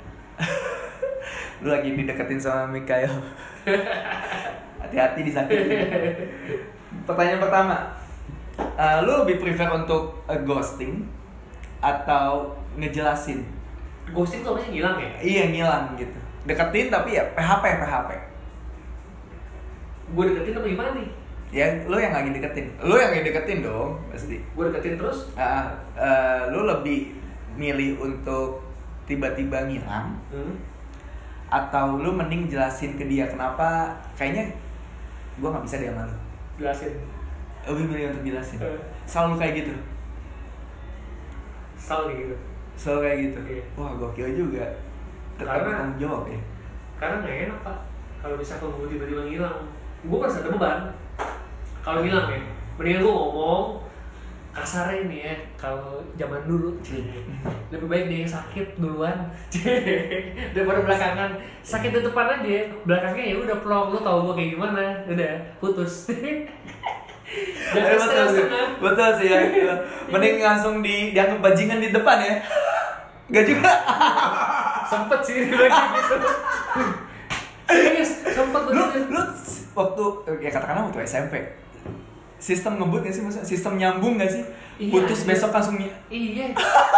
A: lu lagi dideketin sama Mikael. Hati-hati disakitin. Pertanyaan pertama. Uh, lu lebih prefer untuk uh, ghosting atau ngejelasin?
B: Ghosting tuh maksudnya ngilang ya?
A: Iya ngilang gitu. Deketin tapi ya P H P P H P.
B: gue deketin apa gimana nih?
A: Ya lo yang lagi deketin, lo yang lagi deketin dong pasti.
B: Gue deketin terus?
A: Uh, uh, lo lebih milih untuk tiba-tiba ngilang, hmm? atau lo mending jelasin ke dia kenapa? Kayaknya gue nggak bisa dia malu.
B: Jelasin.
A: Lebih milih untuk jelasin.
B: Uh.
A: Selalu kayak gitu.
B: Selalu gitu.
A: Selalu kayak gitu.
B: Iya.
A: Wah gokil juga. Tetap bertanggung jawab ya.
B: Karena nggak enak pak. Kalau misalkan gue tiba-tiba ngilang, gue merasa ada beban. Kalau bilang ya, mendingan gue ngomong kasarnya nih ya, kalau zaman dulu lebih baik dia yang sakit duluan daripada belakangan. Sakit di depan aja, belakangnya ya udah plong, lu tau gue kayak gimana, udah putus.
A: Jangan betul sih, betul sih ya. Mending langsung di dianggap bajingan di depan ya. Gak juga.
B: Sempet sih kayak gitu. Serius, sempet
A: lu, lu waktu ya katakanlah waktu S M P. Sistem ngebut gak sih maksudnya? Sistem nyambung gak sih? Iya, putus iya. Besok langsung ny-
B: Iya.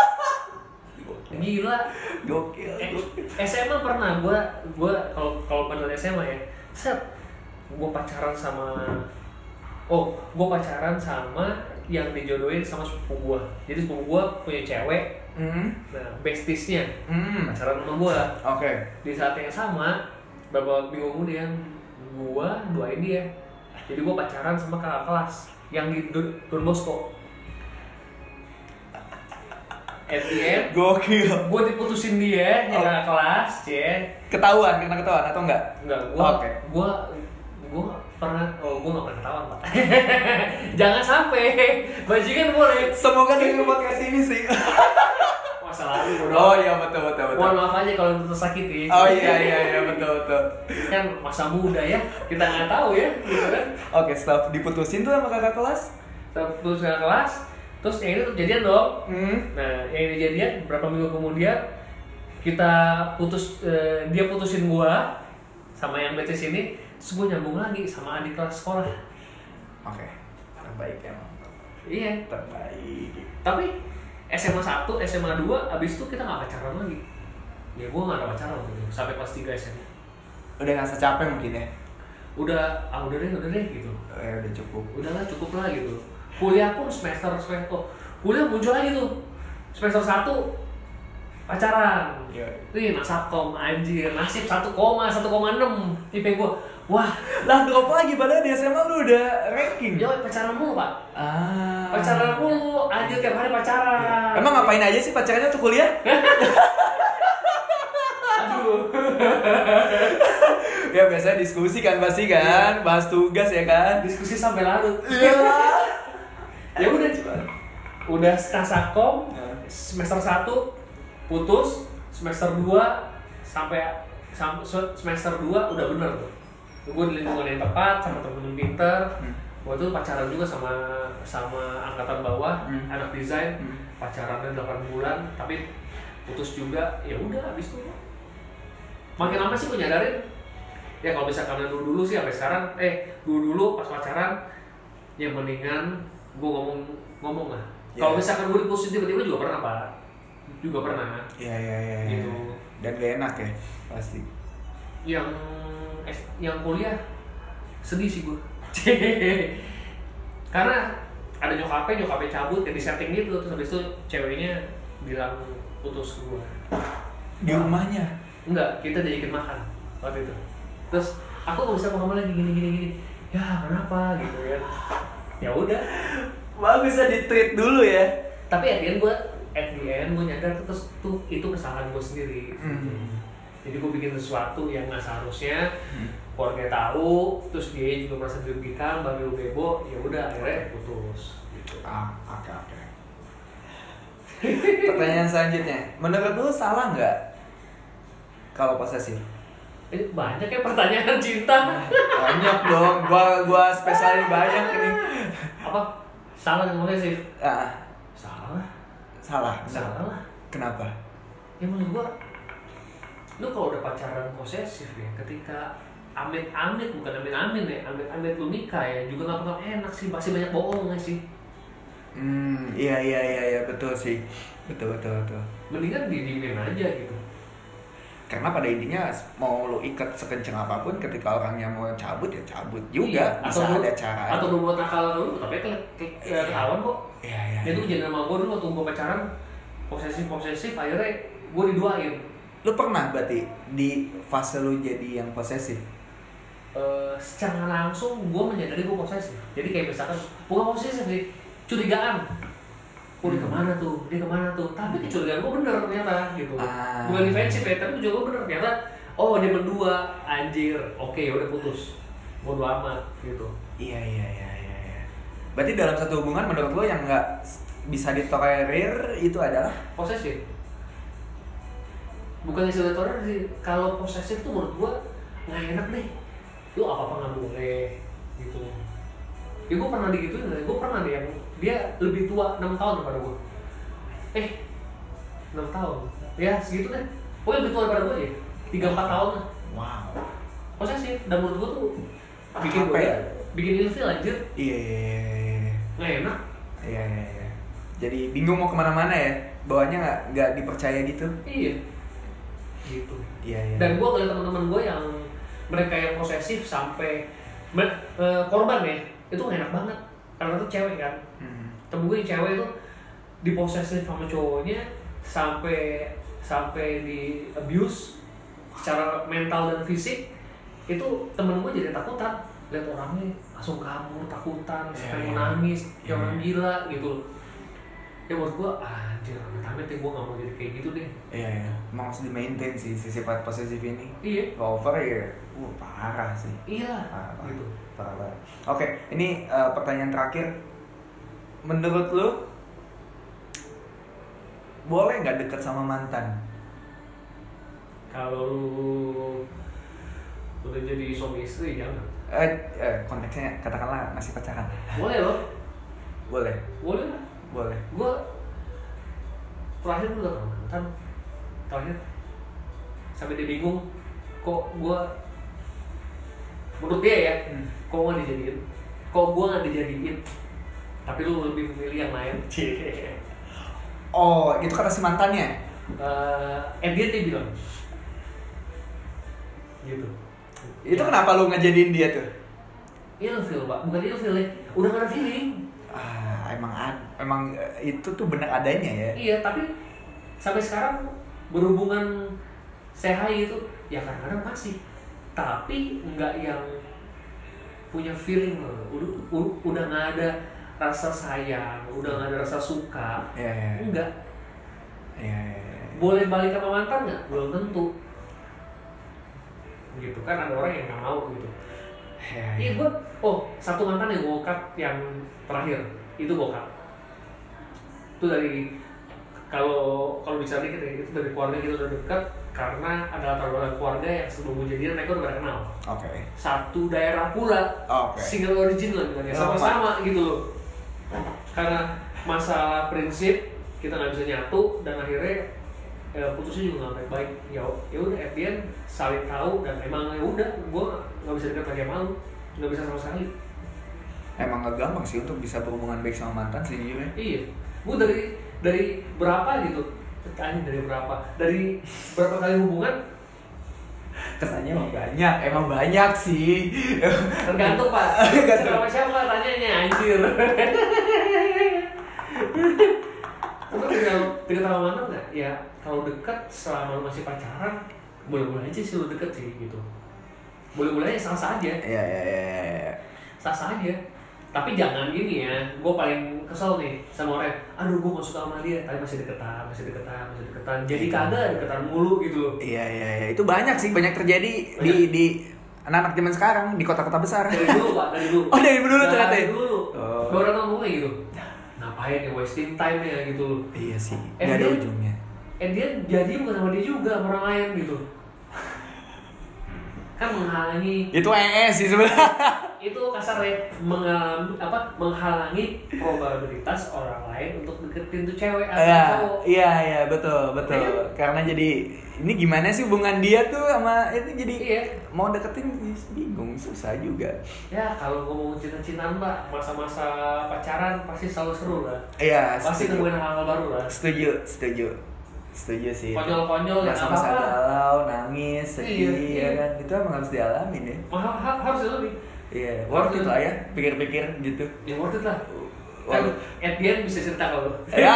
B: Gila.
A: Gokil.
B: Eh, S M A pernah gua gua kalau kalau pada S M A ya, set gua pacaran sama oh, gua pacaran sama yang dijodohin sama sepupu gua. Jadi sepupu gua punya cewek. Mm. Nah, bestiesnya mm. pacaran sama gua.
A: Oke. Okay.
B: Di saat yang sama, beberapa minggu kemudian gua doain dia. Jadi gue pacaran sama kakak kelas yang di Don Bosco. At the end,
A: gokil.
B: Gue diputusin dia, yang oh. kakak kelas, cie.
A: Ketahuan, kena ketahuan atau enggak?
B: Enggak, gue,
A: oh, okay.
B: gue, gue pernah, oh gue nggak pernah ketahuan pak. Jangan sampai, bajingan boleh.
A: Semoga dengan podcast ini sih.
B: Masa lalu bodoh.
A: Oh iya betul betul betul.
B: Mohon maaf aja kalau tersakiti.
A: Oh iya iya iya betul betul.
B: Kan masa muda ya, kita nggak tahu ya, gitu kan.
A: Oke, setelah diputusin tuh sama kakak kelas.
B: Setelah putus kakak kelas, terus yang itu kejadian dong. Hmm. Nah, yang ini kejadian berapa minggu kemudian kita putus, eh, dia putusin gua sama yang betis ini, terus gua nyambung lagi sama adik kelas sekolah.
A: Oke, terbaik emang.
B: Iya.
A: Terbaik.
B: Tapi S M A satu, S M A dua, abis itu kita gak pacaran lagi. Ya gue gak ada pacaran waktu itu, sampai kelas tiga S M A.
A: Udah ngerasa capek mungkin ya?
B: Udah, ah udah deh, udah deh gitu.
A: Oh, ya udah cukup.
B: Udahlah cukup lah gitu. Kuliah pun semester, semester, oh, kuliah muncul lagi tuh. Semester satu, pacaran.
A: Iya.
B: Wih, nasabkom, anjir, nasib satu koma, satu koma enam I P gue. Wah,
A: lah drop lagi padahal di S M A lu udah ranking.
B: Ya pacaran mulu pak.
A: Ah.
B: Pacaran mulu, anjir tiap hari pacaran.
A: Emang ngapain aja sih pacarannya tuh kuliah?
B: Aduh.
A: Ya biasanya diskusi kan pasti kan, bahas tugas ya kan.
B: Diskusi sampai larut.
A: Iya.
B: Ya udah, udah stasakom semester satu putus, semester dua sampai semester dua udah bener tuh. Gue di lingkungan yang tepat sama temen-temen pinter. Hmm. Gue tuh pacaran juga sama sama angkatan bawah, hmm. anak desain. Hmm. Pacarannya delapan bulan, tapi putus juga. Ya udah habis itu. Makin lama sih gue nyadarin. Ya kalau misalkan dulu dulu sih sampai sekarang, eh dulu dulu pas pacaran, yang mendingan gue ngomong ngomong lah. Yeah. Kalau misalkan gue diputusin tiba-tiba juga pernah pak, juga pernah.
A: Iya iya iya.
B: Gitu.
A: Dan gak enak ya pasti.
B: Yang yang kuliah sedih sih gue. Karena ada nyokapnya, nyokapnya cabut kayak di setting gitu, terus habis itu ceweknya bilang putus ke gue.
A: Di rumahnya?
B: Enggak, kita diajakin makan waktu itu. Terus aku gak bisa mau lagi gini gini gini. Ya kenapa gitu kan? Ya udah.
A: Bagus ya di treat dulu ya.
B: Tapi at the end gue, at the end gue nyadar terus tuh itu kesalahan gue sendiri. Hmm. Jadi gue bikin sesuatu yang nggak seharusnya, hmm. keluarga tahu, terus dia juga merasa dirugikan, babi bebo, ya udah akhirnya putus. Gitu.
A: Ah, oke okay, oke. Okay. Pertanyaan selanjutnya, menurut lu salah nggak kalau posesif?
B: Eh, banyak ya pertanyaan cinta.
A: Banyak dong, gua gua spesialin banyak ini.
B: Apa? Salah yang posesif?
A: Ah.
B: Salah.
A: Salah.
B: Salah.
A: Kenapa?
B: Ya menurut gua, lu kalau udah pacaran posesif ya, ketika amit-amit, bukan amit-amit ya, amit-amit lu nikah ya, juga gak bakal enak sih, pasti banyak bohong gak sih?
A: Hmm, iya iya iya iya betul sih, betul betul betul.
B: Mendingan didiemin aja gitu.
A: Karena pada intinya mau lo ikat sekencang apapun, ketika orangnya mau cabut ya cabut juga.
B: Iya.
A: Bisa
B: Atau
A: ada cara.
B: Atau berbuat nakal dulu, tapi kan
A: Iya.
B: ketahuan kok.
A: Iya iya.
B: Dia tuh kejadian sama gue dulu waktu gue pacaran, posesif posesif akhirnya gue diduain.
A: Lo pernah berarti di fase lo jadi yang posesif?
B: Uh, secara langsung gue menyadari gue posesif. Jadi kayak misalkan bukan posesif sih, curigaan. Oh dia kemana tuh, dia kemana tuh. Tapi kecurigaan gue bener ternyata gitu.
A: Ah.
B: Bukan defensif ya, tapi juga gue bener ternyata. Oh dia berdua, anjir. Oke udah putus, bodo amat gitu.
A: Iya iya iya iya. iya. Berarti dalam satu hubungan menurut lo yang nggak bisa ditolerir itu adalah
B: Posesif. Bukan istilah tolerir sih. Kalau posesif tuh menurut gue nggak enak nih. Lu apa apa nggak boleh gitu. Ya gue pernah digituin, gue pernah deh yang dia lebih tua enam tahun daripada gue. Eh, enam tahun. Ya segitu deh. Pokoknya lebih tua daripada gue aja. tiga empat tahun lah.
A: wow.
B: Posesif. Dan menurut gue tuh bikin
A: Apa
B: gue
A: ya?
B: bikin ilfil anjir.
A: Iya iya iya.
B: Nggak enak.
A: Iya iya iya. Jadi bingung mau kemana-mana ya. Bawahnya nggak nggak dipercaya gitu.
B: Iya. Gitu.
A: Iya iya.
B: Dan gue ngeliat teman-teman gue yang mereka yang posesif sampai me- eh, korban ya, itu nggak enak banget. Karena itu cewek kan.
A: Hmm.
B: Temen gue yang cewek itu diposesif sama cowoknya sampai sampai di abuse secara mental dan fisik. Itu temen gue jadi takutan lihat orangnya langsung kabur, takutan, sampai
A: Yeah,
B: mau
A: yeah.
B: nangis, kayak
A: Yeah.
B: orang gila gitu. Ya menurut gue, anjir, amit-amit ya gue gak mau jadi kayak gitu deh.
A: Iya iya. Emang harus di maintain sih si sifat posesif ini.
B: Iya.
A: Kalau over ya, uh parah sih.
B: Iya.
A: Parah, parah.
B: Gitu.
A: Parah banget. Oke, ini uh, pertanyaan terakhir. Menurut lu boleh nggak dekat sama mantan?
B: Kalau lu udah jadi suami istri jangan.
A: Eh, eh konteksnya katakanlah masih pacaran.
B: Boleh loh.
A: Boleh.
B: Boleh lah.
A: Boleh.
B: Gue terakhir udah pernah mantan. Terakhir sampai dia bingung kok gue menurut dia ya,
A: Hmm.
B: kok gue gak dijadiin, kok gue gak dijadiin, tapi lu lebih memilih yang lain.
A: Oh, itu kata si mantannya?
B: Uh, and dia dia bilang gitu.
A: Itu kenapa lu ngejadiin dia tuh?
B: Ilfil pak, bukan ilfil ya, udah gak ada feeling.
A: Ah, emang ad- emang eh, itu tuh benar adanya ya.
B: Iya, tapi sampai sekarang berhubungan sehari itu ya kadang-kadang masih, tapi nggak yang punya feeling loh. Udah u- udah nggak ada rasa sayang, udah nggak ada rasa suka.
A: Iya, iya.
B: Enggak.
A: Iya, iya, iya.
B: Boleh balik sama mantan nggak? Belum tentu. Gitu kan ada orang yang nggak mau gitu.
A: Iya, iya.
B: Iya gue, oh satu mantan yang gue cut yang terakhir itu gue cut. Itu dari kalau kalau bicara dikit ya, itu dari keluarga kita udah dekat karena ada latar belakang keluarga yang sebelum gue jadian mereka udah pada kenal.
A: Oke.
B: Satu daerah pula,
A: Oke.
B: single origin lah bilangnya, sama-sama gitu loh. Karena masalah prinsip kita nggak bisa nyatu dan akhirnya ya, putusnya juga nggak baik-baik. Ya ya udah, at the end saling tahu dan emang ya udah, gue nggak bisa dekat lagi sama lu, nggak bisa sama sekali.
A: Emang gak gampang sih untuk bisa berhubungan baik sama mantan sejujurnya.
B: Iya, gue dari dari berapa gitu, tanya dari berapa, dari berapa kali hubungan,
A: Kesannya emang banyak, emang banyak sih.
B: tergantung pak, sama siapa tanyanya anjir. Tapi kalau dekat sama mantan nggak? Ya kalau dekat selama lu masih pacaran, boleh-boleh aja sih lu deket sih gitu. Boleh-boleh aja, sah-sah aja,
A: Iya, iya, iya, iya.
B: sah-sah aja. Tapi jangan gini ya, gue paling kesel nih sama orang, aduh gue gak suka sama dia, tapi masih deketan, masih deketan, masih deketan. Jadi kagak deketan mulu gitu loh.
A: Iya, iya, iya. Itu banyak sih, banyak terjadi
B: Banyak.
A: di di anak-anak zaman sekarang di kota-kota besar.
B: Dari dulu pak, dari dulu.
A: Oh, dari dulu ternyata ya?
B: Dari dulu.
A: Oh.
B: Baru ngomongnya gitu. Ngapain ya wasting time ya gitu loh.
A: Iya sih,
B: Eh,
A: nggak ada
B: dia-
A: ujungnya.
B: Eh dia jadi bukan sama dia juga, sama orang lain gitu. Kan menghalangi,
A: Itu E S sih sebenarnya.
B: itu kasarnya mengalami apa menghalangi probabilitas orang lain untuk deketin tuh cewek atau
A: Iya,
B: cowok.
A: iya, iya, betul, betul.
B: Iya.
A: Karena jadi ini gimana sih hubungan dia tuh sama itu, jadi
B: Iya.
A: mau deketin bingung, susah juga.
B: Ya kalau ngomong cinta-cintaan mbak, masa-masa pacaran pasti selalu seru lah.
A: Iya,
B: Pasti
A: setuju.
B: nemuin hal-hal baru lah.
A: Setuju, setuju. Setuju sih.
B: Konyol-konyol ya
A: masa-masa
B: apa-apa.
A: galau, nangis, sedih,
B: Iya, iya.
A: ya kan. Itu emang harus dialamin ya.
B: Mahal ha- harus lebih.
A: Iya, worth it lah ya, pikir-pikir gitu.
B: Ya worth it lah.
A: Wah.
B: Kan at the end bisa cerita kalau
A: Ya.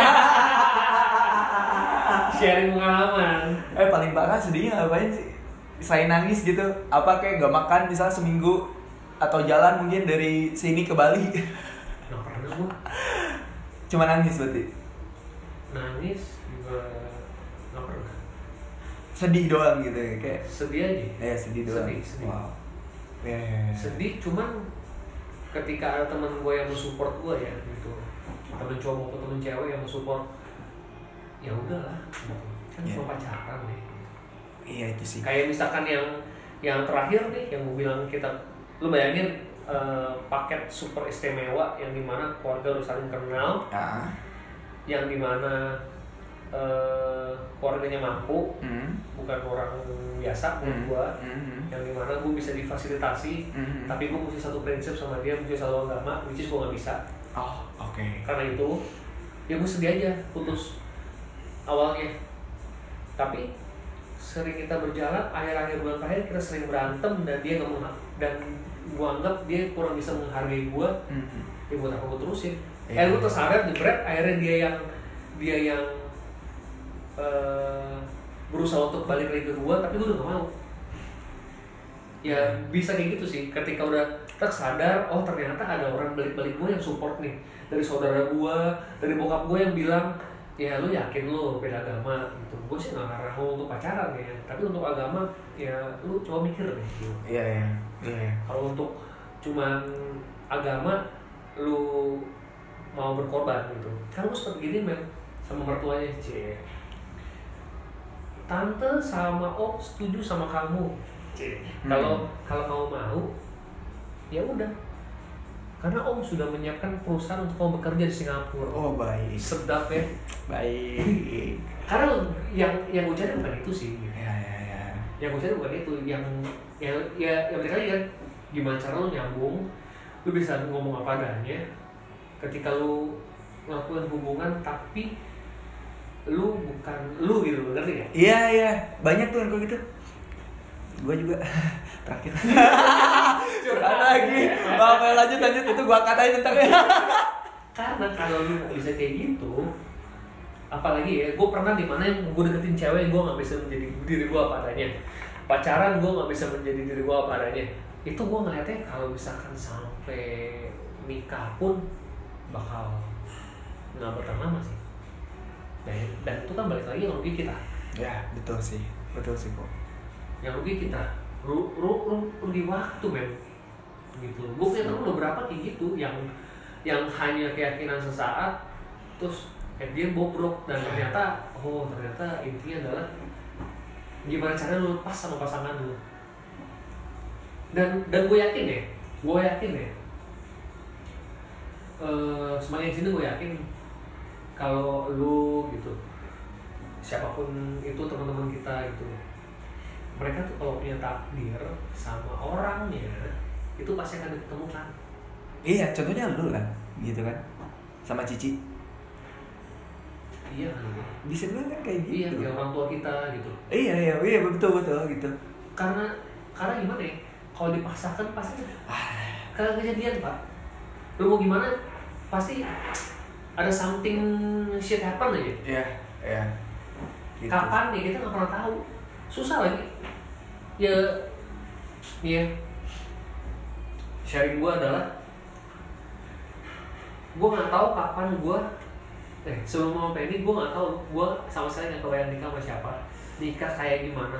B: sharing pengalaman.
A: Eh paling parah sedihnya ngapain sih? Saya nangis gitu. Apa kayak gak makan misalnya seminggu atau jalan mungkin dari sini ke Bali.
B: Nggak pernah gua
A: Cuma nangis berarti.
B: nangis juga nggak pernah.
A: Sedih doang gitu ya kayak.
B: Sedih aja.
A: Eh sedih doang.
B: Sedih, sedih.
A: Wow. Ya, ya, ya.
B: Sedih cuman ketika ada teman gue yang mensupport gue ya gitu, temen cowok maupun temen cewek yang mensupport, ya udahlah gitu. Kan
A: Yeah.
B: cuma pacaran deh.
A: Iya itu sih.
B: Kayak misalkan yang yang terakhir nih yang gue bilang kita, lu bayangin eh, paket super istimewa yang dimana keluarga lu saling kenal,
A: Ah.
B: yang dimana eh, keluarganya mampu,
A: Hmm.
B: bukan orang biasa menurut
A: Hmm.
B: gue,
A: Hmm.
B: yang dimana gue bisa difasilitasi,
A: Hmm.
B: tapi gue mesti satu prinsip sama dia, mesti satu agama, which is gue gak bisa.
A: Oh oke.
B: Karena itu ya gue sedih aja putus awalnya, tapi sering kita berjalan, akhir-akhir bulan terakhir kita sering berantem dan dia nggak mengha- dan gue anggap dia kurang bisa menghargai gue.
A: Hmm.
B: Ya buat apa gue terusin?
A: Iya.
B: Eh gue tersadar jebret, akhirnya dia yang dia yang eh, berusaha untuk balik lagi ke gue, tapi gue udah gak mau. Ya bisa kayak gitu sih, ketika udah tersadar, oh ternyata ada orang balik-balik gue yang support nih, dari saudara gue, dari bokap gue yang bilang, ya lu yakin lu beda agama gitu. Gue sih gak ngarah untuk pacaran ya, tapi untuk agama ya lu coba mikir deh gitu.
A: Iya iya. Iya.
B: Kalau untuk cuman agama lu mau berkorban gitu, kan gue seperti gini men sama mertuanya, cie tante sama om setuju sama kamu, cie kalau kalau kamu mau ya udah, karena om sudah menyiapkan perusahaan untuk kamu bekerja di Singapura.
A: Oh baik.
B: Sedap ya.
A: Baik.
B: Karena yang yang gue cari bukan itu sih,
A: Ya ya ya.
B: yang gue cari bukan itu, yang yang ya yang balik lagi kan, gimana cara lu nyambung, lu bisa ngomong apa adanya ketika lu ngelakuin hubungan tapi lu bukan lu gitu, ngerti gak?
A: Iya iya. Banyak tuh yang kayak gitu. Gua juga terakhir. Curhat lagi. Maaf ya, lanjut lanjut itu gua katain tentang
B: Karena kalau lu gak bisa kayak gitu, apalagi ya, gue pernah di mana yang gue deketin cewek, gue nggak bisa menjadi diri gue apa adanya. Pacaran gue nggak bisa menjadi diri gue apa adanya. Itu gue ngeliatnya kalau misalkan sampai nikah pun bakal nggak bertahan lama sih. Dan, dan itu kan balik lagi yang rugi kita.
A: Ya betul sih. Betul sih kok.
B: Yang rugi kita, ru, ru, ru, rugi waktu men. Gitu. Gue punya temen beberapa kayak gitu, yang yang hanya keyakinan sesaat, terus eh, dia bobrok dan ternyata, oh ternyata intinya adalah gimana caranya lu lepas sama pasangan lu. Dan dan gue yakin ya, gue yakin ya, uh, semuanya di sini gue yakin kalau lu gitu, siapapun itu teman-teman kita gitu, mereka tuh kalau punya takdir sama orangnya itu pasti akan ditemukan.
A: Iya, contohnya lu lah, gitu kan. Sama Cici.
B: Iya kan?
A: Bisa bilang kan kayak gitu.
B: Iya, kayak orang tua kita gitu.
A: Iya, iya, iya, betul betul gitu.
B: Karena karena gimana ya? Kalau dipaksakan pasti kagak kejadian, Pak. Lu mau gimana? Pasti ada something shit happen aja.
A: Iya, iya. Gitu.
B: Kapan ya kita nggak pernah tahu. Susah lagi. Ya, ya. Sharing gue adalah, gue nggak tahu kapan gue, eh sebelum mau ini gue nggak tahu, gue sama sekali nggak kebayang nikah sama siapa, nikah kayak gimana.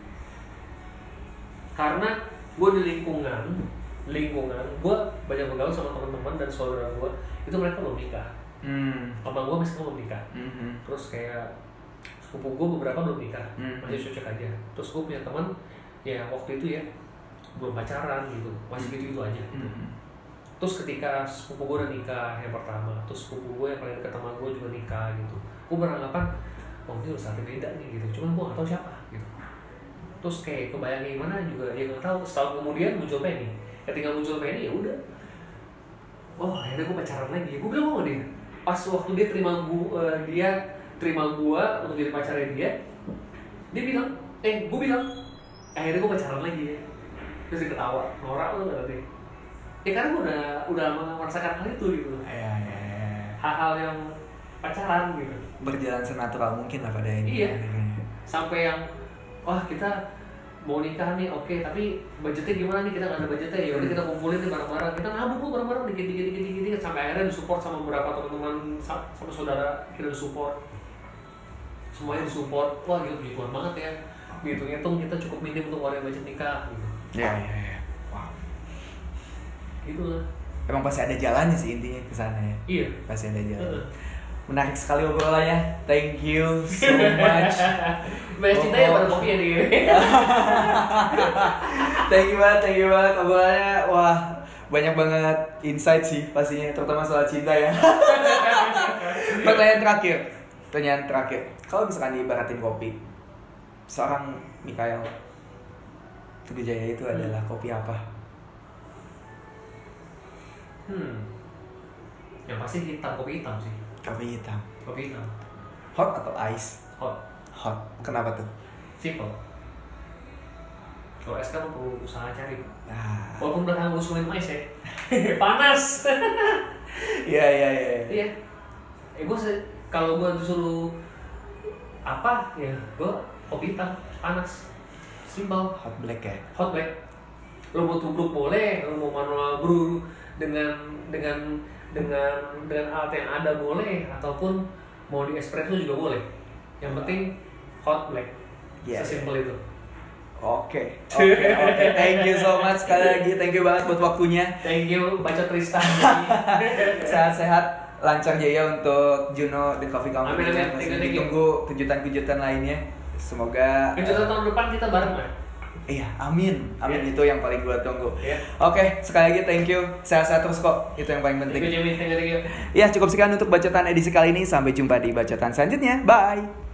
B: Karena gue di lingkungan, lingkungan gue banyak bergaul sama teman-teman dan saudara gue, itu mereka belum nikah.
A: Hmm.
B: Abang gue misalnya belum nikah.
A: Hmm.
B: Terus kayak sepupu gue beberapa belum nikah,
A: Hmm.
B: masih cocok aja. Terus gue punya teman, ya waktu itu ya belum pacaran gitu, masih gitu-gitu aja.
A: Hmm.
B: Terus ketika sepupu gue udah nikah yang pertama, terus sepupu gue yang paling dekat sama gue juga nikah gitu, gue beranggapan, oh ini udah saatnya beda nih gitu, cuman gue gak tahu siapa gitu. Terus kayak kebayangnya gimana juga, ya gak tahu. Setahun kemudian muncul Penny, ketika muncul Penny ya udah, oh akhirnya gue pacaran lagi. Gue bilang sama dia, pas waktu dia terima gue, uh, dia terima gue untuk jadi pacarnya dia, dia bilang, eh gue bilang, akhirnya gue pacaran lagi ya. Terus dia ketawa, norak lu berarti. Ya karena gue udah udah merasakan hal itu gitu.
A: Iya, iya, iya.
B: Hal-hal yang pacaran gitu.
A: Berjalan senatural mungkin lah pada ini.
B: Iya. Sampai yang wah kita mau nikah nih, oke, tapi budgetnya gimana nih, kita nggak ada budgetnya, ya udah kita kumpulin nih barang-barang, kita nabung kok barang-barang dikit dikit dikit dikit dikit sampai akhirnya disupport sama beberapa teman-teman sama saudara kita disupport, semuanya disupport, wah gitu begituan banget ya, gitu hitung kita cukup minim untuk ngeluarin budget nikah, gitu.
A: Iya iya iya. Wow.
B: Gitu lah.
A: Emang pasti ada jalannya sih intinya ke sana ya.
B: Iya.
A: Pasti ada jalan. Menarik sekali obrolannya. Thank you so much.
B: Banyak cinta ya pada kopi ya nih.
A: Thank you banget, thank you banget obrolannya. Wah, banyak banget insight sih pastinya, terutama soal cinta ya. Pertanyaan terakhir. Pertanyaan terakhir. Kalau misalkan diibaratin kopi, seorang Mikhail Teguh Jaya itu adalah kopi apa?
B: Hmm. Yang pasti hitam, kopi hitam sih.
A: Kopi hitam.
B: Kopi hitam.
A: Hot atau ice?
B: Hot.
A: Hot. Kenapa tuh?
B: Simple. Kalau es kan perlu usaha cari.
A: Nah.
B: Walaupun belakang gue suka minum es ya. Panas.
A: Iya iya iya.
B: Iya. Eh gue se- kalau gue disuruh apa ya, gue kopi hitam panas. Simple.
A: Hot black ya.
B: Hot black. Lo mau tubruk boleh, lo mau manual brew dengan dengan dengan dengan alat yang ada boleh, ataupun mau di espresso juga boleh. Yang penting hot black.
A: Yeah.
B: Sesimpel itu.
A: Oke, oke, oke. Thank you so much sekali lagi. Thank you banget buat waktunya.
B: Thank you baca Tristan.
A: Sehat-sehat, lancar jaya untuk Juno The Coffee Company.
B: Amin, amin.
A: Masih
B: Thank you, thank you.
A: ditunggu kejutan-kejutan lainnya. Semoga
B: Kejutan
A: uh,
B: tahun depan kita bareng ya.
A: Iya, amin. Amin
B: Yeah.
A: itu yang paling gua tunggu.
B: Yeah.
A: Oke, sekali lagi thank you. Sehat-sehat terus kok. Itu yang paling penting.
B: Thank you, Jimmy. Thank you, thank you.
A: Ya, cukup sekian untuk bacotan edisi kali ini. Sampai jumpa di bacotan selanjutnya. Bye.